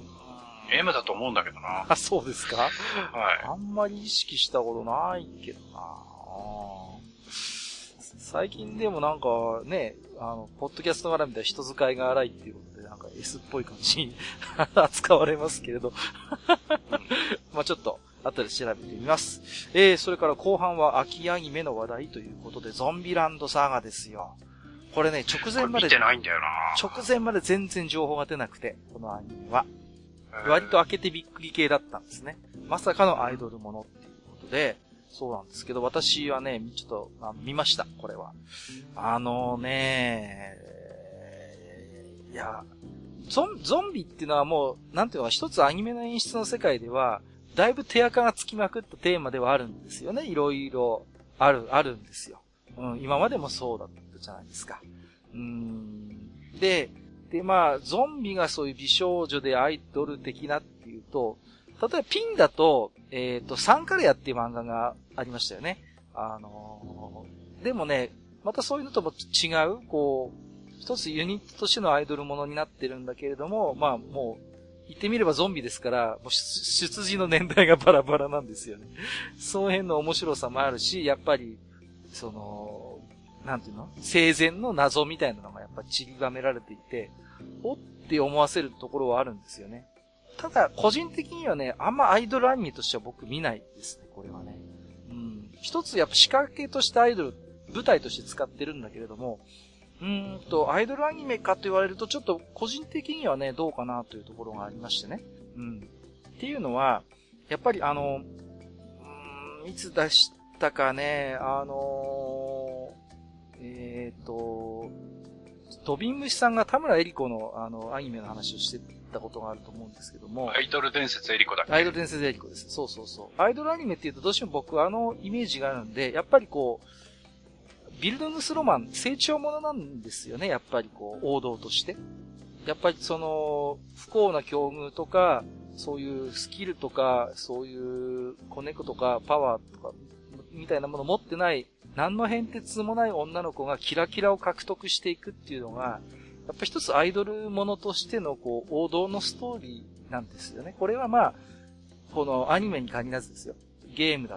M だと思うんだけどな。 あ、そうですか？はい。 あんまり意識したことないけどな。最近でもなんかね、ポッドキャスト絡みでは人使いが荒いっていうことで、なんか S っぽい感じに扱われますけれど。まあちょっと、後で調べてみます。それから後半は秋アニメの話題ということで、ゾンビランドサガですよ。これね、直前まで。 見てないんだよな。 直前まで全然情報が出なくて、このアニメは。割と開けてびっくり系だったんですね。まさかのアイドルものっていうことで、そうなんですけど、私はね、ちょっと、見ました、これは。いや、ゾンビっていうのはもう、なんていうのか、一つアニメの演出の世界では、だいぶ手垢がつきまくったテーマではあるんですよね。いろいろあるんですよ。今までもそうだったじゃないですか。で、まあ、ゾンビがそういう美少女でアイドル的なっていうと、例えばピンだと、サンカレアっていう漫画がありましたよね。でもね、 またそういうのとも違う、こう、一つユニットとしてのアイドルものになってるんだけれども、まあもう、言ってみればゾンビですから、もう出自の年代がバラバラなんですよね。その辺の面白さもあるし、やっぱり、なんていうの？生前の謎みたいなのがやっぱ散りばめられていて、おって思わせるところはあるんですよね。ただ、個人的にはね、あんまアイドルアニメとしては僕見ないですね、これはね。一つやっぱ仕掛けとしてアイドル、舞台として使ってるんだけれども、アイドルアニメかと言われるとちょっと個人的にはね、どうかなというところがありましてね。っていうのは、やっぱりいつ出したかね、ドビンムシさんが田村エリ子のアニメの話をしてたことがあると思うんですけども。 アイドル伝説エリコだっけ？ アイドル伝説エリコです。そうそうそう。アイドルアニメって言うとどうしても僕イメージがあるんで、やっぱりこう、ビルドヌスロマン、成長ものなんですよね、やっぱりこう、王道として。やっぱり不幸な境遇とか、そういうスキルとか、そういうコネクとかパワーとか、みたいなものを持ってない、何の変哲もない女の子がキラキラを獲得していくっていうのが、やっぱ一つアイドルものとしてのこう、王道のストーリーなんですよね。これはまあ、このアニメに限らずですよ。ゲームだって、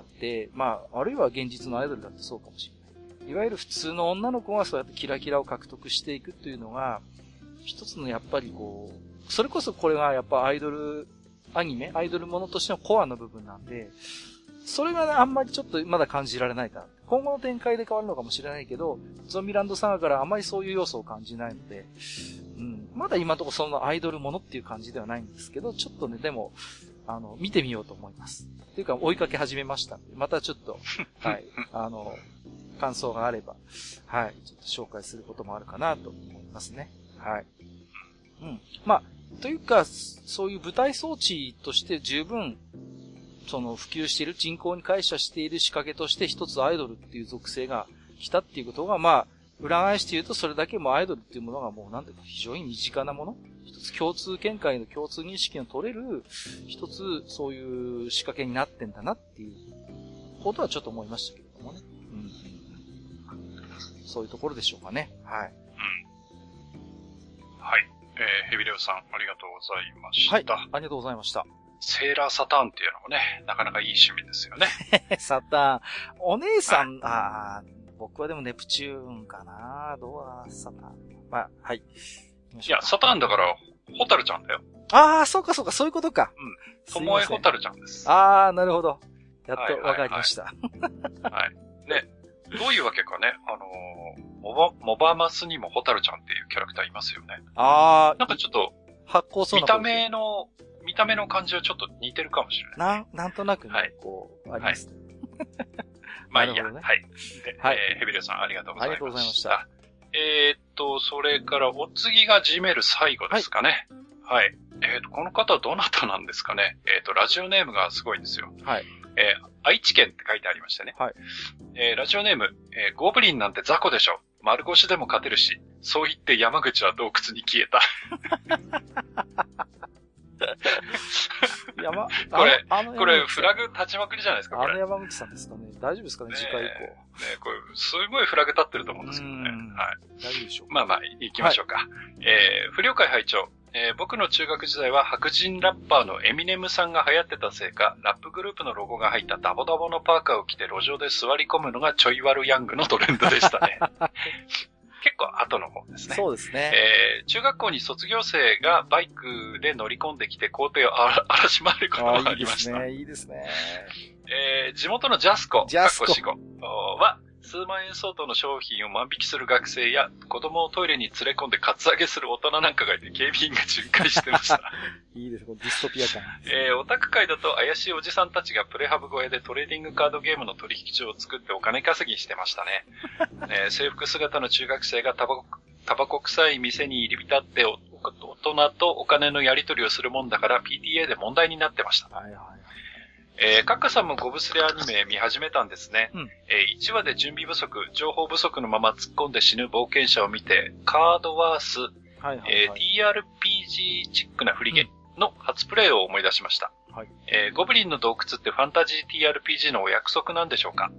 まあ、あるいは現実のアイドルだってそうかもしれない。いわゆる普通の女の子がそうやってキラキラを獲得していくっていうのが、一つのやっぱりこう、それこそこれがやっぱアイドルアニメ、アイドルものとしてのコアの部分なんで、それがね、あんまりちょっとまだ感じられないかな。今後の展開で変わるのかもしれないけど、ゾンビランドサガからあまりそういう要素を感じないので、まだ今のところそのアイドルものっていう感じではないんですけど、ちょっとね、でも、見てみようと思います。っていうか、追いかけ始めましたんで、またちょっと、はい、感想があれば、はい、ちょっと紹介することもあるかなと思いますね。はい。まあ、というか、そういう舞台装置として十分、普及している、人口に膾炙している仕掛けとして一つアイドルっていう属性が来たっていうことが、まあ、裏返して言うとそれだけもうアイドルっていうものがもうなんていうか非常に身近なもの、一つ共通見解の共通認識の取れる、一つそういう仕掛けになってんだなっていうことはちょっと思いましたけれどもね。そういうところでしょうかね。はい。 はい。ヘビレオさん、ありがとうございました。 はい。ありがとうございました。 セーラーサターンっていうのもね、なかなかいい趣味ですよね。 サターン。お姉さん、僕はでもネプチューンかな。どうだ、サターン。まあ、はい。 いや、サターンだから、ホタルちゃんだよ。 そうか、そういうことか。 ともえホタルちゃんです。 なるほど。やっとわかりました。 はい。ね、どういうわけかね、モバマスにもホタルちゃんっていうキャラクターいますよね。なんかちょっと、 発光そうな見た目の感じはちょっと似てるかもしれない。 なんとなくね、 はい、 こう、ありますね。 まあいいや。 ね、 はい。で、ヘビレさんありがとうございました。 ありがとうございました。 それからお次がジメル最後ですかね。はい。この方はどなたなんですかね。ラジオネームがすごいんですよ。 はい。 愛知県って書いてありましてね。 はい。 ラジオネーム、ゴブリンなんて雑魚でしょ。丸腰でも勝てるし、そう言って山口は洞窟に消えた。これフラグ立ちまくりじゃないですか、これ。 山口さんですかね。大丈夫ですかね、次回以降。 これ、すごいフラグ立ってると思うんですけどね。はい。 大丈夫でしょうか。 まあ、行きましょうか。不良会会長。僕の中学時代は白人ラッパーのエミネムさんが流行ってたせいか、ラップグループのロゴが入ったダボダボのパーカーを着て路上で座り込むのがちょい悪ヤングのトレンドでしたね。結構後の方ですね。 そうですね。 中学校に卒業生がバイクで乗り込んできて校庭を荒らし回ることがありました。 いいですね。 地元のジャスコは、数万円相当の商品を万引きする学生や子供をトイレに連れ込んでカツアゲする大人なんかがいて警備員が巡回してました。 いいです、ディストピア感。 オタク界だと怪しいおじさんたちがプレハブ小屋でトレーディングカードゲームの取引所を作ってお金稼ぎしてましたね。制服姿の中学生がタバコ臭い店に入り浸って大人とお金のやり取りをするもんだから PTA で問題になってました。 はいはい。 カッカさんもゴブスレアニメ見始めたんですね。1話で準備不足、情報不足のまま突っ込んで死ぬ冒険者を見て、カードワース、TRPG チックなフリゲの初プレイを思い出しました。ゴブリンの洞窟ってファンタジー TRPG のお約束なんでしょうか。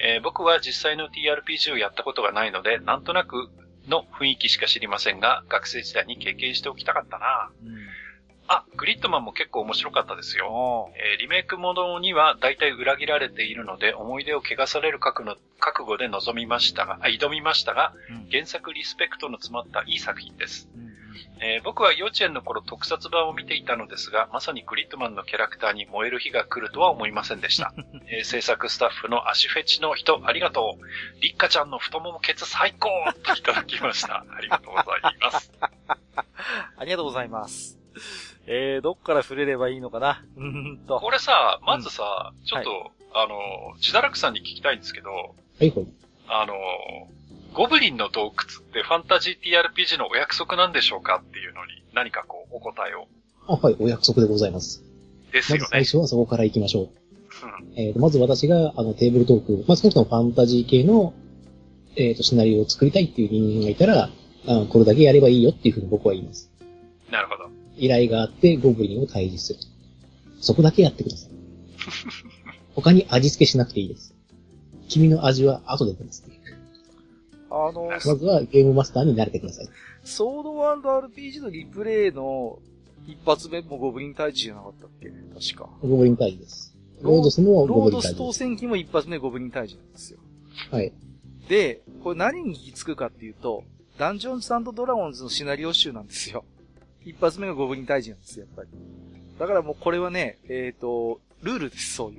僕は実際の TRPG をやったことがないので、なんとなくの雰囲気しか知りませんが、学生時代に経験しておきたかったな。グリッドマンも結構面白かったですよ。リメイクものには大体裏切られているので、思い出を汚される覚悟で挑みましたが、原作リスペクトの詰まったいい作品です。僕は幼稚園の頃特撮版を見ていたのですが、まさにグリッドマンのキャラクターに燃える日が来るとは思いませんでした。制作スタッフの足フェチの人、ありがとう。リッカちゃんの太ももケツ最高といただきました。ありがとうございます。 ありがとうございます。どっから触れればいいのかなこれさ、まずさ、ちょっと、チダラクさんに聞きたいんですけど、 はいはい。 ゴブリンの洞窟ってファンタジー TRPG のお約束なんでしょうかっていうのに何かこうお答えを。 はい、お約束でございます。 ですよね。 まず最初はそこから行きましょう。まず私がテーブルトーク、少なくともファンタジー系の、シナリオを作りたいっていう人間がいたら、これだけやればいいよっていうふうに僕は言います。 なるほど。 依頼があってゴブリンを退治する。そこだけやってください。他に味付けしなくていいです。君の味は後で出ます。まずはゲームマスターに慣れてください。 ソード&RPG のリプレイの一発目もゴブリン退治じゃなかったっけ確か。 ゴブリン退治です。ロードスもゴブリン退治です。 ロードス当選機も一発目ゴブリン退治なんですよ。 はい。 で、これ何に行き着くかっていうと、ダンジョンズ&ドラゴンズのシナリオ集なんですよ。一発目がゴブリン退治なんですよ、やっぱり。だからもうこれはね、ルールです、そういう。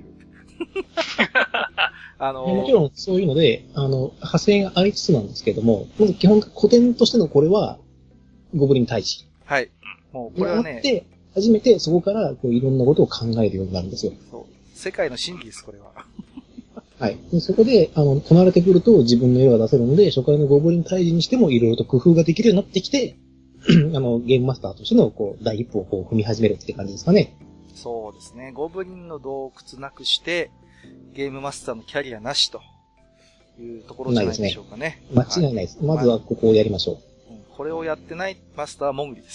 もちろんそういうので、派生がありつつなんですけども、まず基本古典としてのこれは、ゴブリン退治。 はい。もうこれはね。 で、初めてそこからこういろんなことを考えるようになるんですよ。 そう。世界の真理です、これは。 はい。でそこで、こなれてくると自分の色が出せるので、初回のゴブリン退治にしてもいろいろと工夫ができるようになってきて、ゲームマスターとしての、第一歩を踏み始めるって感じですかね。 そうですね。ゴブリンの洞窟なくして、ゲームマスターのキャリアなしというところじゃないでしょうかね。 間違いないです。まずはここをやりましょう。 これをやってないマスターはモグリです。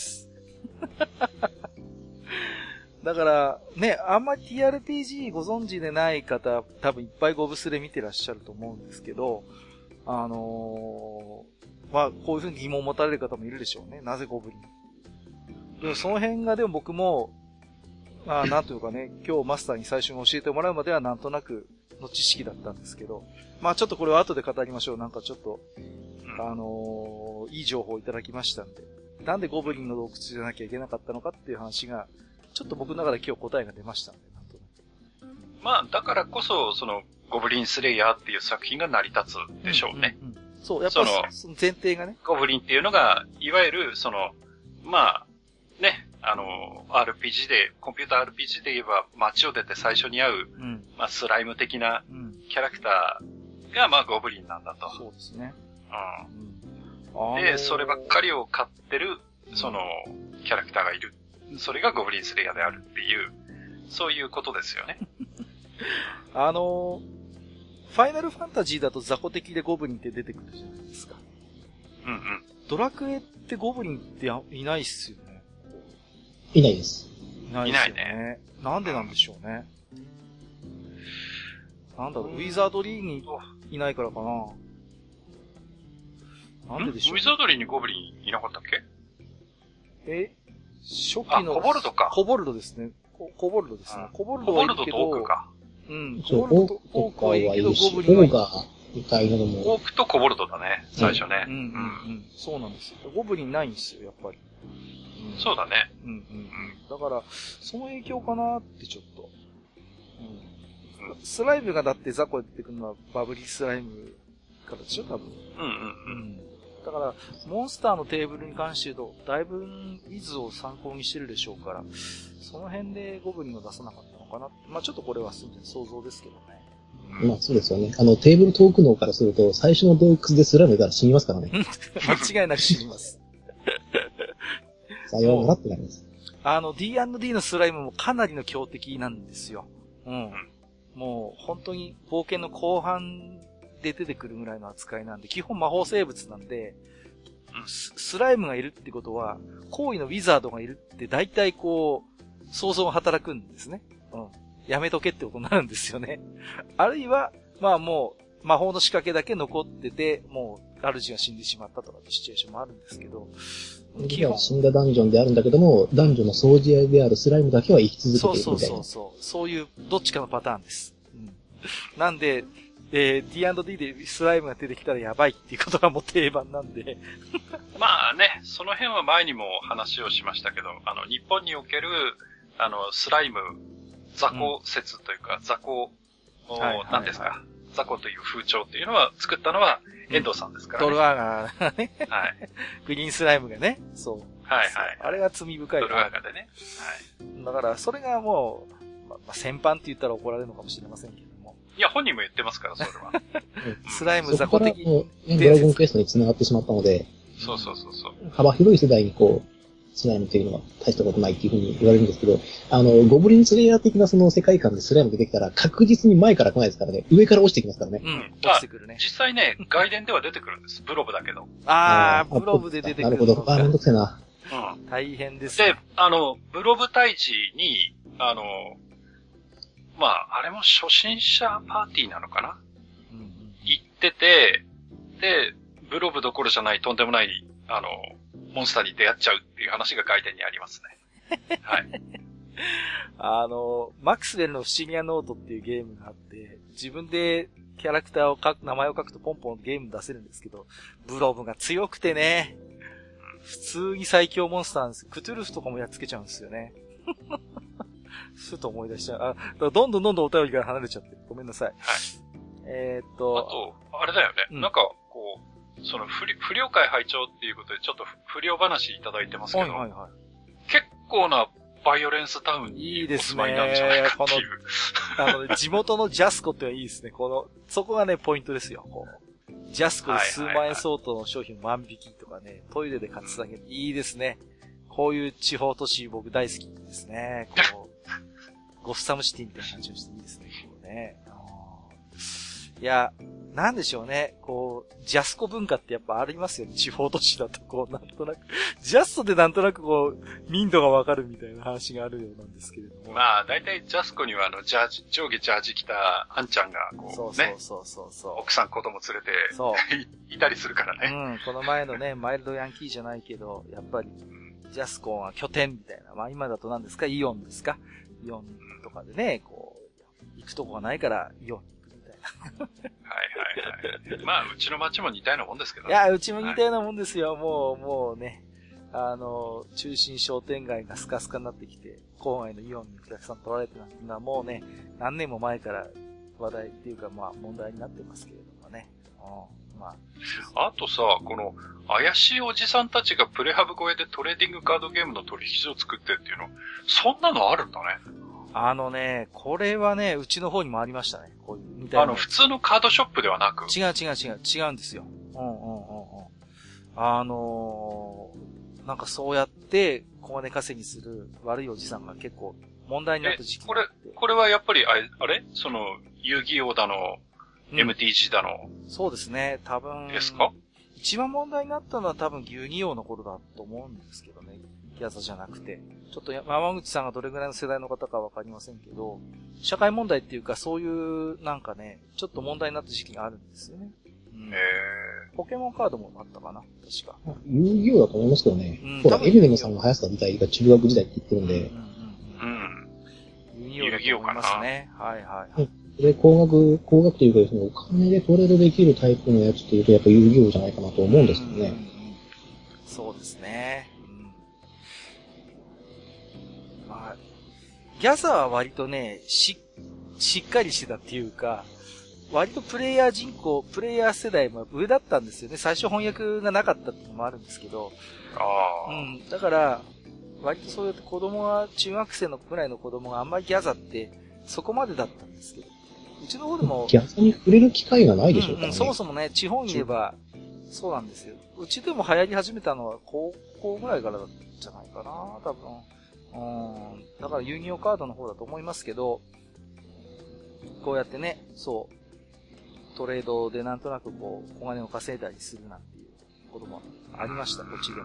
だから、ね、あんまり TRPG ご存知でない方、多分いっぱいゴブスレ見てらっしゃると思うんですけど、こういうふうに疑問を持たれる方もいるでしょうね。なぜゴブリン？でもその辺がでも僕も、なんというかね、今日マスターに最初に教えてもらうまではなんとなくの知識だったんですけど、ちょっとこれは後で語りましょう。なんかちょっと、いい情報をいただきましたんで。なんでゴブリンの洞窟じゃなきゃいけなかったのかっていう話が、ちょっと僕の中で今日答えが出ましたんで、なんとなく。 だからこそ、ゴブリンスレイヤーっていう作品が成り立つでしょうね。 そう、やっぱその前提がね。 ゴブリンっていうのが、いわゆる、RPG で、コンピューター RPG で言えば、街を出て最初に会う、スライム的なキャラクターが、ゴブリンなんだと。 そうですね。 で、そればっかりを飼ってる、キャラクターがいる。それがゴブリンスレイヤーであるっていう、そういうことですよね。 ファイナルファンタジーだと雑魚敵でゴブリンって出てくるじゃないですか。ドラクエってゴブリンっていないっすよね。 いないです。 いないですよね。なんでなんでしょうね。なんだろう、ウィザードリーにいないからかな。なんででしょう、 ウィザードリーにゴブリンいなかったっけ？ 初期の。 コボルドか。 コボルドですね。コボルドですね。コボルドはいるけど。 コボルドとオークか。 コボルドとオークはいるけど、ゴブリンはいる。 オーガーみたいなのも。 オークとコボルドだね、最初ね。 そうなんですよ。ゴブリンないんですよ、やっぱり。 そうだね。 だから、その影響かなってちょっと。スライムがだって雑魚で出てくるのはバブリースライムからでしょ、多分。だから、モンスターのテーブルに関して言うと、だいぶイズを参考にしてるでしょうから、その辺でゴブリンを出さなかったのかな。ちょっとこれは想像ですけどね。 そうですよね。テーブルトーク脳からすると、最初の洞窟でスライムから死にますからね。 間違いなく死にます。 さようならってなります。 D&D のスライムもかなりの強敵なんですよ。もう、本当に冒険の後半で出てくるぐらいの扱いなんで、基本魔法生物なんで、スライムがいるってことは、行為のウィザードがいるって大体想像が働くんですね。やめとけってことになるんですよね。あるいは、もう、 魔法の仕掛けだけ残ってて、もう、主が死んでしまったとかってシチュエーションもあるんですけど、 死んだダンジョンであるんだけども、ダンジョンの掃除屋であるスライムだけは生き続けているみたいな。 そういう、どっちかのパターンです。うん、なんで、D&D でスライムが出てきたらやばいっていうことがもう定番なんで。 まあね、その辺は前にも話をしましたけど、日本における、スライム、雑魚説というか、雑魚、何ですか、雑魚という風潮っていうのは作ったのは遠藤さんですからね。 ドルアーガーがね。 はい。 グリーンスライムがね。そう。 はいはい。 あれが罪深い。 ドルアーガーでね。 はい。だから、それがもう、先般って言ったら怒られるのかもしれませんけども。 いや、本人も言ってますから、それは。 スライム雑魚的に。ドラゴンクエストに繋がってしまったので。 そう。 幅広い世代にスライムというのは大したことないっていうふうに言われるんですけど、ゴブリンスレイヤー的なその世界観でスライム出てきたら確実に前から来ないですからね。上から落ちてきますからね。 落ちてくるね。 実際ね、外伝では出てくるんです。ブロブだけど。 ブロブで出てくる。 なるほど。めんどくせえな。 大変です。 で、ブロブ退治に、まあ、あれも初心者パーティーなのかな、行ってて、で、ブロブどころじゃないとんでもない、モンスターに出会っちゃうっていう話が外伝にありますね。はい。 マクスウェルの不思議なノートっていうゲームがあって、自分でキャラクターを名前を書くとポンポンゲーム出せるんですけど、ブロブが強くてね、普通に最強モンスターなんです。クトゥルフとかもやっつけちゃうんですよね。ふと思い出しちゃう。だからどんどんお便りから離れちゃって。ごめんなさい。はい。 あと、あれだよね。なんか、その不良会拝聴っていうことでちょっと不良話いただいてますけど、結構なバイオレンスタウンにお住まいなんじゃないかっていう。 地元のジャスコってのはいいですね。そこがね、ポイントですよ。ジャスコで数万円相当の商品万引きとかね、トイレでカツアゲ。いいですね。こういう地方都市僕大好きですね。ゴッサムシティみたいな感じをしていいですね。いや、なんでしょうね。ジャスコ文化ってやっぱありますよね。地方都市だとなんとなく。ジャストでなんとなく民度がわかるみたいな話があるようなんですけれども。 まあ、だいたいジャスコには上下ジャージ着たあんちゃんがそう。 奥さん子供連れていたりするからね。 この前のね、マイルドヤンキーじゃないけど、やっぱり、ジャスコは拠点みたいな。まあ今だと何ですか？イオンですか？イオンとかでね、行くとこがないからイオンに行くみたいな。 はい。まあ、うちの町も似たようなもんですけどね。 いや、うちも似たようなもんですよ。もうね、中心商店街がスカスカになってきて、郊外のイオンにお客さん取られてなんていうのはもうね、何年も前から話題っていうかまあ問題になってますけれどもね。 あとさ、この怪しいおじさんたちがプレハブ越えでトレーディングカードゲームの取引所を作ってっていうの、そんなのあるんだね。 これはね、うちの方にもありましたね。こういうみたいな。 普通のカードショップではなく。 違うんですよ。なんかそうやって、小金稼ぎする悪いおじさんが結構問題になった時期があって。 これはやっぱり、あれ遊戯王だの、MTG だの。 そうですね、多分。 ですか？ 一番問題になったのは多分遊戯王の頃だと思うんですけどね。ギャザじゃなくて。ちょっと山口さんがどれぐらいの世代の方かわかりませんけど、社会問題っていうかそういうなんかね、ちょっと問題になった時期があるんですよね。ポケモンカードもあったかな確か。 遊戯王だと思いますけどね。エミネムさんが流行った時代が中学時代って言ってるんで。 遊戯王かな。 はい。 で、高額というか、お金でトレードできるタイプのやつっていうと、やっぱ遊戯王じゃないかなと思うんですけどね。 そうですね。まあ、ギャザーは割とね、しっかりしてたっていうか、割とプレイヤー世代も上だったんですよね。最初翻訳がなかったっていうのもあるんですけど。だから、割とそうやって中学生のくらいの子供があんまりギャザってそこまでだったんですけど。うちの方でも。 ギャザに触れる機会がないでしょうからね。 そもそもね、地方にいれば、そうなんですよ。うちでも流行り始めたのは高校ぐらいからだったんじゃないかな、多分。だから遊戯王カードの方だと思いますけど、こうやってね、トレードでなんとなくお金を稼いだりするなんていうこともありました、こっちでも。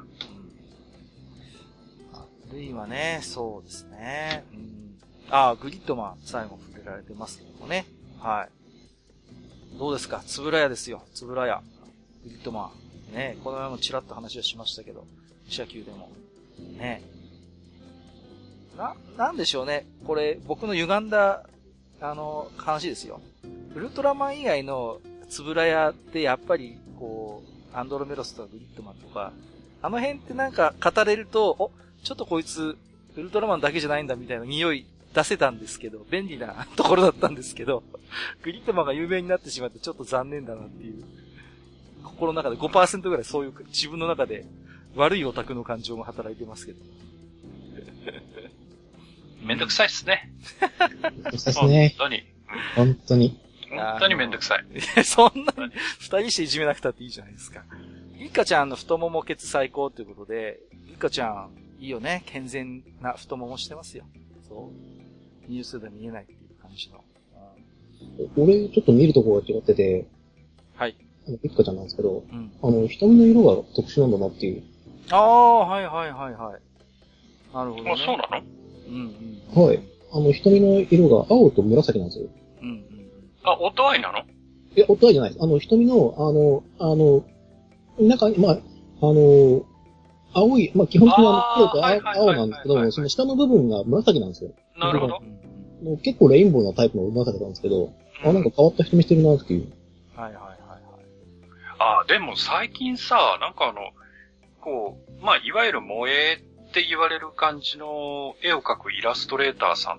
あるいはね、そうですね。グリッドマン、最後触れられてますけどもね。はい。 どうですか？つぶらやですよ。つぶらや。グリッドマン。ね、この前もちらっと話をしましたけど、武者級でも。ね。なんでしょうね。これ、僕の歪んだ、話ですよ。ウルトラマン以外のつぶらやってやっぱり、こう、アンドロメロスとかグリッドマンとか、あの辺ってなんか語れると、ちょっとこいつ、ウルトラマンだけじゃないんだみたいな匂い出せたんですけど、便利なところだったんですけど、グリッドマンが有名になってしまってちょっと残念だなっていう、心の中で 5% ぐらいそういう自分の中で悪いオタクの感情も働いてますけど。 めんどくさいっすね。 めんどくさいっすね。 本当に。 本当に。 本当にめんどくさい。 そんなに二人していじめなくたっていいじゃないですか。リカちゃんの太ももケツ最高ということで、リカちゃんいいよね。健全な太ももしてますよ。そう。ニュースでは見えないっていう感じの。 俺ちょっと見るところが違ってて、 はい。 リカちゃんなんですけど、瞳の色が特殊なんだなっていう。 ああ、はいはいはいはい。なるほど、ね。 あ、そうなの？ うんうん。はい。瞳の色が青と紫なんですよ。 うんうん。 あ、オットアイなの？ いや、オットアイじゃないです。瞳の、中に、まあ、青い、まあ、基本的に黒と青なんですけど、その下の部分が紫なんですよ。 なるほど。 結構レインボーなタイプの紫なんですけど、なんか変わった瞳してるなっていう。 はいはいはいはい。 あ、でも最近さ、なんかこう、まあ、いわゆる萌えって言われる感じの絵を描くイラストレーターさんって、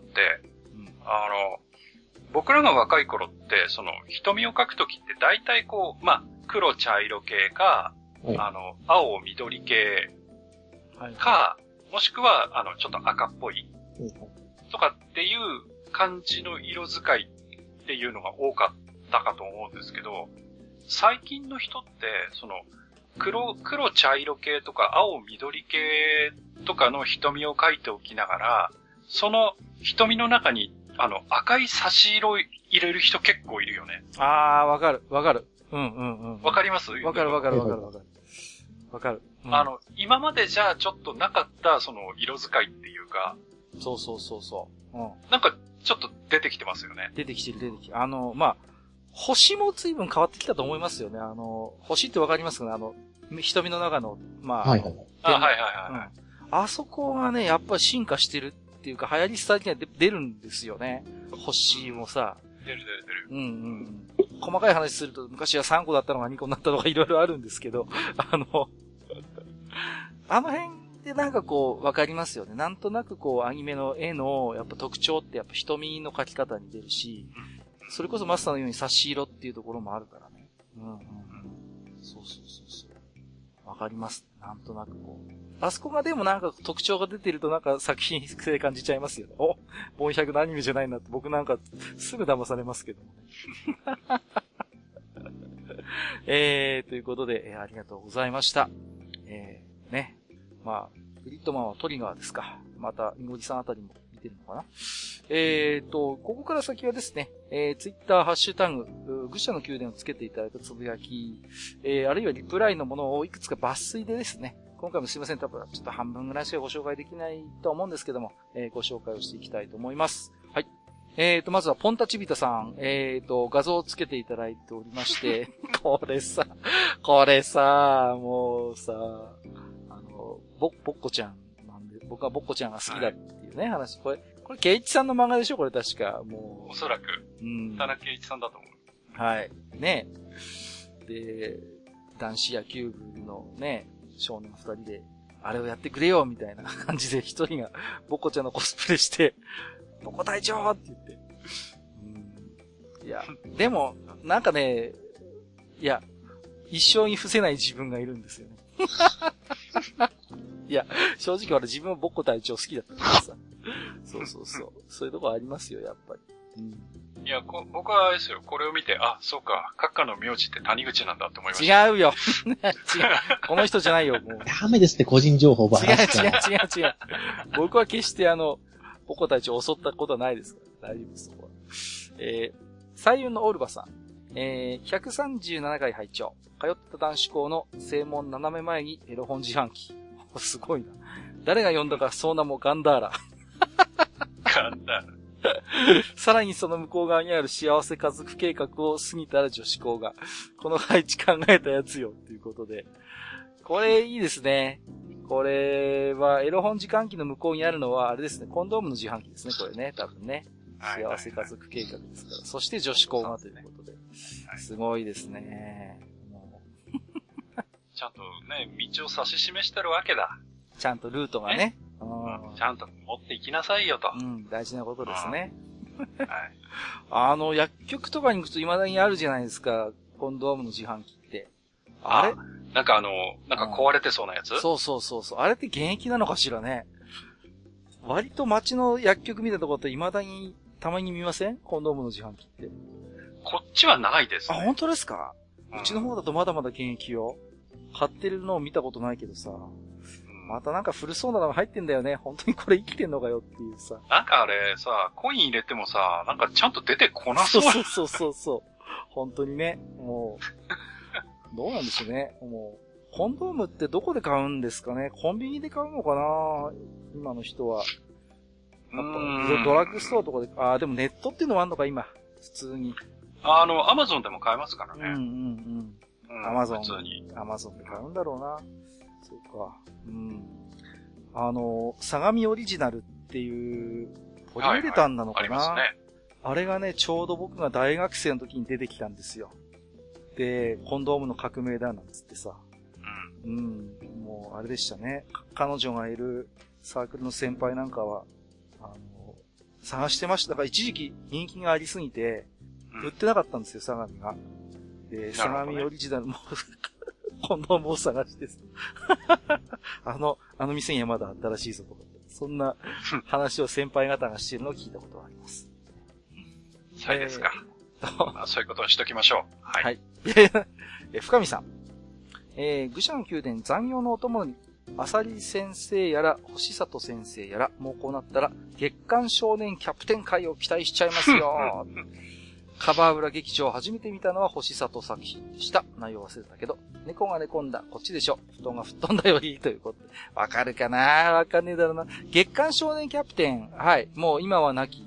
僕らが若い頃って、瞳を描くときって大体こう、まあ、黒茶色系か、青緑系か、もしくは、ちょっと赤っぽい、とかっていう感じの色使いっていうのが多かったかと思うんですけど、最近の人って、黒茶色系とか青緑系とかの瞳を描いておきながら、その瞳の中に、赤い差し色を入れる人結構いるよね。 あー、わかる、わかる。うんうんうん。 わかります？ わかるわかるわかるわかる。わかる。 今までじゃあちょっとなかった、色使いっていうか。 そうそうそうそう。うん。 なんか、ちょっと出てきてますよね。 出てきてる。まあ、星も随分変わってきたと思いますよね。星ってわかりますかね？瞳の中の、まあ、 はいはい。 はいはいはい。 あそこがね、やっぱり進化してるっていうか、流行り廃りには出るんですよね。星もさ。 出る。 うんうん。細かい話すると、昔は3個だったのが2個になったとかいろいろあるんですけど、あの辺でなんかこう、わかりますよね。なんとなくこう、アニメの絵の、やっぱ特徴ってやっぱ瞳の描き方に出るし、それこそマスターのように差し色っていうところもあるからね。そう。わかります。なんとなくこう。あそこがでもなんか特徴が出てるとなんか作品性感じちゃいますよね。ボン100のアニメじゃないなって僕なんかすぐ騙されますけどもね。ということで、ありがとうございました。ね。まあ、グリッドマンはトリガーですか。また、みごりさんあたりも見てるのかな。ここから先はですね、ツイッターハッシュタグ、愚者の宮殿をつけていただいたつぶやき、あるいはリプライのものをいくつか抜粋でですね、今回もすいません、多分ちょっと半分ぐらいしかご紹介できないと思うんですけども、ご紹介をしていきたいと思います。はい。まずはポンタチビタさん、画像をつけていただいておりまして、これさ、もうさ、ボッコちゃんなんで、僕はボッコちゃんが好きだっていうね、話。これ、ケイチさんの漫画でしょこれ確か。もう。 おそらく。田中ケイチさんだと思う。 はい。ね。で、男子野球部のね、少年二人で、あれをやってくれよみたいな感じで一人がボッコちゃんのコスプレして、ボコ隊長って言って。いや、でも、なんかね、いや、一生に伏せない自分がいるんですよね。いや、正直俺自分もボッコ隊長好きだったからさ。そう。そういうとこありますよ、やっぱり。 いや、僕はあれですよ、これを見て、あ、そうか、閣下の名字って谷口なんだって思いました。 違うよ。違う。この人じゃないよ、もう。 ダメですって、個人情報ばらすから。 違う。僕は決してボコ隊長を襲ったことはないですから。大丈夫です、そこは。彩雲のオルバさん。137回拝聴。通った男子校の正門斜め前にエロ本自販機。すごいな。誰が呼んだか、そうなもガンダーラ。 ガンダーラ。 さらにその向こう側にある幸せ家族計画を過ぎたら女子校が。この配置考えたやつよっていうことで。これいいですね。これはエロ本自販機の向こうにあるのはあれですね。コンドームの自販機ですね。これね。多分ね。幸せ家族計画ですから。そして女子校がということで。すごいですね。 ちゃんとね、道を指し示してるわけだ。 ちゃんとルートがね。 ちゃんと持っていきなさいよと。 大事なことですね。 はい。 薬局とかに行くと未だにあるじゃないですか。コンドームの自販機って。あれなんか壊れてそうなやつ？ そう。あれって現役なのかしらね。割と街の薬局見たところって未だにたまに見ません？コンドームの自販機って。 こっちはないですね。 本当ですか？うちの方だとまだまだ現役よ。買ってるのを見たことないけどさ。またなんか古そうなのが入ってんだよね。本当にこれ生きてんのかよっていうさ。 なんかあれさ、コイン入れてもさ、なんかちゃんと出てこなそう。 そう。本当にね。もう、どうなんでしょうね。もう、コンドームってどこで買うんですかね。コンビニで買うのかな今の人は。ドラッグストアとかで、でもネットっていうのもあんのか今。普通に。 アマゾンでも買えますからね。 アマゾン。 普通に。 アマゾンで買うんだろうな。そうか。相模オリジナルっていうポリウレタンなのかな、ありますね。あれがね、ちょうど僕が大学生の時に出てきたんですよ。で、コンドームの革命だなんつってさ。もうあれでしたね。彼女がいるサークルの先輩なんかは、探してました。だから一時期人気がありすぎて、売ってなかったんですよ、相模が。で、相模オリジナルも、コンドームを探してあの店にはまだ新しいぞとか。そんな話を先輩方がしているのを聞いたことがあります。 そうですか。そういうことをしときましょう。はい。 深見さん。愚者の宮殿残業のお供に、あさり先生やら、星里先生やら、もうこうなったら、月刊少年キャプテン会を期待しちゃいますよ。カバー裏劇場を初めて見たのは星里作品でした。内容忘れたけど、猫が寝込んだ、こっちでしょ。布団が吹っ飛んだより、ということで。わかるかな？わかんねえだろうな。月刊少年キャプテン。はい。もう今はなき、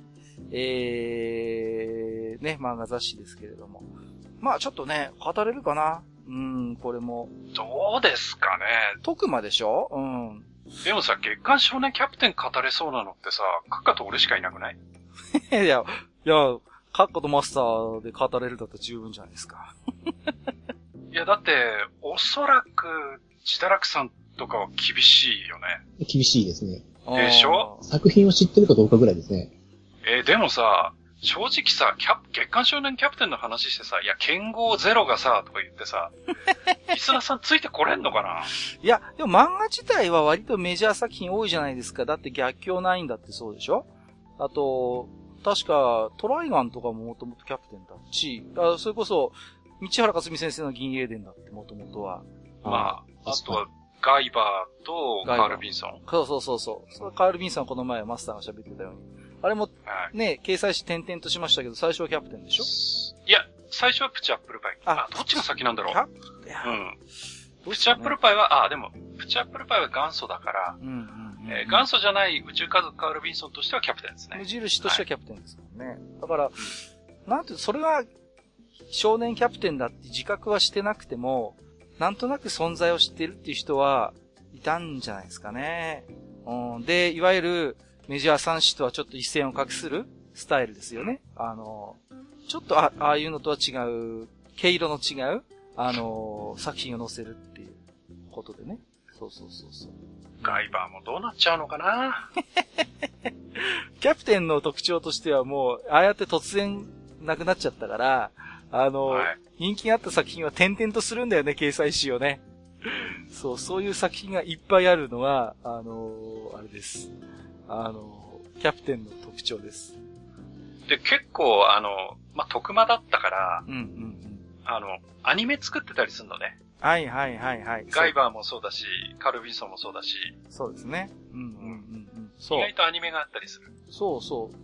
漫画雑誌ですけれども。まあちょっとね、語れるかな？これも。 どうですかね。 徳間でしょ？ でもさ、月刊少年キャプテン語れそうなのってさ、カッカと俺しかいなくない？ いや、カッカとマスターで語れるだったら十分じゃないですか。 いや、だって、おそらく、自堕落さんとかは厳しいよね。 厳しいですね。 でしょ？ 作品を知ってるかどうかぐらいですね。 でもさ、正直さ、月刊少年キャプテンの話してさ、いや、剣豪ゼロがさ、とか言ってさ、リスナーさんついてこれんのかな？ いや、でも漫画自体は割とメジャー作品多いじゃないですか。だって逆境9だってそうでしょ？あと、確か、トライガンとかももともとキャプテンだし、それこそ、道原克美先生の銀英伝だってもともとは。 あとは、ガイバーとカール・ビンソン。 そう。カール・ビンソンこの前マスターが喋ってたように。あれも、ね、掲載誌転々としましたけど、最初はキャプテンでしょ？いや、最初はプチアップルパイ。どっちが先なんだろう？プチアップルパイは、でも、プチアップルパイは元祖だから、元祖じゃない宇宙家族カール・ビンソンとしてはキャプテンですね。 無印としてはキャプテンですもんね。だから、なんて、それは、少年キャプテンだって自覚はしてなくても、なんとなく存在を知っているっていう人はいたんじゃないですかね。で、いわゆるメジャー三種とはちょっと一線を画するスタイルですよね。ちょっとああいうのとは違う、毛色の違う、作品を載せるっていうことでね。そう。 ガイバーもどうなっちゃうのかな？ キャプテンの特徴としてはもう、ああやって突然なくなっちゃったから、人気があった作品は点々とするんだよね、掲載誌をね。そういう作品がいっぱいあるのは、あれです。キャプテンの特徴です。 で、結構、特間だったから、アニメ作ってたりするのね。 はい。 ガイバーもそうだし、カル・ビンソンもそうだし。 そうですね。 意外とアニメがあったりする。 そう。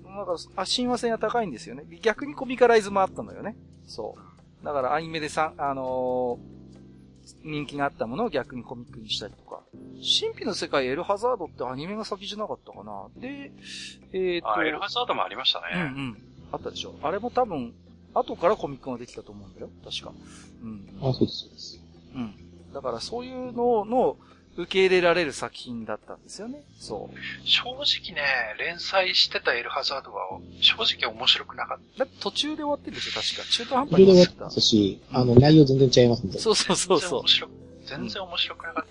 なんか、親和性が高いんですよね。逆にコミカライズもあったのよね。そう。だからアニメで人気があったものを逆にコミックにしたりとか神秘の世界エルハザードってアニメが先じゃなかったかな。で、 エルハザードもありましたね。 うんうん。あったでしょ。あれも多分、後からコミックができたと思うんだよ。確か。うん。 そうです、そうです。 うん。だからそういうのの受け入れられる作品だったんですよね。そう。 正直ね、連載してたエルハザードは正直面白くなかった。 だって途中で終わってるでしょ、確か。中途半端に終わってた。そうし、内容全然違いますんで。 そうそうそうそう。 全然面白くなかった。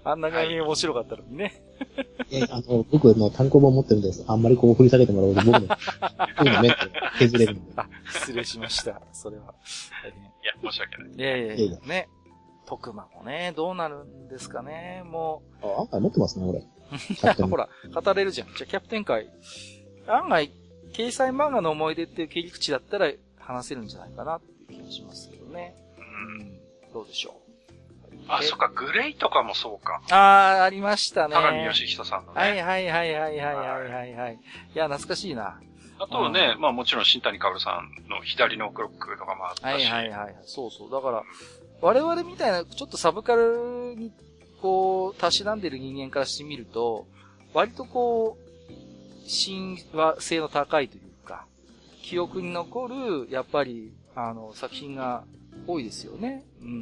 あんな感じ面白かったのにね。 僕の単行本持ってるんです。あんまりこう振り下げてもらうと僕のメンタル削れるんで。 失礼しました。それは。 いや、申し訳ない。 いやね。特番もね、どうなるんですかね、もう。 案外持ってますね、俺。 ほら、語れるじゃん。じゃあ、キャプテン会。案外、掲載漫画の思い出っていう切り口だったら話せるんじゃないかなっていう気がしますけどね。どうでしょう。 そっか、グレイとかもそうか。 ありましたね。 高見義人さんのね。 はい。いや、懐かしいな。 あとね、もちろん新谷薫さんの左のクロックとかもあったし。 はい。そう。だから、我々みたいな、ちょっとサブカルに、こう、たしなんでる人間からしてみると、割とこう、親和性の高いというか、記憶に残る、やっぱり、作品が多いですよね。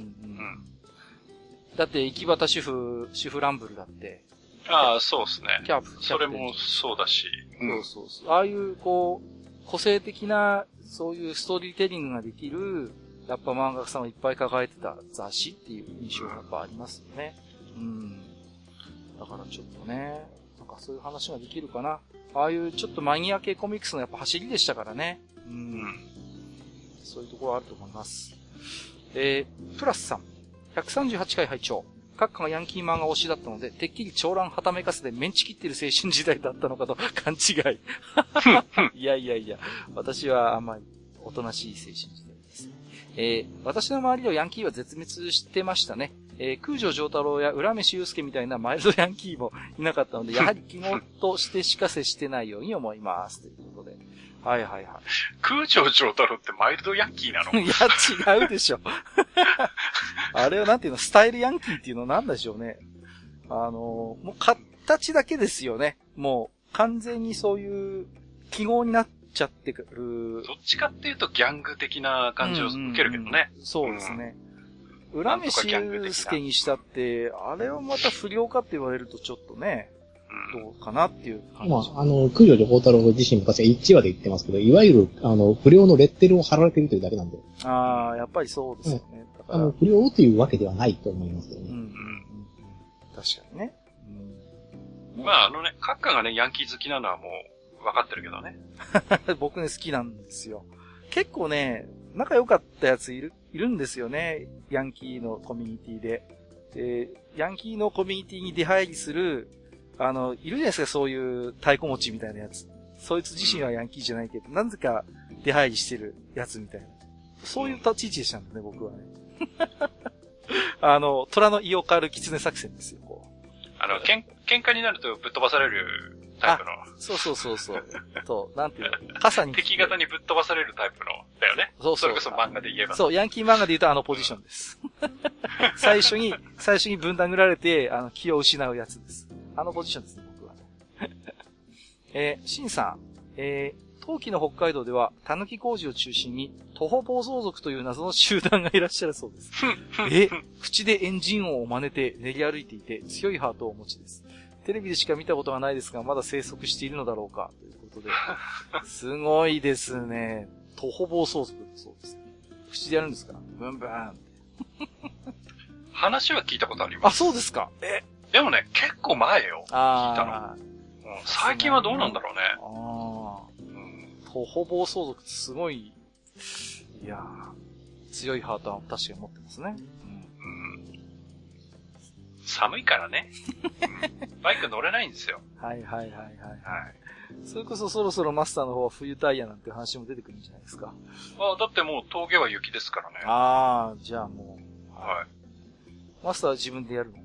だって、行端主婦ランブルだって。 そうですね。それもそうだし。 そう。ああいう、こう、個性的な、そういうストーリーテリングができる、やっぱ漫画家さんをいっぱい抱えてた雑誌っていう印象がやっぱありますよね。だからちょっとね、なんかそういう話ができるかな。ああいうちょっとマニア系コミックスのやっぱ走りでしたからね。そういうところあると思います。プラスさん。138回拝聴。閣下がヤンキー漫画推しだったので、てっきり長蘭はためかせでメンチ切ってる青春時代だったのかと勘違い。いや。私はあんまりおとなしい青春時代です。私の周りのヤンキーは絶滅してましたね。空城城太郎や浦飯祐介みたいなマイルドヤンキーもいなかったので、やはり気事としてしかせしてないように思います。ということで。はい。 空城城太郎ってマイルドヤンキーなの？ いや、違うでしょ。あれはなんていうの、スタイルヤンキーっていうのなんでしょうね。もう形だけですよね。もう完全にそういう記号になっちゃってくる。 どっちかっていうとギャング的な感じを受けるけどね。 そうですね。浦飯祐介にしたって、あれはまた不良かって言われるとちょっとね、どうかなっていう感じ。 空城城太郎自身昔は1話で言ってますけど、いわゆる、不良のレッテルを貼られてるというだけなんで。 やっぱりそうですよね。 だから不良というわけではないと思いますけどね。 確かにね。 閣下がね、ヤンキー好きなのはもう分かってるけどね。 僕ね、好きなんですよ。結構ね、仲良かったやついるんですよね。ヤンキーのコミュニティで。ヤンキーのコミュニティに出入りする、いるじゃないですか、そういう太鼓持ちみたいなやつ。そいつ自身はヤンキーじゃないけど、なぜか出入りしてるやつみたいな。そういう立ち位置でしたんだね、僕はね。虎の胃を狩る狐作戦ですよ、こう。 喧嘩になるとぶっ飛ばされるタイプの。 そう。なんていうの、傘に。 敵型にぶっ飛ばされるタイプの、だよね。それこそ漫画で言えば。 そう、ヤンキー漫画で言うとあのポジションです。最初にぶん殴られて、気を失うやつです。あのポジションですね、僕は。シンさん、冬季の北海道では、タヌキ工事を中心に、徒歩暴走族という謎の集団がいらっしゃるそうです。口でエンジン音を真似て練り歩いていて、強いハートをお持ちです。テレビでしか見たことがないですが、まだ生息しているのだろうか、ということで。すごいですね。徒歩暴走族だそうです。口でやるんですか？ブンブーンって。 話は聞いたことあります。 そうですか。 でもね、結構前よ。聞いたの。最近はどうなんだろうね。 徒歩暴走族ってすごい、いやー、強いハートは確かに持ってますね。 寒いからね。バイク乗れないんですよ。 はい。それこそそろそろマスターの方は冬タイヤなんて話も出てくるんじゃないですか。 だってもう峠は雪ですからね。 じゃあもう。 はい。 マスターは自分でやるの？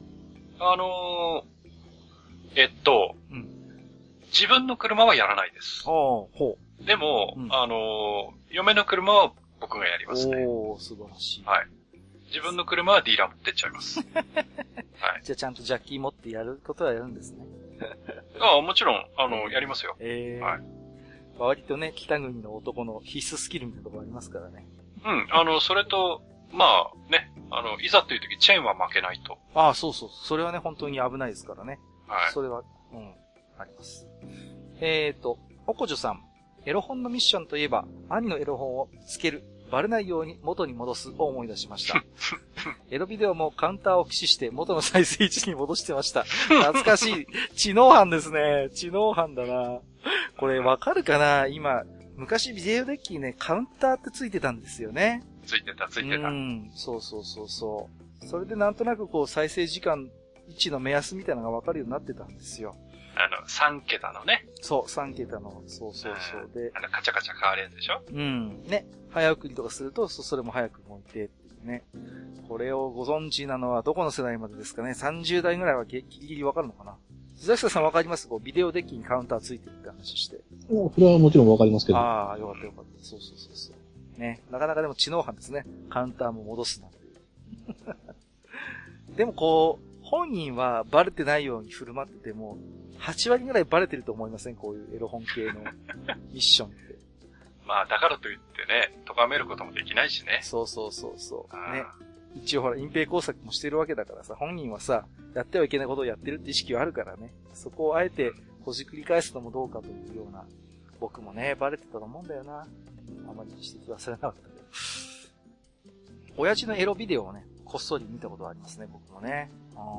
自分の車はやらないです。でも、嫁の車は僕がやりますね。 素晴らしい。 はい。 自分の車はディーラー持ってっちゃいます。はい。 じゃあちゃんとジャッキー持ってやることはやるんですね。 もちろん、やりますよ。はい。 割とね、北国の男の必須スキルみたいなところありますからね。 うん、それと、まあね、いざという時チェーンは負けないと。 ああ、そうそう。それはね、本当に危ないですからね。 はい。 それは、あります。おこじょさん。エロ本のミッションといえば、兄のエロ本をつける。バレないように元に戻すを思い出しました。エロビデオもカウンターを駆使して元の再生位置に戻してました。懐かしい。知能犯ですね。知能犯だな。これわかるかな？今、昔ビデオデッキにね、カウンターってついてたんですよね。 ついてた。 そう。それでなんとなくこう再生時間位置の目安みたいなのがわかるようになってたんですよ。 3桁のね。 そう、3桁の、そう。で、 カチャカチャ変わるやつでしょ？ ね。早送りとかすると、それも早く動いてっていうね。これをご存知なのはどこの世代までですかね？ 30 代ぐらいはギリギリわかるのかな？須崎さんわかります？こう、ビデオデッキにカウンターついてるって話して。 それはもちろんわかりますけど。 ああ、よかった。そう。ね。なかなかでも知能犯ですね。カウンターも戻すなんていう。でもこう、本人はバレてないように振る舞ってても、8割ぐらいバレてると思いません？こういうエロ本系のミッションって。 まあ、だからといってね、咎めることもできないしね。 そう。ね。一応ほら、隠蔽工作もしてるわけだからさ、本人はさ、やってはいけないことをやってるって意識はあるからね。そこをあえて、ほじくり返すのもどうかというような、僕もね、バレてたと思うんだよな。あまり指摘忘れなかったけど。親父のエロビデオをね、こっそり見たことがありますね、僕もね。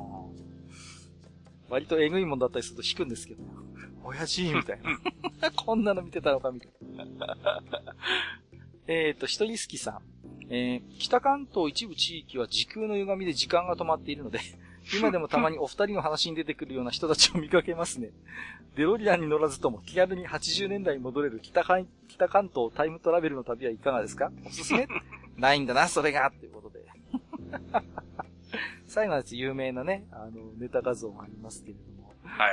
割とえぐいもんだったりすると引くんですけど、親父みたいな。こんなの見てたのかみたいな。ひとりすきさん。北関東一部地域は時空の歪みで時間が止まっているので、今でもたまにお二人の話に出てくるような人たちを見かけますね。デロリアンに乗らずとも気軽に80年代に戻れる北関東タイムトラベルの旅はいかがですか？おすすめ？ないんだな、それがということで。最後のやつ有名なね、ネタ画像もありますけれども。 はい。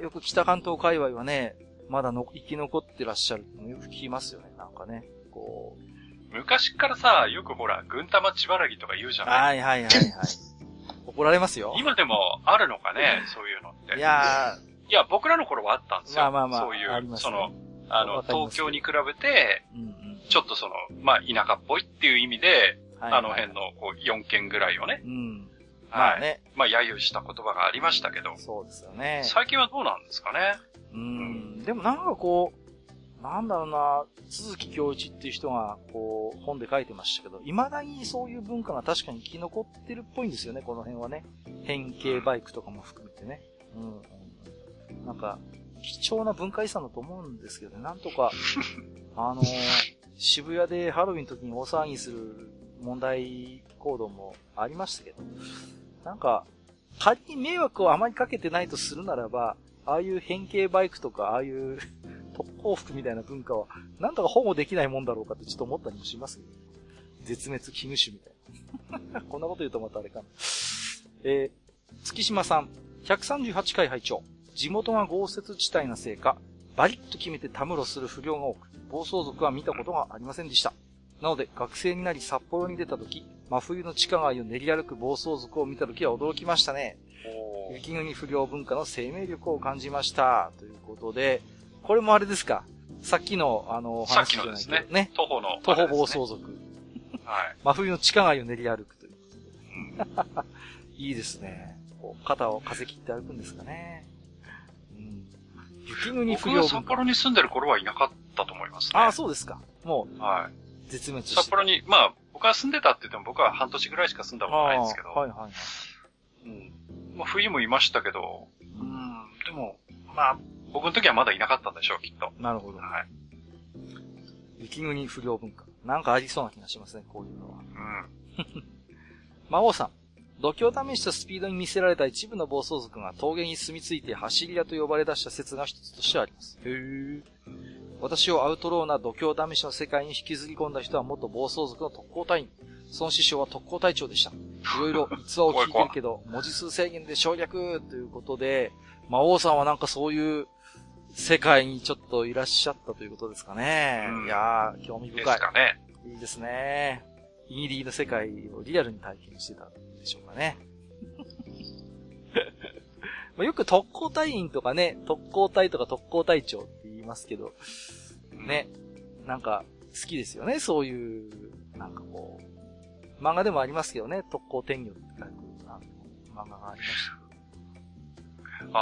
よく北関東界隈はね、まだ生き残ってらっしゃるってよく聞きますよね、なんかね。こう。 昔からさ、よくほら、ぐんたまちばらぎとか言うじゃない？ はい。怒られますよ。 今でもあるのかね、そういうのって。いや、僕らの頃はあったんですよ。まあ。そういう、ね、東京に比べて、ちょっと田舎っぽいっていう意味で、あの辺のこう4県ぐらいをね。まあね。揶揄した言葉がありましたけど。 そうですよね。 最近はどうなんですかね。 でもなんかこう、なんだろうな、鈴木京一っていう人がこう本で書いてましたけど、未だにそういう文化が確かに生き残ってるっぽいんですよね、この辺はね。変形バイクとかも含めてね。なんか、貴重な文化遺産だと思うんですけどね、なんとか、渋谷でハロウィンの時に大騒ぎする問題行動もありましたけど、なんか、仮に迷惑をあまりかけてないとするならば、ああいう変形バイクとか、ああいう特攻服みたいな文化は、なんとか保護できないもんだろうかってちょっと思ったりもしますよね。絶滅危惧種みたいな。こんなこと言うとまたあれかな。月島さん、138回拝聴。地元が豪雪地帯なせいか、バリッと決めてたむろする不良が多く、暴走族は見たことがありませんでした。なので、学生になり札幌に出た時、真冬の地下街を練り歩く暴走族を見た時は驚きましたね。雪国不良文化の生命力を感じました。ということで、これもあれですか？さっきのさっきのですね。徒歩暴走族。 はい。 真冬の地下街を練り歩くということで。いいですね。こう肩を風切って歩くんですかね。雪国不良文化。僕は札幌に住んでる頃はいなかったと思いますね。 ああ、そうですか。もう、 はい。 絶滅して。 札幌に、僕は住んでたって言っても僕は半年ぐらいしか住んだことないんですけど。はい。冬もいましたけど、でも、僕の時はまだいなかったんでしょう、きっと。 なるほど。はい。雪国不良文化。なんかありそうな気がしますね、こういうのは。魔王さん。度胸試したスピードに見せられた一部の暴走族が峠に住み着いて走り屋と呼ばれ出した説が一つとしてあります。私をアウトローな度胸試しの世界に引きずり込んだ人は元暴走族の特攻隊員。その師匠は特攻隊長でした。いろいろ逸話を聞いてるけど、文字数制限で省略ということで、魔王さんはなんかそういう世界にちょっといらっしゃったということですかね。いやー、興味深い。 ですかね。 いいですね。 イギリの世界をリアルに体験してたんでしょうかね。まあよく特攻隊員とかね、特攻隊とか特攻隊長って言いますけど、ね、なんか好きですよね、そういう、なんかこう、漫画でもありますけどね、特攻天魚って書く漫画がありました。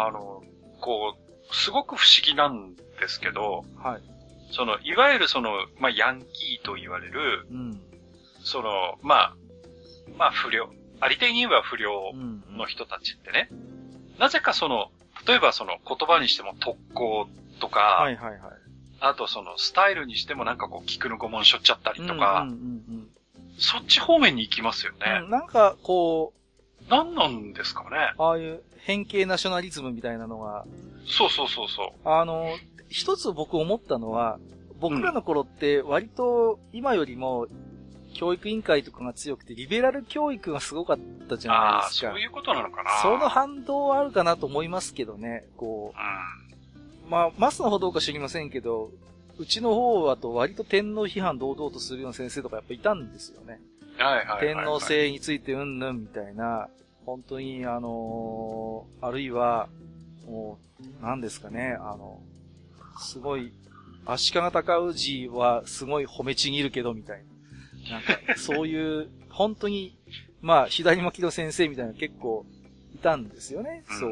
こう、すごく不思議なんですけど、 はい。 いわゆるまあ、ヤンキーと言われる、 うん、 まあ、不良。ありていに言えば不良の人たちってね、なぜか例えば言葉にしても特攻とか、 はいはいはい。 あとスタイルにしてもなんかこう、菊の御紋しょっちゃったりとか、そっち方面に行きますよね。 うん、なんかこう、 何なんですかね。 ああいう変形ナショナリズムみたいなのが。 そう。 一つ僕思ったのは、僕らの頃って割と今よりも教育委員会とかが強くてリベラル教育がすごかったじゃないですか。 そういうことなのかな。 その反動はあるかなと思いますけどね。こう、まあ、マスの方どうか知りませんけど、うちの方だと割と天皇批判堂々とするような先生とかやっぱいたんですよね。天皇制についてうんぬんみたいな、本当にあるいは、もう、何ですかね、すごい、足利尊氏はすごい褒めちぎるけどみたいな。なんか、そういう、本当に、まあ、左巻きの先生みたいな結構いたんですよね。そう。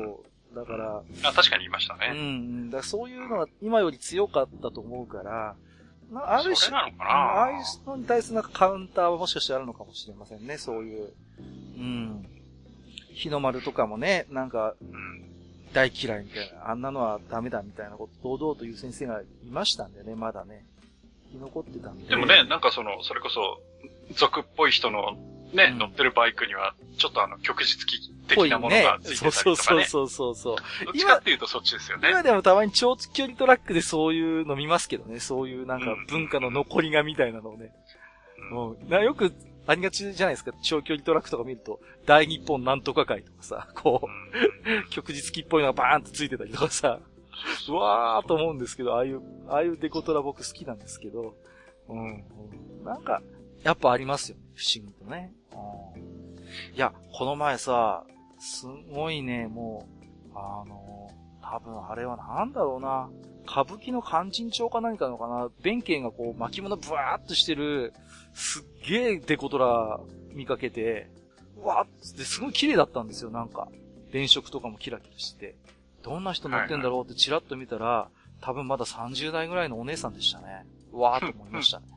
だから。 確かに言いましたね。 だからそういうのが今より強かったと思うから、ある種、 ああいうのに対するなんかカウンターはもしかしてあるのかもしれませんね、そういう。日の丸とかもね、なんか、大嫌いみたいな、あんなのはダメだみたいなことを堂々と言う先生がいましたんでね、まだね。生き残ってたんで。 でもね、なんかそれこそ、族っぽい人のね、乗ってるバイクには、ちょっと旭日機的なものがついてたりとかね。 そう。 どっちかっていうとそっちですよね。 今でもたまに長距離トラックでそういうの見ますけどね、そういうなんか文化の残りがみたいなのをね。よくありがちじゃないですか、長距離トラックとか見ると、大日本なんとか会とかさ、こう、旭日機っぽいのがバーンとついてたりとかさ、うわーと思うんですけど、ああいうデコトラ僕好きなんですけど、なんか、やっぱありますよね、不思議とね。いや、この前さ、すごいね、もう、多分あれはなんだろうな、歌舞伎の勧進帳か何かのかな、弁慶がこう巻物ブワーっとしてる、すっげーデコトラ見かけて、うわーってすごい綺麗だったんですよ、なんか。電飾とかもキラキラして。どんな人乗ってんだろうってチラッと見たら、多分まだ30代ぐらいのお姉さんでしたね。うわーと思いましたね。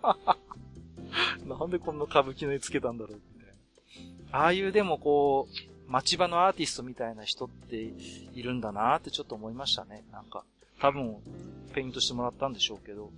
なんでこんな歌舞伎の絵つけたんだろうみたいな。ああいうでもこう、町場のアーティストみたいな人っているんだなーってちょっと思いましたね。なんか、多分、ペイントしてもらったんでしょうけど。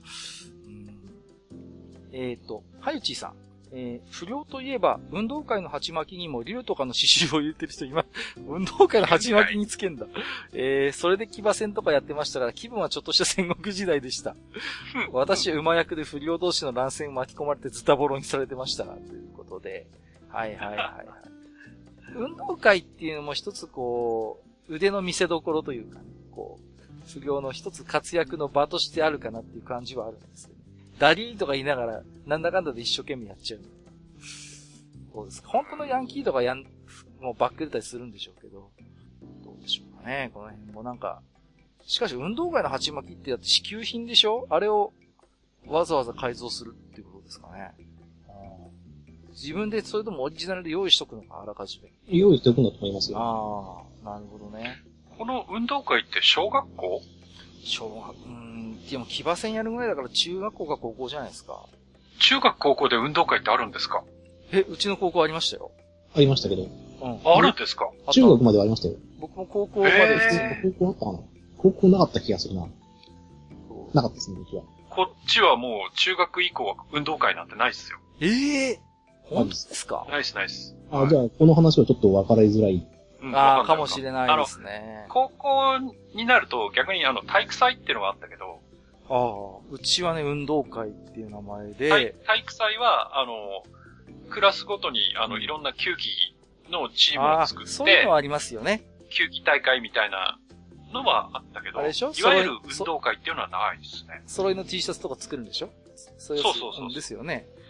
はゆちさん。不良といえば、運動会の鉢巻きにも竜とかの刺繍を入れてる人今、運動会の鉢巻きにつけんだ。それで騎馬戦とかやってましたから、気分はちょっとした戦国時代でした。私、馬役で不良同士の乱戦を巻き込まれてズタボロにされてました。ということで。はい。運動会っていうのも一つこう、腕の見せ所というか、ね、こう、不良の一つ活躍の場としてあるかなっていう感じはあるんですけど。ダリーとか言いながら、なんだかんだで一生懸命やっちゃう。そうですか。本当のヤンキーとかもうバック出たりするんでしょうけど。どうでしょうかね。この辺もなんか。しかし運動会の鉢巻きってだって支給品でしょ？あれをわざわざ改造するっていうことですかね。自分でそれともオリジナルで用意しとくのか、あらかじめ。 用意しておくんだと思いますよ。 なるほどね。 この運動会って小学校？ でも騎馬戦やるぐらいだから中学校か高校じゃないですか。 中学高校で運動会ってあるんですか？ うちの高校ありましたよ。 ありましたけど。 あるんですか？ 中学まではありましたよ。 僕も高校まで高校あったかな？高校なかった気がするな。なかったですね、うちは。 こっちはもう中学以降は運動会なんてないっすよ。 本当ですか？ ないっす。 じゃあ、この話はちょっと分かりづらい。 かもしれないですね。 高校になると逆に体育祭っていうのがあったけど。 うちはね、運動会っていう名前で。 体育祭は、クラスごとに、いろんな球技のチームを作って。 そういうのはありますよね。 球技大会みたいなのはあったけど、いわゆる運動会っていうのはないですね。 揃いの T シャツとか作るんでしょ？そうですよね。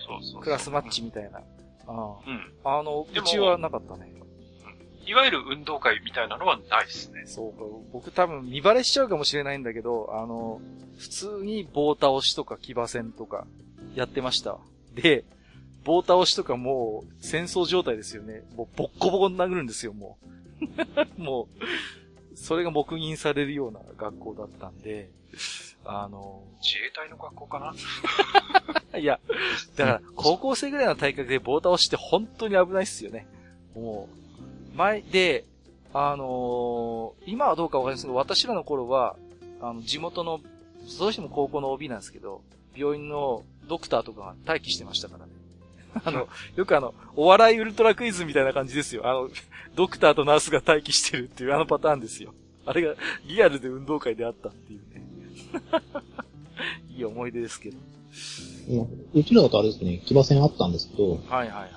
そう。 クラスマッチみたいな。 うん。 うちはなかったね。 いわゆる運動会みたいなのはないですね。 そうか。僕多分見バレしちゃうかもしれないんだけど、普通に棒倒しとか騎馬戦とかやってました。で、棒倒しとかもう戦争状態ですよね。もうボッコボコに殴るんですよ、もう。もう、それが黙認されるような学校だったんで、 自衛隊の学校かな？いや、だから高校生ぐらいの体格で棒倒しって本当に危ないっすよね。もう、前で、今はどうかわかりませんけど、私らの頃は、地元の、どうしても高校の OB なんですけど、病院のドクターとかが待機してましたからね。よくお笑いウルトラクイズみたいな感じですよ。ドクターとナースが待機してるっていうパターンですよ。あれがリアルで運動会であったっていうね。いい思い出ですけど。 うちらだとあれですね、騎馬戦あったんですけど、 はいはいはい。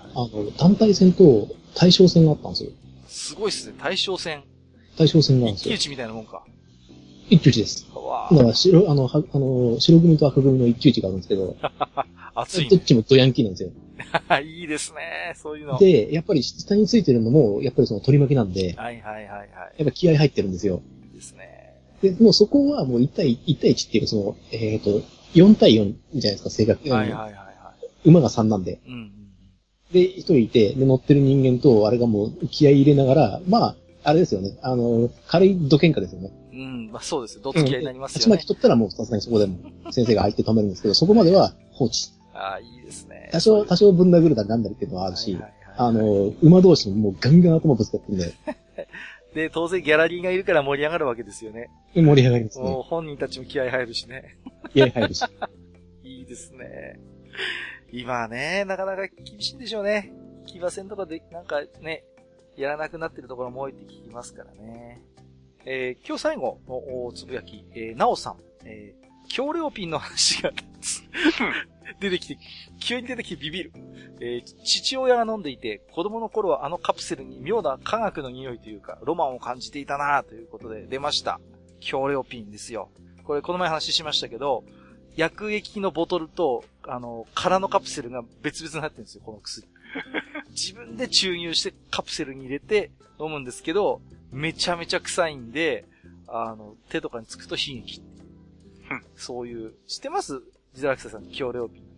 団体戦と大将戦があったんですよ。 すごいっすね、大将戦。 大将戦なんですよ。 一騎打ちみたいなもんか。 一騎打ちです。だから白組と赤組の一騎打ちがあるんですけど、 熱い、ね。 どっちもドヤンキーなんですよ。 いいですね、そういうの。 で、やっぱり下についてるのも、やっぱりその取り巻きなんで、 はいはいはいはい。 やっぱ気合入ってるんですよ。 いいですね。 で、もうそこはもう1対1っていうか、4対4じゃないですか、正確に。 はいはいはいはい。 馬が3なんで。 うん。 で、1人いて、で、乗ってる人間と、あれがもう気合入れながら、まあ、あれですよね。軽い土喧嘩ですよね。 うん、まあそうですよ。どっち気合になりますよね。 鉢巻き取ったらもうさすがにそこでも先生が入って止めるんですけど、そこまでは放置。 ああ、いいですね。 多少ぶん殴るだなんだりっていうのはあるし、馬同士ももうガンガン頭ぶつかってんで。 で、当然ギャラリーがいるから盛り上がるわけですよね。 盛り上がりますね。 もう本人たちも気合入るしね。 気合入るし。 いいですね。今はね、なかなか厳しいんでしょうね。騎馬戦とかで、なんかね、やらなくなってるところも多いって聞きますからね。今日最後のつぶやき、なおさん、強量ピンの話が急に出てきてビビる。父親が飲んでいて、子供の頃はあのカプセルに妙な科学の匂いというか、ロマンを感じていたなということで出ました。強量ピンですよ。これこの前話しましたけど、薬液のボトルと、空のカプセルが別々になってるんですよ、この薬。自分で注入してカプセルに入れて飲むんですけど、めちゃめちゃ臭いんで、手とかにつくと悲劇っていう。そういう、知ってます？ジダラクサさん、強量ピンって。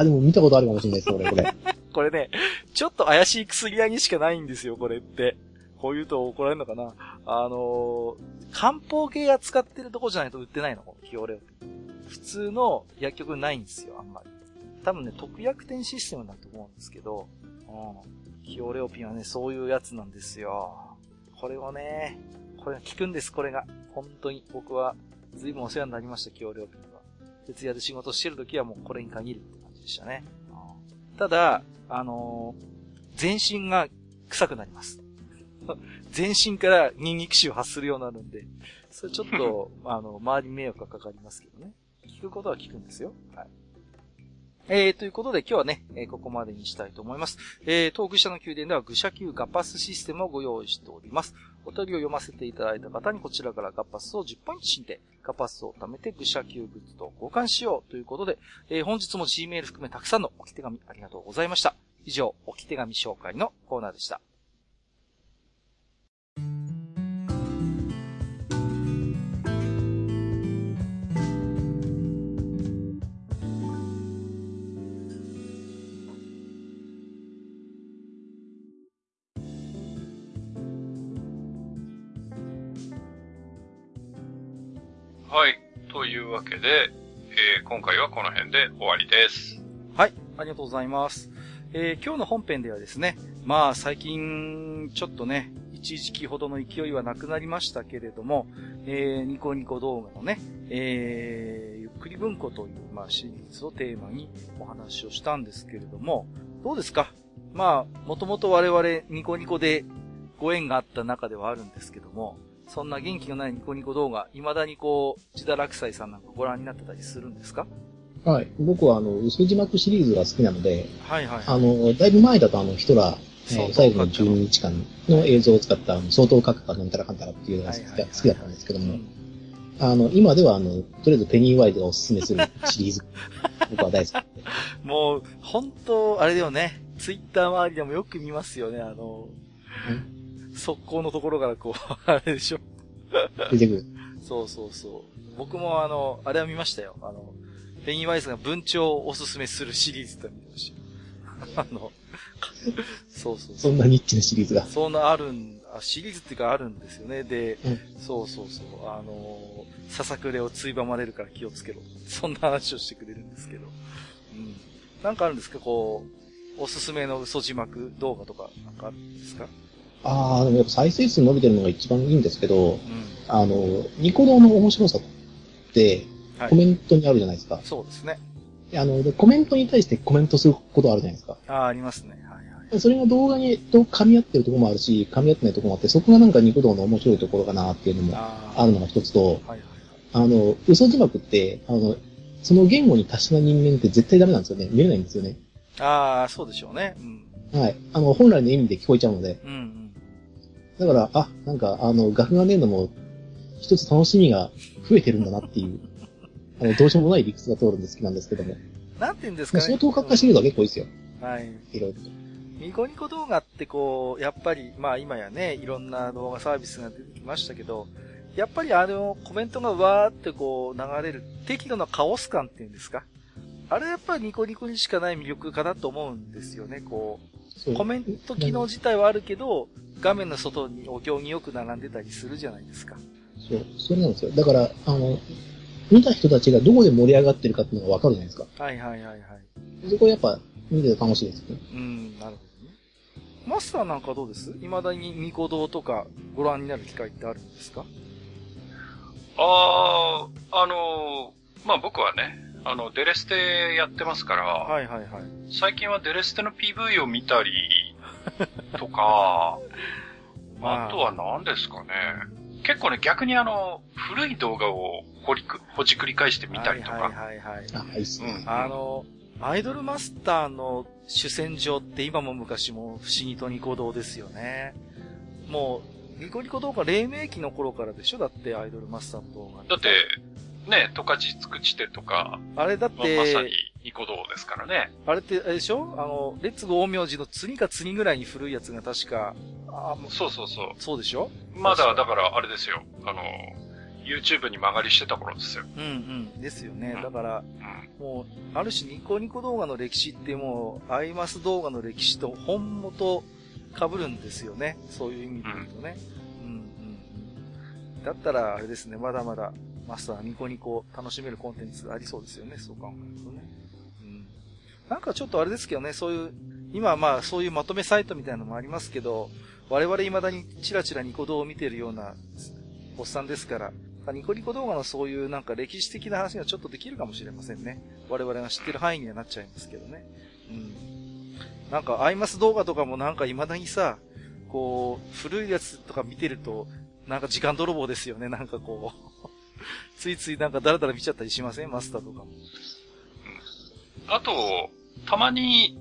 でも見たことあるかもしれないです、これ。 これね、ちょっと怪しい薬屋にしかないんですよ、これって。こう言うと怒られるのかな。漢方系扱ってるとこじゃないと売ってないの、この強量ピン。普通の薬局ないんですよ、あんまり。多分ね、特約店システムだと思うんですけど、強量ピンはね、そういうやつなんですよ。これが効くんです、これが。本当に。僕は、随分お世話になりました、強量ピンは。徹夜で仕事してるときはもうこれに限るって感じでしたね。ただ、全身が臭くなります。全身からニンニク臭を発するようになるんで、それちょっと、周りに迷惑がかかりますけどね。効くことは効くんですよ。はい。ということで今日はね、ここまでにしたいと思います。東具社の宮殿では愚者級ガパスシステムをご用意しております。お便りを読ませていただいた方にこちらからガパスを10ポイント進呈、ガパスを貯めて愚者級グッズと交換しようということで、本日も Gmail 含めたくさんの置き手紙ありがとうございました。以上、置き手紙紹介のコーナーでした。 はい。というわけで、今回はこの辺で終わりです。 はい。ありがとうございます。今日の本編ではですね、まあ最近ちょっとね、一時期ほどの勢いはなくなりましたけれども、ニコニコ動画のね、ゆっくり文庫という、まあシリーズをテーマにお話をしたんですけれども、どうですか？まあ、もともと我々ニコニコでご縁があった中ではあるんですけども、そんな元気のないニコニコ動画、未だにジダラクサイさんなんかご覧になってたりするんですか？ はい。僕は薄字幕シリーズが好きなので、 はいはい。 だいぶ前だとヒトラー、最後の12日間の映像を使った相当閣下なんたらかんたらっていうのが好きだったんですけども、 今ではとりあえずペニーワイズがおすすめするシリーズ、僕は大好きで。 もう、本当あれだよね。ツイッター周りでもよく見ますよね、速攻のところからこう、あれでしょ。 出てくる。 そうそうそう。僕もあれは見ましたよ。ペニーワイズが文鳥をおすすめするシリーズと見てました。そうそう。 そんなニッチなシリーズが。 そんなシリーズっていうかあるんですよね。で、そうそうそう。ささくれをついばまれるから気をつけろ。そんな話をしてくれるんですけど。なんかあるんですかこう、おすすめの嘘字幕動画とかなんかあるんですか？ でもやっぱ再生数伸びてるのが一番いいんですけど、ニコ動の面白さって、コメントにあるじゃないですか。はい、 そうですね。 でコメントに対してコメントすることあるじゃないですか。 ありますね。はいはい。 それが動画と噛み合ってるところもあるし、噛み合ってないところもあって、そこがなんかニコ動の面白いところかなっていうのもあるのが一つと、はいはい、嘘字幕って、その言語に達した人間って絶対ダメなんですよね。見れないんですよね。 そうでしょうね。 はい。本来の意味で聞こえちゃうので。だから、なんか、楽がねえのも、一つ楽しみが増えてるんだなっていう、どうしようもない理屈が通るんで好きなんですけども。 なんて言うんですかね。 相当格好シリーズは結構いいですよ。 はい。 いろいろと。 ニコニコ動画ってこう、やっぱり、まあ今やね、いろんな動画サービスが出てきましたけど、やっぱりコメントがわーってこう流れる適度なカオス感っていうんですか。あれやっぱりニコニコにしかない魅力かなと思うんですよね、こう。コメント機能自体はあるけど、画面の外にお行儀よく並んでたりするじゃないですか。 そう、それなんですよ。だから、見た人たちがどこで盛り上がってるかっていうのがわかるじゃないですか。 はいはいはいはい。 そこはやっぱ見てて楽しいですよね。 なるほどね。マスターなんかどうです？未だにニコ動とかご覧になる機会ってあるんですか？ まあ僕はね、デレステやってますから、 はいはいはい。 最近はデレステの PV を見たり、とか、あとは何ですかね。結構ね、逆に古い動画をほじくり返してみたりとか。 はいはいはい。 いいっすね。 アイドルマスターの主戦場って今も昔も不思議とニコ動ですよね。もう、ニコニコ動画黎明期の頃からでしょ？だってアイドルマスターの動画。 だって、ね、十勝つくちてとか。 あれだって、 まさにニコ動ですからね。 あれって、あれでしょ？レッツゴー明治の次か次ぐらいに古いやつが確か、 そうそうそう。 そうでしょ？ まだ、だからあれですよ。YouTube に曲がりしてた頃ですよ。 ですよね。だから、もう、ある種ニコニコ動画の歴史ってもう、アイマス動画の歴史と本元被るんですよね。そういう意味で言うとね。だったら、あれですね、まだまだ、マスターニコニコ楽しめるコンテンツありそうですよね。そう考えるとね。なんかちょっとあれですけどね、そういう、今はまあそういうまとめサイトみたいなのもありますけど、我々未だにチラチラニコ動を見てるようなおっさんですから、ニコニコ動画のそういうなんか歴史的な話がちょっとできるかもしれませんね。我々が知ってる範囲にはなっちゃいますけどね。なんかアイマス動画とかもなんか未だにさ、こう、古いやつとか見てると、なんか時間泥棒ですよね。なんかこう、ついついなんかダラダラ見ちゃったりしません？マスターとかも。 あと、たまに、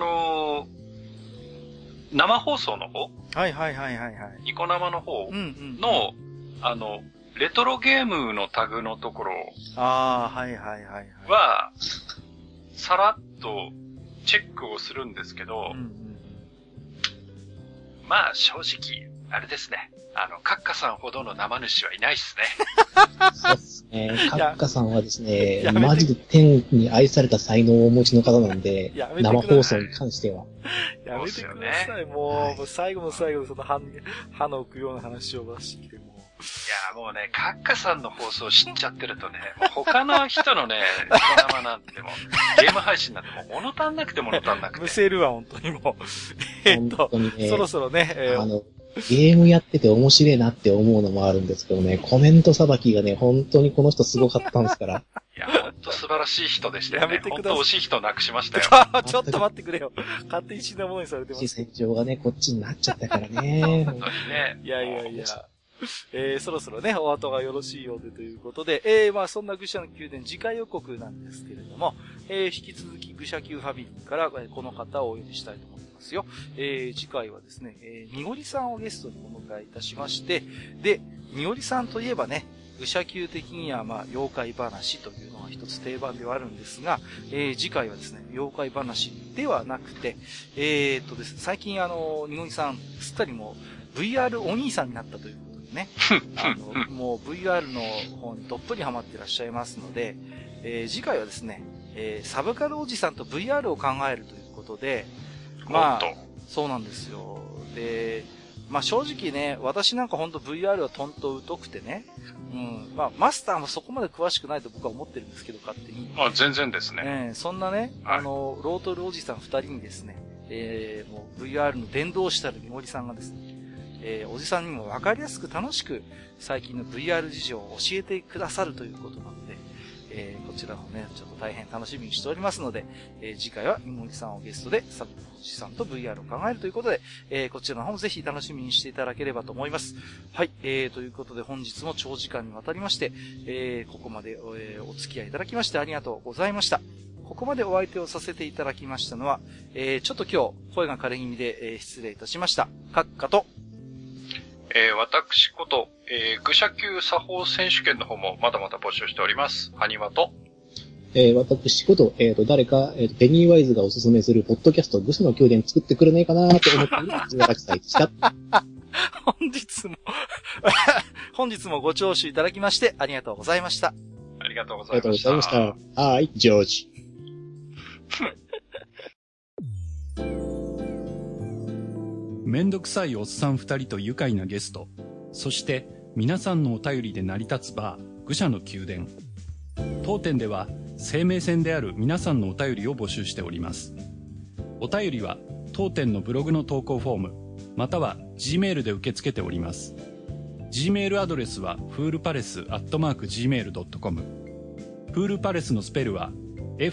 生放送の方？ はいはいはいはいはい。 ニコ生の方の、レトロゲームのタグのところはいはいはい。 は、さらっとチェックをするんですけど、まあ正直、あれですね。カッカさんほどの生主はいないっすね。 そうですね。カッカさんはですね、マジで天に愛された才能をお持ちの方なんで、生放送に関しては。 やめてください。もう最後の最後でその歯の浮くような話をしてきても。 いや、もうね、カッカさんの放送知っちゃってるとね、もう他の人のね、ニコ生なんても、ゲーム配信なんてもう物足んなくて物足んなくて。 むせるわ、本当にもう。そろそろね、 ゲームやってて面白いなって思うのもあるんですけどね、コメントさばきがね、本当にこの人すごかったんですから。 いや、本当素晴らしい人でしたよね。やめてください。本当惜しい人なくしましたよ。 ちょっと待ってくれよ。勝手に死んだものにされてます。 戦場がね、こっちになっちゃったからね。 本当にね。 いや。そろそろね、お後がよろしいようでということで、まあそんな愚者の宮殿次回予告なんですけれども、引き続き愚者級ファミリーからこの方をお呼びしたいと思いますよ。次回はですね、にごりさんをゲストにお迎えいたしまして、で、にごりさんといえばね、 愚者級的には妖怪話というのが一つ定番ではあるんですが、次回はですね、妖怪話ではなくて、ですね、最近にごりさん、すっかりもう VR お兄さんになったということでね、もう VR の方にどっぷりハマってらっしゃいますので、次回はですね、サブカルおじさんと VR を考えるということで、そうなんですよ。で、正直ね、私なんかほんと VR はとんと疎くてね、マスターもそこまで詳しくないと僕は思ってるんですけど、勝手に。 全然ですね。 そんなね、ロートルおじさん二人にですね、もう VR の伝道師たるみごりさんがですね、おじさんにもわかりやすく楽しく最近の VR 事情を教えてくださるということなので、こちらもね、ちょっと大変楽しみにしておりますので、次回はみごりさんをゲストでサブおじさんと VR を考えるということで、こちらの方もぜひ楽しみにしていただければと思います。はい、ということで本日も長時間にわたりまして、ここまで、お付き合いいただきましてありがとうございました。ここまでお相手をさせていただきましたのは、ちょっと今日声が枯れ気味で、失礼いたしました。閣下と、 私こと、愚者級作法選手権の方もまだまだ募集しております。ハニワと、 私こと、誰か、ペニーワイズがおすすめするポッドキャスト、愚者の宮殿作ってくれないかなと思っている私さいでした。 本日もご聴取いただきましてありがとうございました。 ありがとうございました。 はい、ジョージ。 めんどくさいおっさん二人と愉快なゲスト、そして皆さんのお便りで成り立つバー、愚者の宮殿。当店では生命線である皆さんのお便りを募集しております。お便りは当店のブログの投稿フォーム、または Gmail で受け付けております。Gmail アドレスはfoolpalace@gmail.com。フールパレスのスペルは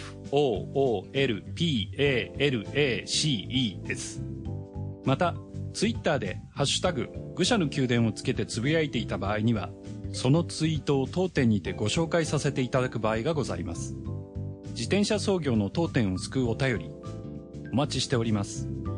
FOOLPALACE です。またツイッターでハッシュタグ愚者の宮殿をつけてつぶやいていた場合には、そのツイートを当店にてご紹介させていただく場合がございます。自転車操業の当店を救うお便りお待ちしております。